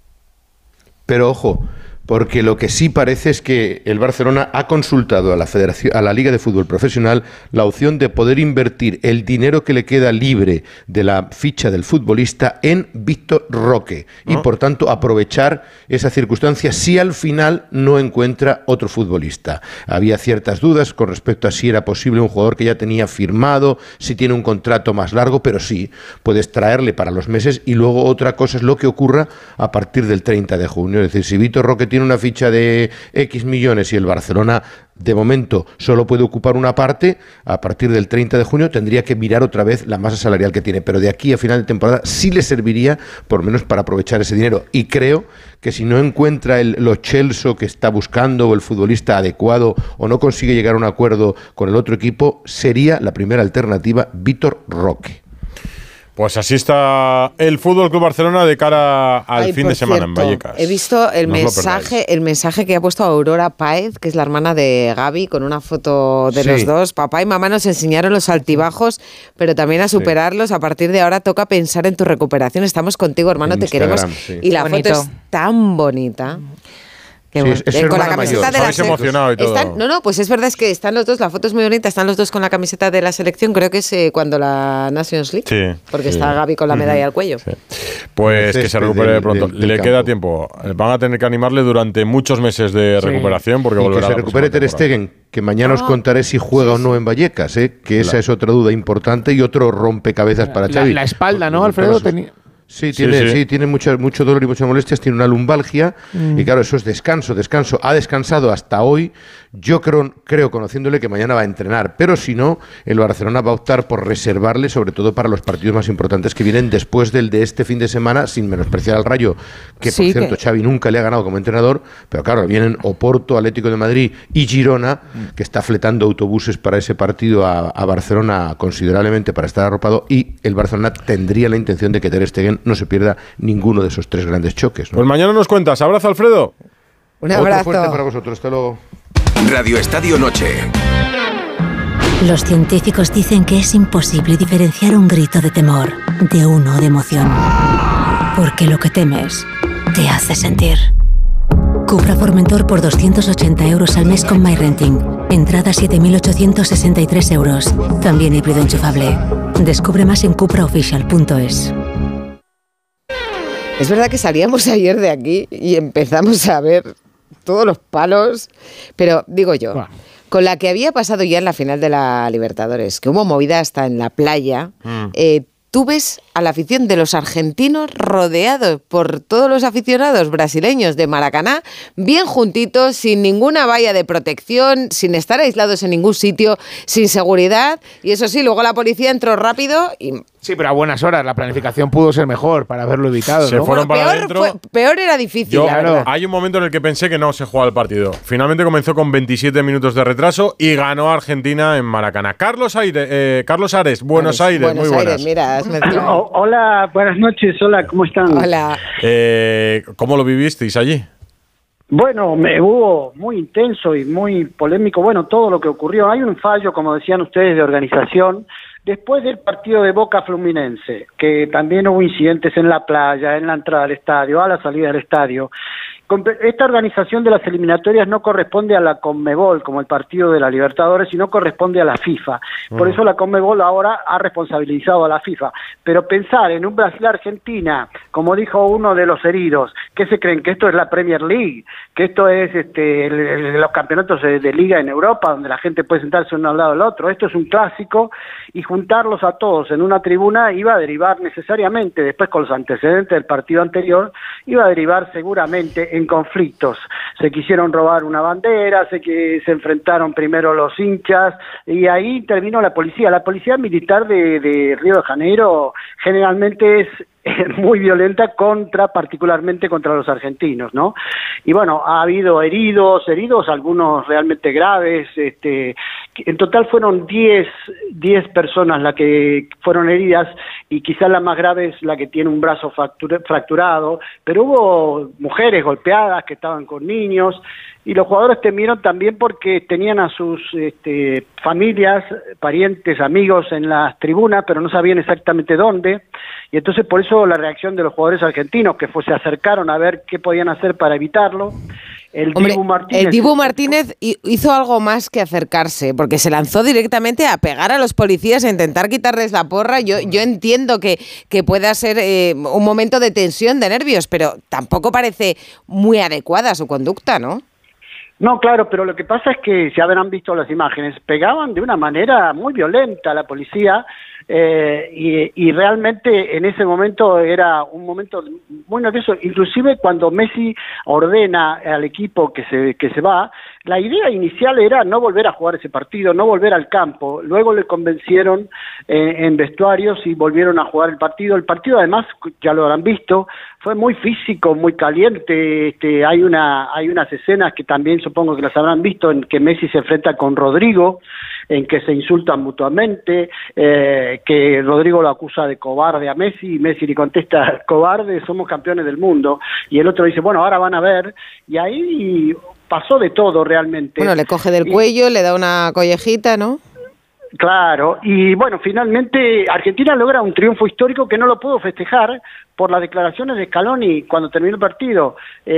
Pero ojo, porque lo que sí parece es que el Barcelona ha consultado a la Federación, a la Liga de Fútbol Profesional, la opción de poder invertir el dinero que le queda libre de la ficha del futbolista en Víctor Roque y por tanto aprovechar esa circunstancia si al final no encuentra otro futbolista. Había ciertas dudas con respecto a si era posible un jugador que ya tenía firmado, si tiene un contrato más largo, pero sí, puedes traerle para los meses y luego otra cosa es lo que ocurra a partir del 30 de junio. Es decir, si Víctor Roque tiene una ficha de X millones y el Barcelona de momento solo puede ocupar una parte, a partir del 30 de junio tendría que mirar otra vez la masa salarial que tiene, pero de aquí a final de temporada sí le serviría por lo menos para aprovechar ese dinero, y creo que si no encuentra lo Chelsea que está buscando o el futbolista adecuado o no consigue llegar a un acuerdo con el otro equipo, sería la primera alternativa Víctor Roque.
Pues así está el Fútbol Club Barcelona de cara al fin de semana en Vallecas.
He visto el mensaje que ha puesto Aurora Páez, que es la hermana de Gavi, con una foto de los dos. Papá y mamá nos enseñaron los altibajos, pero también a superarlos. A partir de ahora toca pensar en tu recuperación. Estamos contigo, hermano, te queremos. Y la foto es tan bonita.
Sí,
con la camiseta de la
emocionado y todo.
Pues es verdad, es que están los dos, la foto es muy bonita, están los dos con la camiseta de la selección, creo que es cuando la Nations League, porque está Gavi con la medalla al cuello.
Sí. Pues que se recupere pronto. Le queda tiempo. Van a tener que animarle durante muchos meses de recuperación, porque volverá.
Que se recupere Ter Stegen, que mañana os contaré si juega o no en Vallecas, que esa es otra duda importante y otro rompecabezas para Xavi.
La espalda, ¿no, Alfredo?
Sí, tiene mucho dolor y muchas molestias, tiene una lumbalgia y claro, eso es descanso. Ha descansado hasta hoy. Yo creo, conociéndole, que mañana va a entrenar, pero si no, el Barcelona va a optar por reservarle, sobre todo para los partidos más importantes que vienen después del de este fin de semana, sin menospreciar al Rayo, que por cierto Xavi nunca le ha ganado como entrenador, pero claro, vienen Oporto, Atlético de Madrid y Girona, que está fletando autobuses para ese partido a Barcelona considerablemente para estar arropado, y el Barcelona tendría la intención de que Ter Stegen no se pierda ninguno de esos tres grandes choques, ¿no?
Pues mañana nos cuentas. Abrazo, Alfredo.
Un abrazo.
Otro fuerte para vosotros. Hasta luego.
Radio Estadio Noche.
Los científicos dicen que es imposible diferenciar un grito de temor de uno de emoción. Porque lo que temes te hace sentir. Cupra Formentor por 280 € al mes con MyRenting. Entrada 7.863 €. También híbrido enchufable. Descubre más en cupraofficial.es.
Es verdad que salíamos ayer de aquí y empezamos a ver todos los palos, pero digo yo, con la que había pasado ya en la final de la Libertadores, que hubo movida hasta en la playa, tú ves a la afición de los argentinos rodeados por todos los aficionados brasileños de Maracaná, bien juntitos, sin ninguna valla de protección, sin estar aislados en ningún sitio, sin seguridad, y eso sí, luego la policía entró rápido y...
Sí, pero a buenas horas, la planificación pudo ser mejor para haberlo evitado, ¿no?
Se fueron para adentro.
Peor era difícil, la verdad.
Hay un momento en el que pensé que no se jugaba el partido. Finalmente comenzó con 27 minutos de retraso y ganó Argentina en Maracaná. Carlos Ares, Buenos Aires, muy buenas.
Mira,
hola, buenas noches, hola, ¿cómo están?
Hola.
¿Cómo lo vivisteis allí?
Bueno, hubo muy intenso y muy polémico, bueno, todo lo que ocurrió. Hay un fallo, como decían ustedes, de organización. Después del partido de Boca Fluminense, que también hubo incidentes en la playa, en la entrada al estadio, a la salida del estadio. Esta organización de las eliminatorias no corresponde a la Conmebol, como el partido de la Libertadores, sino corresponde a la FIFA. Por eso la Conmebol ahora ha responsabilizado a la FIFA. Pero pensar en un Brasil-Argentina, como dijo uno de los heridos, ¿qué se creen? ¿Que esto es la Premier League? ¿Que esto es los campeonatos de liga en Europa, donde la gente puede sentarse uno al lado del otro? Esto es un clásico, y juntarlos a todos en una tribuna iba a derivar necesariamente, después con los antecedentes del partido anterior, iba a derivar seguramente en conflictos. Se quisieron robar una bandera, se enfrentaron primero los hinchas, y ahí intervino la policía. La policía militar de Río de Janeiro generalmente es muy violenta particularmente contra los argentinos, ¿no? Y bueno, ha habido heridos, algunos realmente graves, en total fueron 10 personas las que fueron heridas, y quizás la más grave es la que tiene un brazo fracturado, pero hubo mujeres golpeadas que estaban con niños, y los jugadores temieron también porque tenían a sus familias, parientes, amigos en las tribunas, pero no sabían exactamente dónde, y entonces por eso la reacción de los jugadores argentinos, que se acercaron a ver qué podían hacer para evitarlo. El
Dibu Martínez hizo algo más que acercarse, porque se lanzó directamente a pegar a los policías, a intentar quitarles la porra. Yo entiendo que pueda ser un momento de tensión, de nervios, pero tampoco parece muy adecuada su conducta, ¿no?
No, claro, pero lo que pasa es que, si habrán visto las imágenes, pegaban de una manera muy violenta a la policía, y realmente en ese momento era un momento muy nervioso. Inclusive cuando Messi ordena al equipo que se va, la idea inicial era no volver a jugar ese partido, no volver al campo. Luego le convencieron en vestuarios y volvieron a jugar el partido. El partido, además, ya lo habrán visto, fue muy físico, muy caliente. Hay unas escenas que también supongo que las habrán visto, en que Messi se enfrenta con Rodrigo, en que se insultan mutuamente, que Rodrigo lo acusa de cobarde a Messi, y Messi le contesta, cobarde, somos campeones del mundo. Y el otro dice, bueno, ahora van a ver. Y ahí pasó de todo realmente.
Bueno, le coge del cuello, le da una collejita, ¿no?
Claro, y bueno, finalmente Argentina logra un triunfo histórico que no lo pudo festejar por las declaraciones de Scaloni cuando terminó el partido.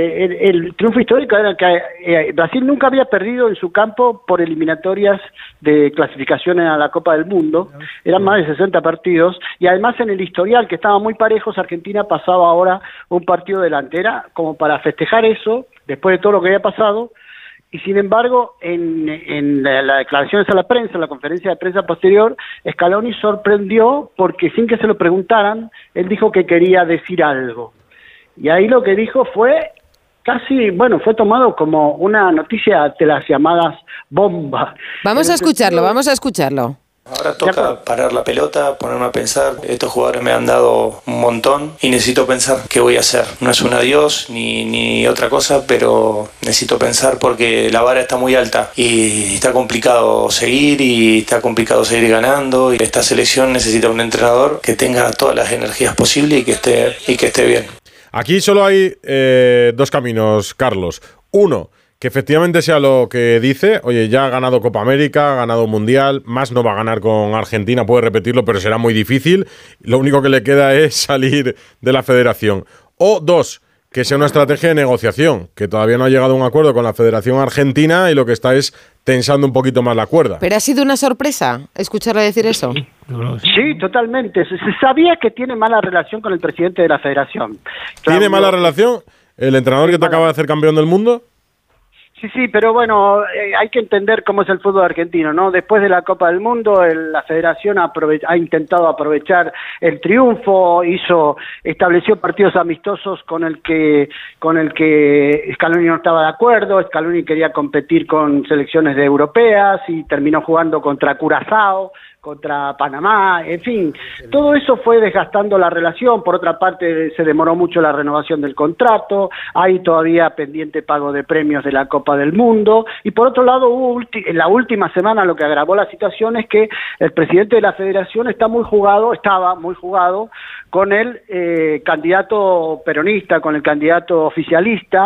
El triunfo histórico era que Brasil nunca había perdido en su campo por eliminatorias de clasificaciones a la Copa del Mundo. Eran más de 60 partidos y además en el historial, que estaba muy parejos, Argentina pasaba ahora un partido delantera como para festejar eso, después de todo lo que había pasado. Y sin embargo, en las declaraciones a la prensa, en la conferencia de prensa posterior, Scaloni sorprendió porque sin que se lo preguntaran, él dijo que quería decir algo. Y ahí lo que dijo fue casi, bueno, fue tomado como una noticia de las llamadas bomba.
Vamos a escucharlo.
Ahora toca parar la pelota, ponerme a pensar. Estos jugadores me han dado un montón y necesito pensar qué voy a hacer. No es un adiós ni otra cosa, pero necesito pensar porque la vara está muy alta y está complicado seguir ganando. Y esta selección necesita un entrenador que tenga todas las energías posibles y que esté bien.
Aquí solo hay dos caminos, Carlos. Uno, que efectivamente sea lo que dice. Oye, ya ha ganado Copa América, ha ganado Mundial, más no va a ganar con Argentina, puede repetirlo, pero será muy difícil. Lo único que le queda es salir de la federación. O dos, que sea una estrategia de negociación, que todavía no ha llegado a un acuerdo con la Federación Argentina y lo que está es tensando un poquito más la cuerda.
¿Pero ha sido una sorpresa escucharle decir eso?
Sí, totalmente. Se sabía que tiene mala relación con el presidente de la Federación.
¿Tiene mala relación el entrenador que te acaba de hacer campeón del mundo?
Sí, pero bueno, hay que entender cómo es el fútbol argentino, ¿no? Después de la Copa del Mundo, la Federación ha intentado aprovechar el triunfo, estableció partidos amistosos con el que Scaloni no estaba de acuerdo. Scaloni quería competir con selecciones europeas y terminó jugando contra Curazao, contra Panamá, en fin, todo eso fue desgastando la relación. Por otra parte, se demoró mucho la renovación del contrato, hay todavía pendiente pago de premios de la Copa del Mundo, y por otro lado, en la última semana lo que agravó la situación es que el presidente de la Federación estaba muy jugado con el candidato peronista, con el candidato oficialista.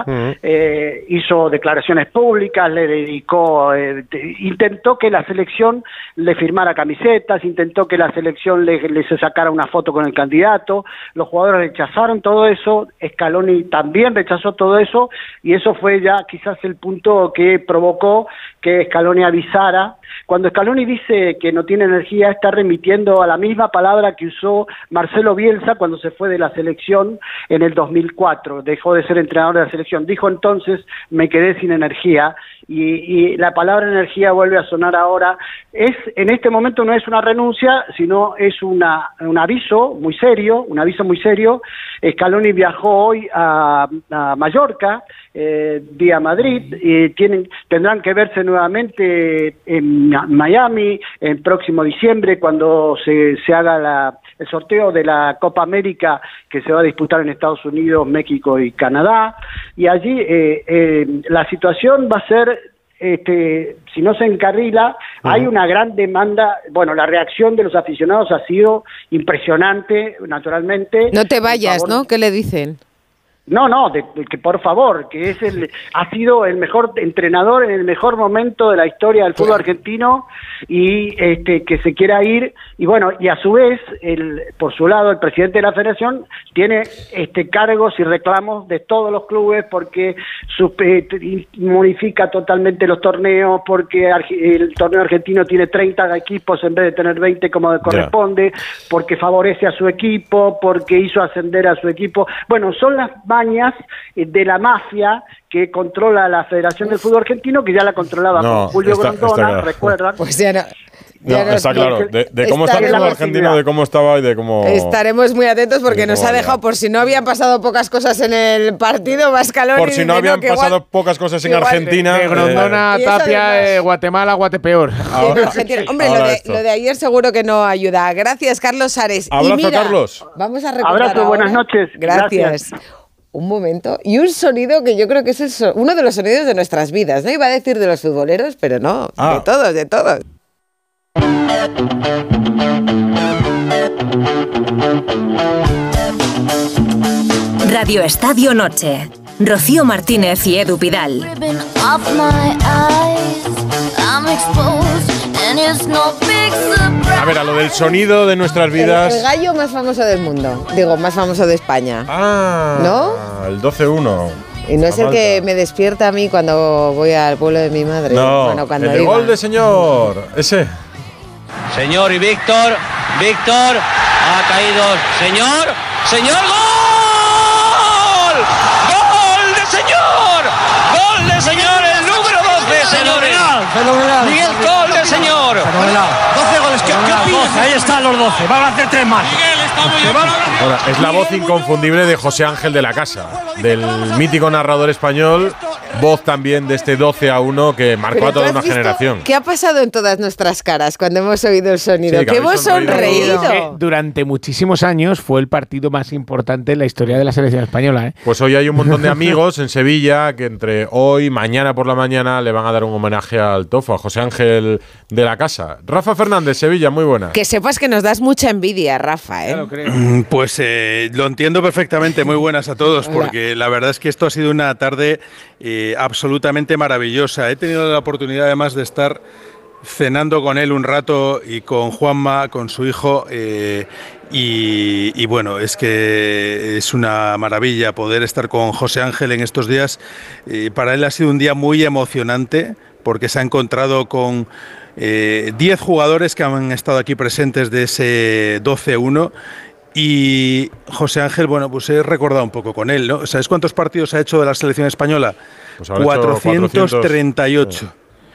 Hizo declaraciones públicas, le dedicó, intentó que la selección le firmara camisetas, intentó que la selección le sacara una foto con el candidato. Los jugadores rechazaron todo eso, Scaloni también rechazó todo eso, y eso fue ya quizás el punto que provocó que Scaloni avisara. Cuando Scaloni dice que no tiene energía, está remitiendo a la misma palabra que usó Marcelo Bielsa cuando se fue de la selección en el 2004, dejó de ser entrenador de la selección. Dijo entonces, me quedé sin energía, y la palabra energía vuelve a sonar ahora. En este momento no es una renuncia, sino es un aviso muy serio, Scaloni viajó hoy a Mallorca, vía Madrid, y tendrán que verse nuevamente en Miami el próximo diciembre, cuando se haga el sorteo de la Copa América, que se va a disputar en Estados Unidos, México y Canadá. Y allí la situación va a ser, si no se encarrila, hay una gran demanda. Bueno, la reacción de los aficionados ha sido impresionante, naturalmente.
No te vayas, ¿no? ¿Qué le dicen?
No, que por favor, que ha sido el mejor entrenador en el mejor momento de la historia del fútbol argentino, y que se quiera ir. Y bueno, y a su vez, por su lado, el presidente de la Federación tiene cargos y reclamos de todos los clubes, porque modifica totalmente los torneos, porque el torneo argentino tiene 30 equipos en vez de tener 20 como corresponde, porque favorece a su equipo, porque hizo ascender a su equipo. Bueno, son las mañas de la mafia que controla la Federación del Fútbol Argentino, que ya la controlaba con Julio Grondona, ¿recuerdan?
Pues ya no.
No, está claro. De cómo está el fútbol argentino, de cómo estaba y de cómo...
Estaremos muy atentos porque nos ha dejado, por si no habían pasado pocas cosas en el partido, Mascaloni.
Por si no habían pasado pocas cosas en Argentina.
De Grondona, Tapia, Guatemala, Guatepeor.
Hombre, lo de ayer seguro que no ayuda. Gracias, Carlos Ares.
Abrazo,
y mira,
Carlos.
Vamos a recordar
Abrazo,
ahora.
buenas noches.
Gracias. Un momento. Y un sonido que yo creo que es uno de los sonidos de nuestras vidas. No iba a decir de los futboleros, pero no. De todos, de todos.
Radio Estadio Noche. Rocío Martínez y Edu Pidal.
A ver, a lo del sonido de nuestras vidas.
El gallo más famoso del mundo. Digo, más famoso de España. ¿No?
El 12-1.
Y no es el que me despierta a mí cuando voy al pueblo de mi madre.
No,
bueno, cuando
el de gol de señor. Ese.
Señor y Víctor ha caído. Señor, ¡gol! ¡Gol de señor! El número 12, señores. Fenomenal. Miguel, gol de señor.
Fenomenal. 12 goles. ¿Qué opinas? Ahí están los 12. Van a hacer 3 más. Miguel, está muy bien.
Ahora, es la voz inconfundible de José Ángel de la Casa, del mítico narrador español, voz también de este 12-1 que marcó a toda una generación.
¿Qué ha pasado en todas nuestras caras cuando hemos oído el sonido?
Sí,
que hemos sonreído.
Durante muchísimos años fue el partido más importante en la historia de la selección española.
Pues hoy hay un montón de amigos en Sevilla que entre hoy y mañana por la mañana le van a dar un homenaje al Tofo, a José Ángel de la Casa. Rafa Fernández, Sevilla, muy buena.
Que sepas que nos das mucha envidia, Rafa, ¿eh?
Pues lo entiendo perfectamente. Muy buenas a todos, porque la verdad es que esto ha sido una tarde absolutamente maravillosa. He tenido la oportunidad además de estar cenando con él un rato y con Juanma, con su hijo, y bueno, es que es una maravilla poder estar con José Ángel en estos días. Para él ha sido un día muy emocionante porque se ha encontrado con 10 jugadores que han estado aquí presentes de ese 12-1. Y José Ángel, bueno, pues he recordado un poco con él, ¿no? ¿Sabes cuántos partidos ha hecho de la selección española?
Pues
438.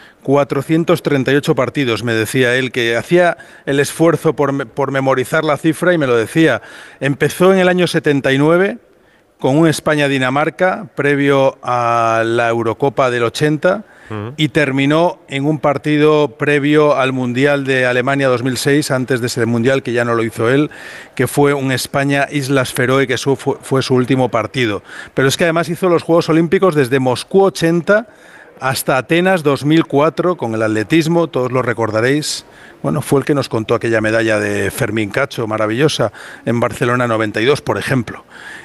438 partidos, me decía él, que hacía el esfuerzo por memorizar la cifra y me lo decía. Empezó en el año 79 con un España-Dinamarca previo a la Eurocopa del 80 y terminó en un partido previo al Mundial de Alemania 2006, antes de ese Mundial, que ya no lo hizo él, que fue un España-Islas Feroe, que fue su último partido. Pero es que además hizo los Juegos Olímpicos desde Moscú 80 hasta Atenas 2004 con el atletismo, todos lo recordaréis. Bueno, fue el que nos contó aquella medalla de Fermín Cacho, maravillosa, en Barcelona 92, por ejemplo.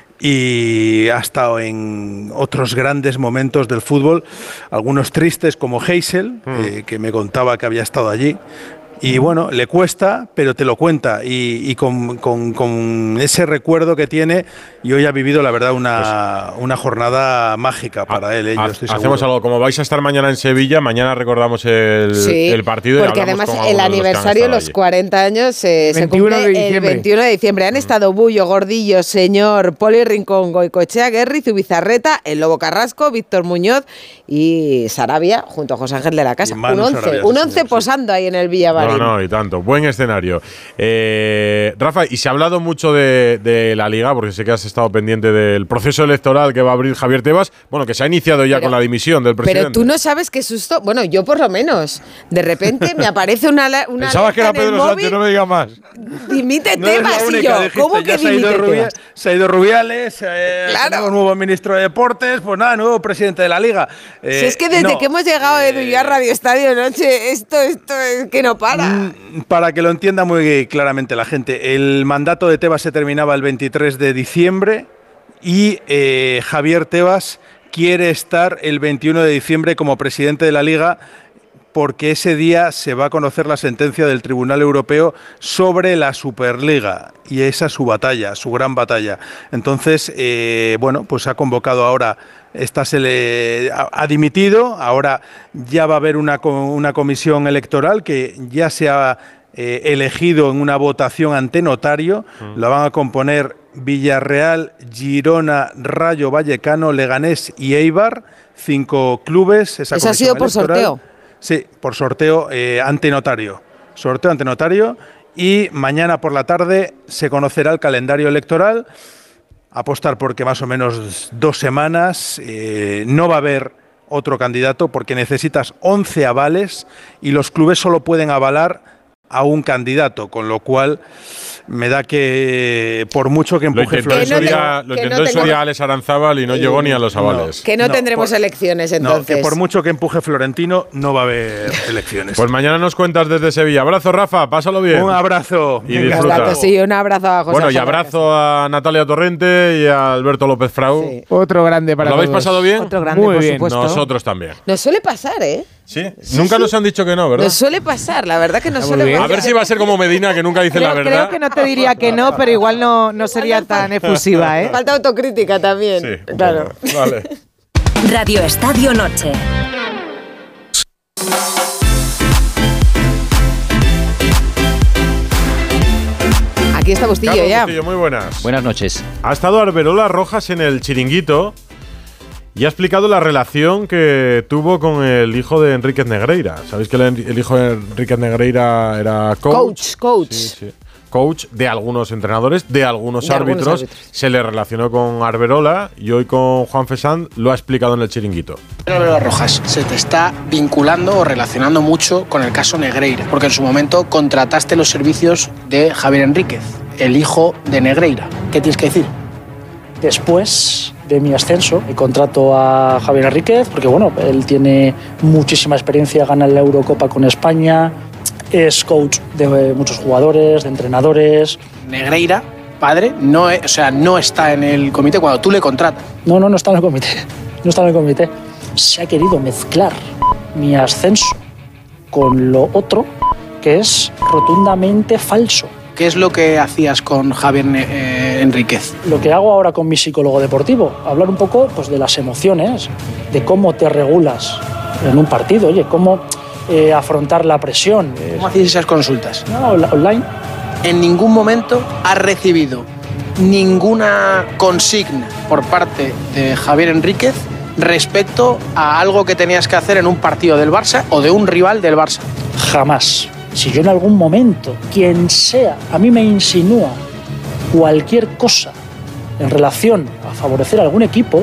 Y ha estado en otros grandes momentos del fútbol, algunos tristes como Heysel, que me contaba que había estado allí. Y bueno, le cuesta, pero te lo cuenta. Y con ese recuerdo que tiene, y hoy ha vivido, la verdad, una jornada mágica para él.
Hacemos algo, como vais a estar mañana en Sevilla, mañana recordamos el partido.
Porque además el aniversario, los 40 años, se cumple el 21 de diciembre. Han estado Bullo, Gordillo, Señor, Poli Rincón, Goicoechea, Guerri, Zubizarreta, el Lobo Carrasco, Víctor Muñoz y Sarabia, junto a José Ángel de la Casa. Un 11 posando ahí en el Villamarín.
No, y tanto. Buen escenario. Rafa, y se ha hablado mucho de la Liga, porque sé que has estado pendiente del proceso electoral que va a abrir Javier Tebas, bueno, que se ha iniciado ya con la dimisión del presidente.
Pero tú no sabes qué susto. Bueno, yo por lo menos. De repente me aparece una
Pensabas que era Pedro Sánchez, no me digas más.
Dimite Tebas y yo. ¿Cómo que dimite Tebas?
Se ha ido Rubiales, tenemos nuevo ministro de Deportes, pues nada, nuevo presidente de la Liga.
Si es que desde que hemos llegado Edu y yo a Radio Estadio Noche, esto es que no para.
Para que lo entienda muy claramente la gente, el mandato de Tebas se terminaba el 23 de diciembre y Javier Tebas quiere estar el 21 de diciembre como presidente de la Liga, porque ese día se va a conocer la sentencia del Tribunal Europeo sobre la Superliga, y esa es su batalla, su gran batalla. Entonces, bueno, pues ha convocado ahora, ha dimitido, ahora ya va a haber una comisión electoral que ya se ha elegido en una votación ante notario. La van a componer Villarreal, Girona, Rayo Vallecano, Leganés y Eibar, 5 clubes.
¿Eso ha sido por sorteo?
Sí, por sorteo ante notario. sorteo ante notario, y mañana por la tarde se conocerá el calendario electoral. Apostar porque más o menos 2 semanas no va a haber otro candidato porque necesitas 11 avales y los clubes solo pueden avalar a un candidato, con lo cual me da que por mucho que empuje
Florentino... Lo intentó en su día Alex Aranzábal y no llegó ni a los avales.
Que no tendremos elecciones entonces.
No, que por mucho que empuje Florentino no va a haber elecciones.
Pues mañana nos cuentas desde Sevilla. Abrazo, Rafa, pásalo bien.
Un abrazo.
Y disfruta.
Sí, un abrazo a José.
Bueno, y abrazo a Natalia Torrente y a Alberto López Frau.
Sí. Otro grande para
todos. ¿Lo habéis pasado bien?
Otro grande,
muy
por
bien.
supuesto.
Nosotros también.
Nos suele pasar, ¿eh?
Sí. Nunca nos han dicho que no, ¿verdad?
Nos suele pasar, la verdad que nos suele pasar.
A ver si va a ser como Medina, que nunca dice la verdad.
Creo que no te diría que no, pero igual no sería tan efusiva, ¿eh?
Falta autocrítica también.
Sí,
claro.
Vale.
Radio Estadio Noche.
Aquí está Bustillo
Carlos
ya.
Bustillo, muy buenas.
Buenas noches.
Ha estado Arberola Rojas en el Chiringuito y ha explicado la relación que tuvo con el hijo de Enríquez Negreira. ¿Sabéis que el hijo de Enríquez Negreira era coach?
Coach.
Coach de algunos entrenadores, de algunos árbitros. Se le relacionó con Arberola y hoy con Juan Fesán lo ha explicado en el Chiringuito.
Arberola Rojas, se te está vinculando o relacionando mucho con el caso Negreira, porque en su momento contrataste los servicios de Javier Enríquez, el hijo de Negreira. ¿Qué tienes que decir?
Después de mi ascenso, contrato a Javier Enríquez, porque bueno, él tiene muchísima experiencia, gana la Eurocopa con España, es coach de muchos jugadores, de entrenadores.
Negreira, padre, no está en el comité cuando tú le contratas.
No está en el comité. No está en el comité. Se ha querido mezclar mi ascenso con lo otro, que es rotundamente falso.
¿Qué es lo que hacías con Javier Enríquez?
Lo que hago ahora con mi psicólogo deportivo, hablar un poco pues, de las emociones, de cómo te regulas en un partido, oye, cómo afrontar la presión.
¿Cómo hacéis esas consultas?
No, online.
En ningún momento has recibido ninguna consigna por parte de Javier Enríquez respecto a algo que tenías que hacer en un partido del Barça o de un rival del Barça.
Jamás. Si yo en algún momento, quien sea, a mí me insinúa cualquier cosa en relación a favorecer a algún equipo,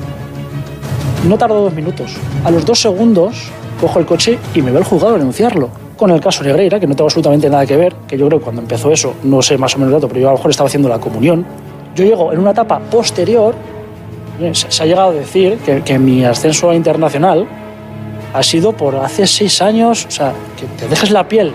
no tardo 2 minutos. A los 2 segundos cojo el coche y me voy al juzgado a denunciarlo. Con el caso Negreira, que no tengo absolutamente nada que ver, que yo creo que cuando empezó eso, no sé más o menos el dato, pero yo a lo mejor estaba haciendo la comunión. Yo llego en una etapa posterior, se ha llegado a decir que mi ascenso internacional ha sido por hace 6 años, o sea, que te dejes la piel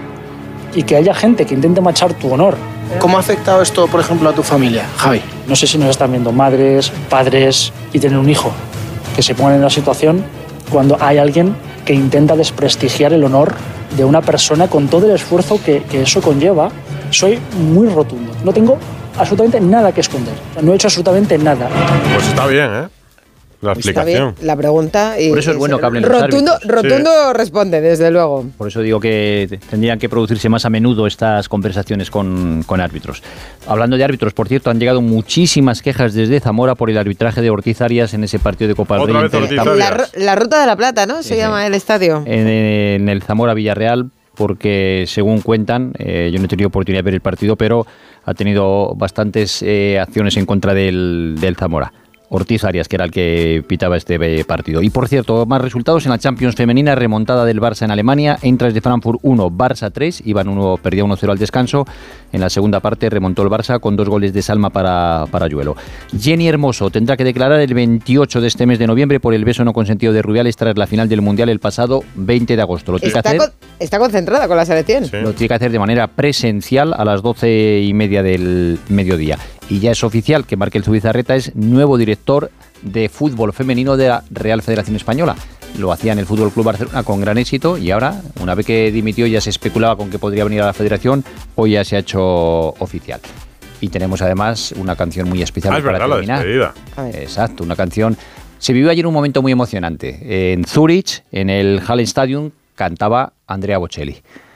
y que haya gente que intente manchar tu honor.
¿Cómo ha afectado esto, por ejemplo, a tu familia, Javi?
No sé si nos están viendo madres, padres y tener un hijo que se pongan en una situación cuando hay alguien que intenta desprestigiar el honor de una persona con todo el esfuerzo que eso conlleva. Soy muy rotundo. No tengo absolutamente nada que esconder. O sea, no he hecho absolutamente nada.
Pues está bien, ¿eh? La explicación.
Está bien, la pregunta. Y
por eso es bueno que hablen los
rotundo,
árbitros.
Rotundo responde, desde luego.
Por eso digo que tendrían que producirse más a menudo estas conversaciones con árbitros. Hablando de árbitros, por cierto, han llegado muchísimas quejas desde Zamora por el arbitraje de Ortiz Arias en ese partido de Copa del Rey.
La Ruta de la Plata, ¿no? Se llama el estadio.
En el Zamora Villarreal, porque según cuentan, yo no he tenido oportunidad de ver el partido, pero ha tenido bastantes acciones en contra del Zamora. Ortiz Arias, que era el que pitaba este partido. Y por cierto, más resultados en la Champions femenina, remontada del Barça en Alemania, Eintracht de Frankfurt 1, Barça 3, perdía 1-0 al descanso. En la segunda parte remontó el Barça con 2 goles de Salma para Ayuelo. Jenny Hermoso tendrá que declarar el 28 de este mes de noviembre por el beso no consentido de Rubiales tras la final del Mundial el pasado 20 de agosto.
Está concentrada con la selección.
Sí. Lo tiene que hacer de manera presencial a las 12:30 del mediodía. Y ya es oficial que Markel Zubizarreta es nuevo director de fútbol femenino de la Real Federación Española. Lo hacía en el Fútbol Club Barcelona con gran éxito y ahora, una vez que dimitió, ya se especulaba con que podría venir a la Federación, hoy ya se ha hecho oficial. Y tenemos además una canción muy especial para terminar. Exacto, una canción. Se vivió ayer un momento muy emocionante. En Zúrich, en el Hallenstadion, cantaba Andrea Bocelli.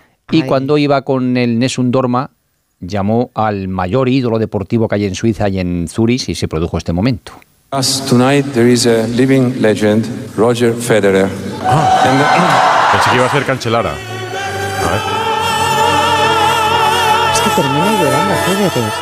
Y cuando iba con el Nessun Dorma, llamó al mayor ídolo deportivo que hay en Suiza y en Zurich y se produjo este momento.
Tonight there is a living legend, Roger Federer.
Pensé que iba a ser Cancelara. A ver.
que termina llorando Federer.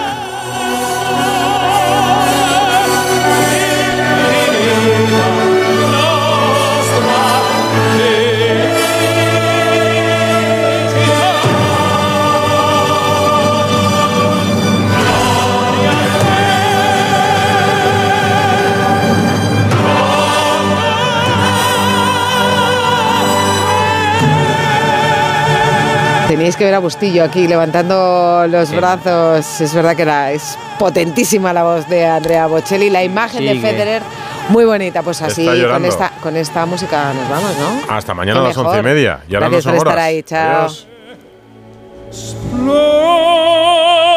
Teníais que ver a Bustillo aquí levantando los brazos. Es verdad que es potentísima la voz de Andrea Bocelli. La imagen de Federer, muy bonita. Pues así, con esta música nos vamos, ¿no?
Hasta mañana a las 11:30. Y ahora
gracias
no son
por
horas.
estar ahí. Chao.
Adiós.